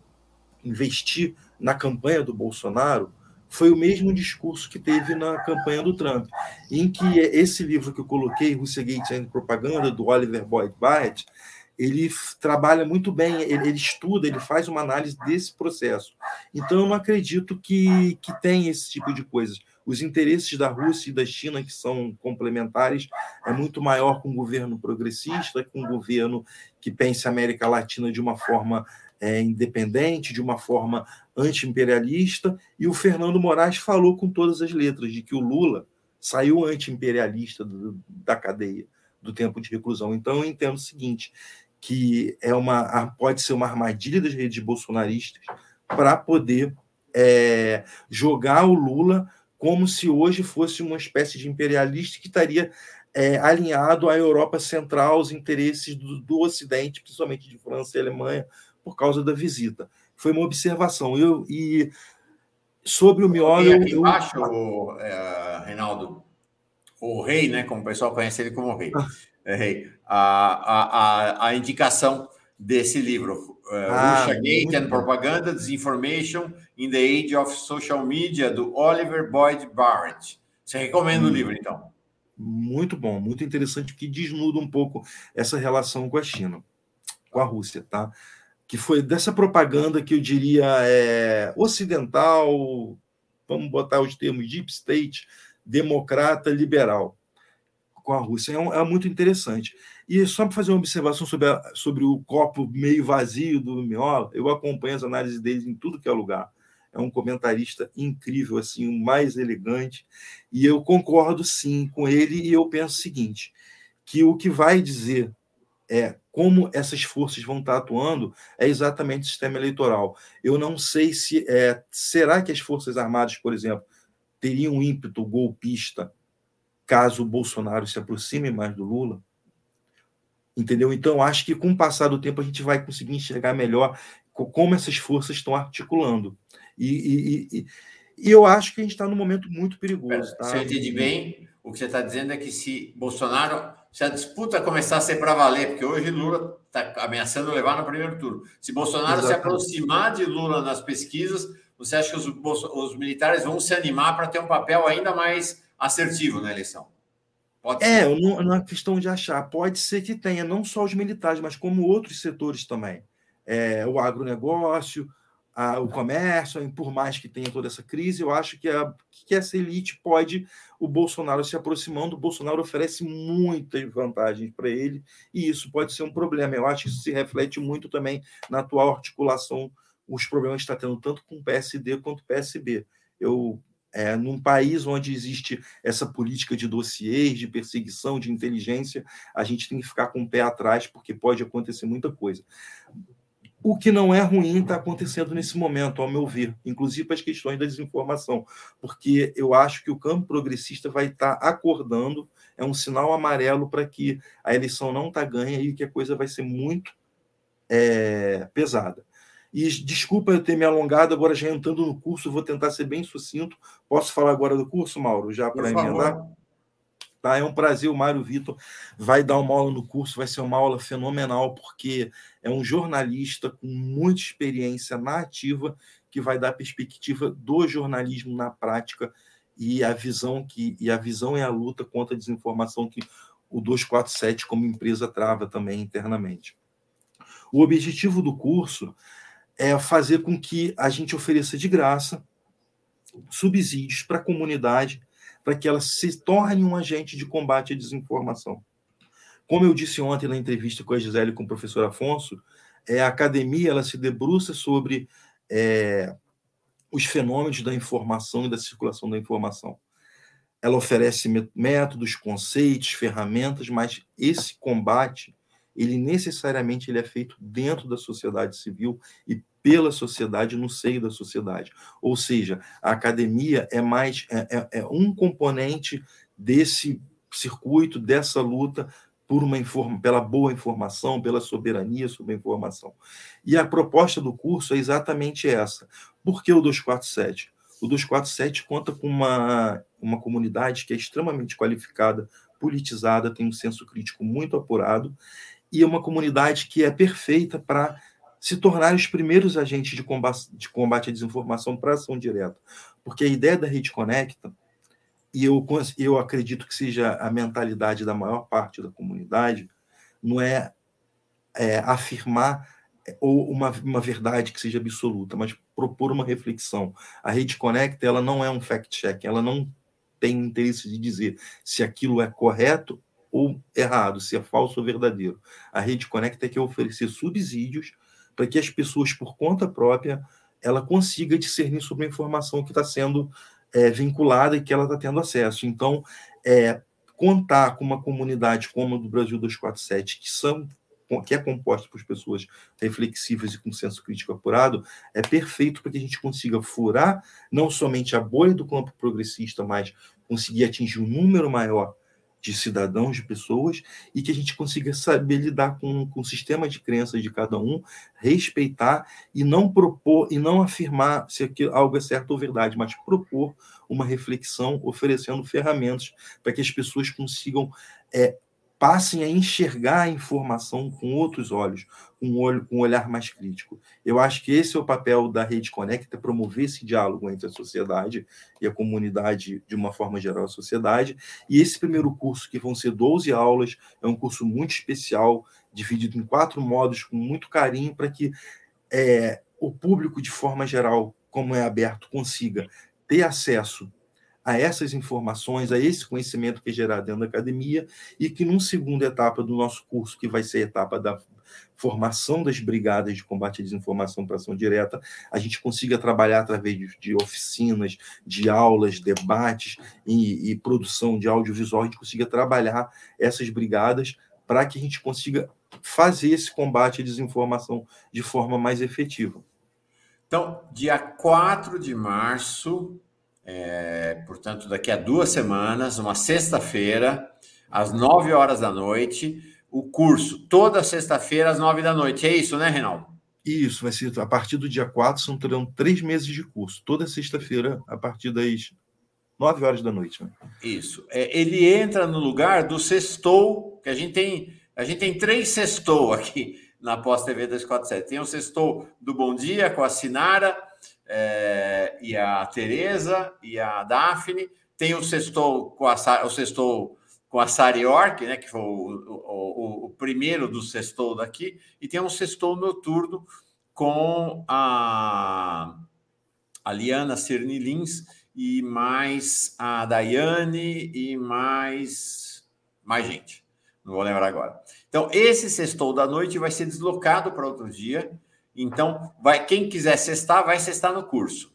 investir na campanha do Bolsonaro? Foi o mesmo discurso que teve na campanha do Trump, em que esse livro que eu coloquei, Russiagate and Propaganda, do Oliver Boyd Barrett, ele trabalha muito bem, ele, ele estuda, ele faz uma análise desse processo. Então, eu não acredito que, que tem esse tipo de coisas. Os interesses da Rússia e da China, que são complementares, é muito maior com um governo progressista, com um governo que pense a América Latina de uma forma é, independente, de uma forma anti-imperialista, e o Fernando Moraes falou com todas as letras de que o Lula saiu anti-imperialista do, da cadeia, do tempo de reclusão. Então, eu entendo o seguinte, que é uma, pode ser uma armadilha das redes bolsonaristas para poder é, jogar o Lula como se hoje fosse uma espécie de imperialista que estaria é, alinhado à Europa Central, aos interesses do, do Ocidente, principalmente de França e Alemanha, por causa da visita. Foi uma observação. Eu, e sobre o miolo... Tem aqui eu, embaixo, eu... o, é, Reinaldo, o rei, né, como o pessoal conhece ele como rei, é, rei a, a, a, a indicação desse livro, uh, ah, Russiagate and Propaganda, Disinformation in the Age of Social Media, do Oliver Boyd Barrett. Você recomenda hum. o livro, então? Muito bom, muito interessante, que desnuda um pouco essa relação com a China, com a Rússia, tá? Que foi dessa propaganda que eu diria é, ocidental, vamos botar os termos deep state, democrata, liberal, com a Rússia. É, um, é muito interessante. E só para fazer uma observação sobre, a, sobre o copo meio vazio do Miola, eu acompanho as análises dele em tudo que é lugar. É um comentarista incrível, assim, o mais elegante, e eu concordo, sim, com ele, e eu penso o seguinte, que o que vai dizer é como essas forças vão estar atuando é exatamente o sistema eleitoral. Eu não sei se... É, será que as Forças Armadas, por exemplo, teriam um ímpeto golpista caso o Bolsonaro se aproxime mais do Lula? Entendeu? Então, acho que com o passar do tempo a gente vai conseguir enxergar melhor como essas forças estão articulando. E, e, e, e eu acho que a gente está num momento muito perigoso. Tá? Se eu entendi bem, o que você está dizendo é que se Bolsonaro, se a disputa começar a ser para valer, porque hoje Lula está ameaçando levar no primeiro turno, se Bolsonaro Exatamente. se aproximar de Lula nas pesquisas, você acha que os, os militares vão se animar para ter um papel ainda mais assertivo na eleição? Pode é, ser. Não, não é questão de achar. Pode ser que tenha, não só os militares, mas como outros setores também. É, o agronegócio, a, o comércio, por mais que tenha toda essa crise, eu acho que, a, que essa elite pode, o Bolsonaro se aproximando, o Bolsonaro oferece muitas vantagens para ele, e isso pode ser um problema. Eu acho que isso se reflete muito também na atual articulação, os problemas que está tendo tanto com o P S D quanto o P S B. Eu... É, num país onde existe essa política de dossiês, de perseguição, de inteligência, a gente tem que ficar com o pé atrás, porque pode acontecer muita coisa. O que não é ruim está acontecendo nesse momento, ao meu ver, inclusive as questões da desinformação, porque eu acho que o campo progressista vai estar acordando, é um sinal amarelo para que a eleição não está ganha e que a coisa vai ser muito é, pesada. E desculpa eu ter me alongado, agora já entrando no curso, vou tentar ser bem sucinto. Posso falar agora do curso, Mauro, já para emendar? Tá, é um prazer, o Mário Vitor vai dar uma aula no curso, vai ser uma aula fenomenal, porque é um jornalista com muita experiência na ativa, que vai dar a perspectiva do jornalismo na prática e a visão, que, e a visão e a luta contra a desinformação que o duzentos e quarenta e sete como empresa trava também internamente. O objetivo do curso é fazer com que a gente ofereça de graça subsídios para a comunidade, para que ela se torne um agente de combate à desinformação. Como eu disse ontem na entrevista com a Gisele e com o professor Afonso, é, a academia ela se debruça sobre é, os fenômenos da informação e da circulação da informação. Ela oferece métodos, conceitos, ferramentas, mas esse combate, ele necessariamente ele é feito dentro da sociedade civil e pela sociedade, no seio da sociedade. Ou seja, a academia é mais é, é um componente desse circuito, dessa luta por uma informa, pela boa informação, pela soberania sobre a informação. E a proposta do curso é exatamente essa. Por que o duzentos e quarenta e sete? O duzentos e quarenta e sete conta com uma, uma comunidade que é extremamente qualificada, politizada, tem um senso crítico muito apurado, e é uma comunidade que é perfeita para se tornar os primeiros agentes de combate, de combate à desinformação para ação direta. Porque a ideia da Rede Conecta, e eu, eu acredito que seja a mentalidade da maior parte da comunidade, não é, é afirmar ou uma, uma verdade que seja absoluta, mas propor uma reflexão. A Rede Conecta ela não é um fact-check, ela não tem interesse de dizer se aquilo é correto ou errado, se é falso ou verdadeiro. A Rede Conecta quer oferecer subsídios para que as pessoas, por conta própria, ela consiga discernir sobre a informação que está sendo é, vinculada e que ela está tendo acesso. Então, é, contar com uma comunidade como a do Brasil duzentos e quarenta e sete, que, são, que é composta por pessoas reflexivas e com senso crítico apurado, é perfeito para que a gente consiga furar não somente a bolha do campo progressista, mas conseguir atingir um número maior de cidadãos, de pessoas, e que a gente consiga saber lidar com, com o sistema de crenças de cada um, respeitar e não propor, e não afirmar se algo é certo ou verdade, mas propor uma reflexão, oferecendo ferramentas para que as pessoas consigam, é, passem a enxergar a informação com outros olhos, com um olho, com um olhar mais crítico. Eu acho que esse é o papel da Rede Conecta, promover esse diálogo entre a sociedade e a comunidade, de uma forma geral, a sociedade. E esse primeiro curso, que vão ser doze aulas, é um curso muito especial, dividido em quatro módulos, com muito carinho, para que é, o público, de forma geral, como é aberto, consiga ter acesso a essas informações, a esse conhecimento que é gerado dentro da academia, e que, numa segunda etapa do nosso curso, que vai ser a etapa da formação das brigadas de combate à desinformação para ação direta, a gente consiga trabalhar através de, de oficinas, de aulas, debates e, e produção de audiovisual, a gente consiga trabalhar essas brigadas para que a gente consiga fazer esse combate à desinformação de forma mais efetiva. Então, dia quatro de março... É, portanto, daqui a duas semanas, uma sexta-feira, às nove horas da noite, o curso, toda sexta-feira, às nove da noite. É isso, né, Reinaldo? Isso, vai ser a partir do dia quatro, são terão três meses de curso, toda sexta-feira, a partir das nove horas da noite. Né? Isso. É, ele entra no lugar do Sextou, que a gente tem, a gente tem três Sextou aqui na Pós-T V duzentos e quarenta e sete. Tem o Sextou do Bom Dia, com a Sinara, É, e a Tereza e a Daphne, tem o Sextou com a, o Sextou com a Sari York, né, que foi o, o, o primeiro do Sextou daqui, e tem um Sextou noturno com a, a Liana Cerny Lins e mais a Daiane e mais, mais gente, não vou lembrar agora. Então, esse Sextou da noite vai ser deslocado para outro dia. Então, vai, quem quiser sextar, vai sextar no curso.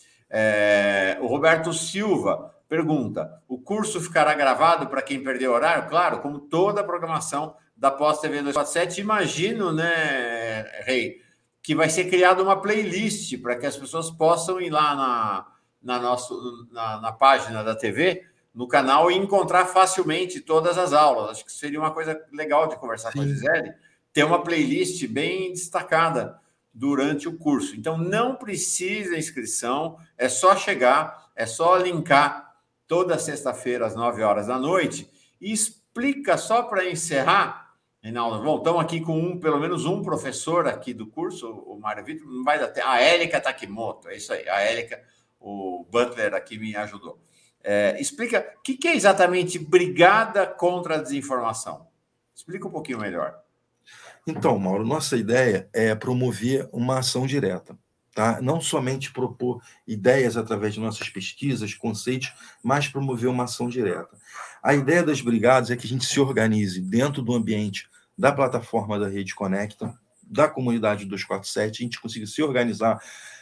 É, o Roberto Silva pergunta, o curso ficará gravado para quem perdeu o horário? Claro, como toda a programação da Pós-T V duzentos e quarenta e sete. Imagino, né, Rei, que vai ser criada uma playlist para que as pessoas possam ir lá na, na, nosso, na, na página da T V, no canal, e encontrar facilmente todas as aulas. Acho que seria uma coisa legal de conversar Sim. com a Gisele, ter uma playlist bem destacada durante o curso. Então, não precisa inscrição, é só chegar, é só linkar toda sexta-feira às nove horas da noite e explica, só para encerrar, Reinaldo, bom, estamos aqui com um, pelo menos um professor aqui do curso, o Mário Vitor, não vai dar tempo, a Érica Takimoto, é isso aí, a Érica, o Butler aqui me ajudou. É, explica o que, que é exatamente Brigada contra a Desinformação. Explica um pouquinho melhor. Então, Mauro, nossa ideia é promover uma ação direta. Tá? Não somente propor ideias através de nossas pesquisas, conceitos, mas promover uma ação direta. A ideia das brigadas é que a gente se organize dentro do ambiente da plataforma da Rede Conecta, da comunidade duzentos e quarenta e sete, a gente consiga se organizar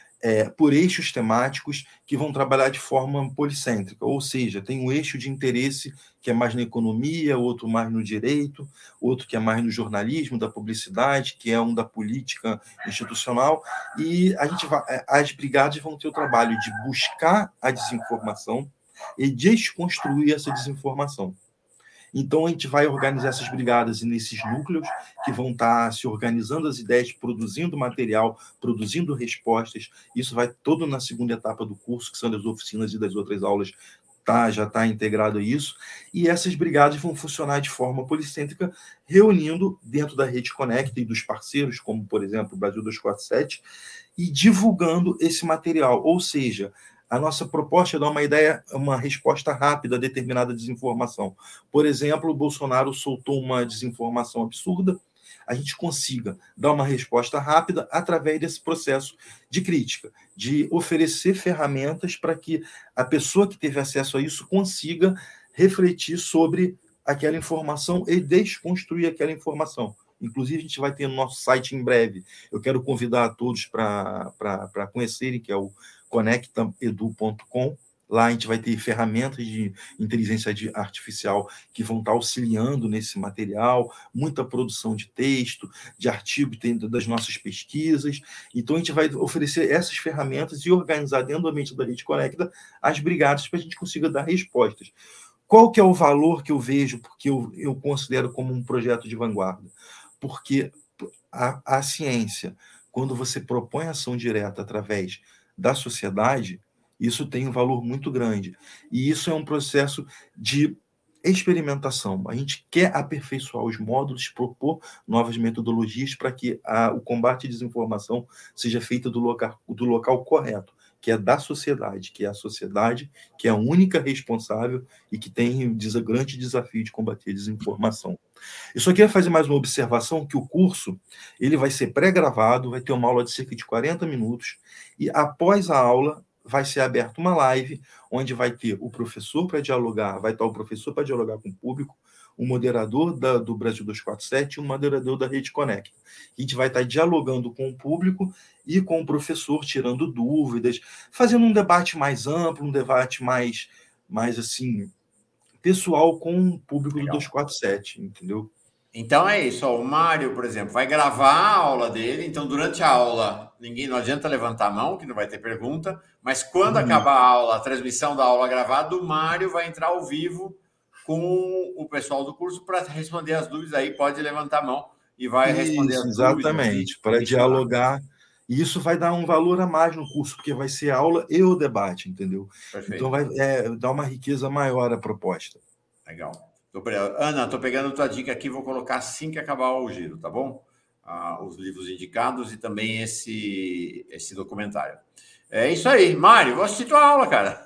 É, por eixos temáticos que vão trabalhar de forma policêntrica, ou seja, tem um eixo de interesse que é mais na economia, outro mais no direito, outro que é mais no jornalismo, da publicidade, que é um da política institucional, e a gente vai, as brigadas vão ter o trabalho de buscar a desinformação e desconstruir essa desinformação. Então, a gente vai organizar essas brigadas nesses núcleos que vão estar se organizando as ideias, produzindo material, produzindo respostas. Isso vai todo na segunda etapa do curso, que são das oficinas e das outras aulas, tá, já está integrado a isso. E essas brigadas vão funcionar de forma policêntrica, reunindo dentro da Rede Conecta e dos parceiros, como, por exemplo, o Brasil duzentos e quarenta e sete, e divulgando esse material. Ou seja, a nossa proposta é dar uma ideia, uma resposta rápida a determinada desinformação. Por exemplo, o Bolsonaro soltou uma desinformação absurda, a gente consiga dar uma resposta rápida através desse processo de crítica, de oferecer ferramentas para que a pessoa que teve acesso a isso consiga refletir sobre aquela informação e desconstruir aquela informação. Inclusive, a gente vai ter no nosso site em breve. Eu quero convidar a todos para conhecerem, que é o conecta edu ponto com. Lá a gente vai ter ferramentas de inteligência artificial que vão estar auxiliando nesse material, muita produção de texto, de artigo dentro das nossas pesquisas. Então, a gente vai oferecer essas ferramentas e organizar dentro do ambiente da Rede Conecta as brigadas para a gente consiga dar respostas. Qual que é o valor que eu vejo, porque eu, eu considero como um projeto de vanguarda? Porque a, a ciência, quando você propõe ação direta através da sociedade, isso tem um valor muito grande. E isso é um processo de experimentação. A gente quer aperfeiçoar os módulos, propor novas metodologias para que a, o combate à desinformação seja feito do local, do local correto, que é da sociedade, que é a sociedade que é a única responsável e que tem o grande desafio de combater a desinformação. Eu só queria fazer mais uma observação, que o curso ele vai ser pré-gravado, vai ter uma aula de cerca de quarenta minutos, e após a aula vai ser aberta uma live, onde vai ter o professor para dialogar, vai estar o professor para dialogar com o público, o moderador da, do Brasil duzentos e quarenta e sete e o moderador da Rede Conecta. A gente vai estar dialogando com o público e com o professor, tirando dúvidas, fazendo um debate mais amplo, um debate mais, mais assim, pessoal com o público Legal. do duzentos e quarenta e sete, entendeu? Então é isso, ó, o Mário, por exemplo, vai gravar a aula dele, então durante a aula ninguém, não adianta levantar a mão, que não vai ter pergunta, mas quando uhum. acabar a aula, a transmissão da aula gravada, o Mário vai entrar ao vivo com o pessoal do curso para responder as dúvidas, aí pode levantar a mão e vai isso, responder as exatamente, dúvidas. Exatamente, para dialogar. E isso vai dar um valor a mais no curso, porque vai ser a aula e o debate, entendeu? Perfeito. Então vai é, dar uma riqueza maior à proposta. Legal. Tô, Ana, estou pegando tua dica aqui, vou colocar assim que acabar o giro, tá bom? Ah, os livros indicados e também esse, esse documentário. É isso aí. Mário, vou assistir tua aula, cara.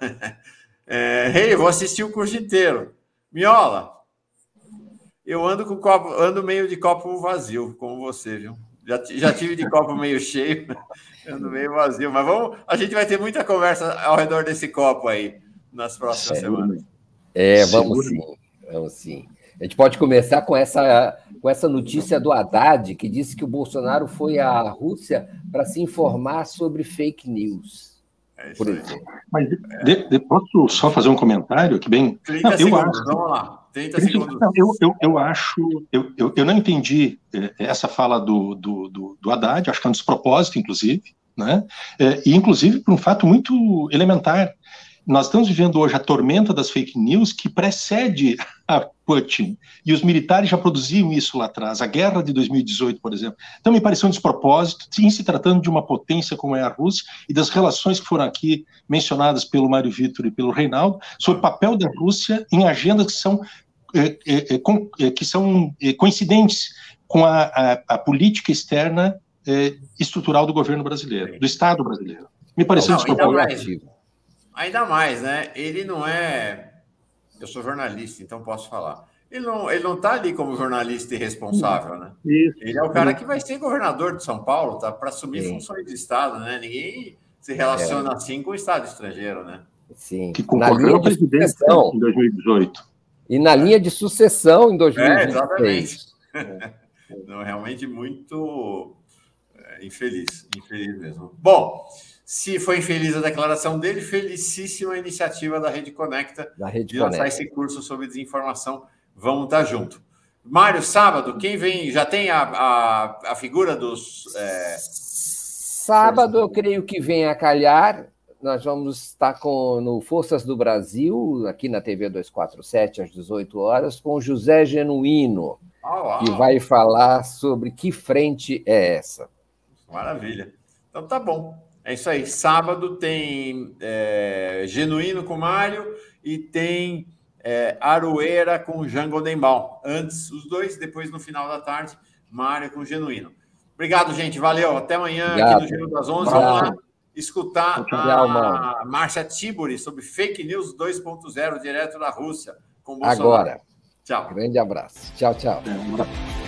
É, hey, vou assistir o curso inteiro. Miola, eu ando com copo, ando meio de copo vazio, como você, viu? Já, já tive de copo meio cheio, ando meio vazio. Mas vamos, a gente vai ter muita conversa ao redor desse copo aí nas próximas é, semanas. É, vamos sim. Vamos sim. A gente pode começar com essa, com essa notícia do Haddad, que disse que o Bolsonaro foi à Rússia para se informar sobre fake news. É por exemplo. Mas de, de, posso só fazer um comentário que bem. trinta não, segundos, eu acho, vamos lá. trinta trinta, segundos. Não, eu, eu, eu acho. Eu, eu, eu não entendi essa fala do, do, do, do Haddad, acho que é um despropósito, inclusive, né? E, inclusive, por um fato muito elementar. Nós estamos vivendo hoje a tormenta das fake news que precede a Putin, e os militares já produziam isso lá atrás, a guerra de dois mil e dezoito, por exemplo. Então me pareceu um despropósito, em se tratando de uma potência como é a Rússia, e das relações que foram aqui mencionadas pelo Mário Vitor e pelo Reinaldo, sobre o papel da Rússia em agendas que são, é, é, com, é, que são é, coincidentes com a, a, a política externa é, estrutural do governo brasileiro, do Estado brasileiro. Me pareceu um despropósito. ainda mais, né? Ele não é... Eu sou jornalista, então posso falar. Ele não ele não está ali como jornalista irresponsável, né? Isso. Ele é o cara que vai ser governador de São Paulo, tá? Para assumir Sim. funções de Estado, né? Ninguém se relaciona É. assim com o Estado estrangeiro, né? Sim. Que Na concorreu linha ao de presidente sucessão. em dois mil e dezoito. E na linha de sucessão em dois mil e vinte e três. É, exatamente. Não, realmente muito é, infeliz, infeliz mesmo. Bom, se foi infeliz a declaração dele, felicíssima a iniciativa da Rede Conecta Da Rede de lançar Conecta. esse curso sobre desinformação. Vamos estar junto. Mário, sábado, quem vem? Já tem a, a, a figura dos... É... Sábado, eu creio que vem a calhar. Nós vamos estar com, no Forças do Brasil, aqui na T V duzentos e quarenta e sete, às dezoito horas, com José Genuíno, Oh, que vai falar sobre que frente é essa. Maravilha. Então tá bom. É isso aí. Sábado tem é, Genuíno com Mário e tem é, Aroeira com Jean Goldenbaum. Antes os dois, depois no final da tarde, Mário com Genuíno. Obrigado, gente. Valeu. Até amanhã Obrigado. aqui no Giro das onze. Tchau. Vamos lá escutar Tchau, a Márcia Tiburi sobre fake news dois ponto zero direto da Rússia com Bolsonaro. Agora. Tchau. Grande abraço. Tchau, tchau. É, um abraço.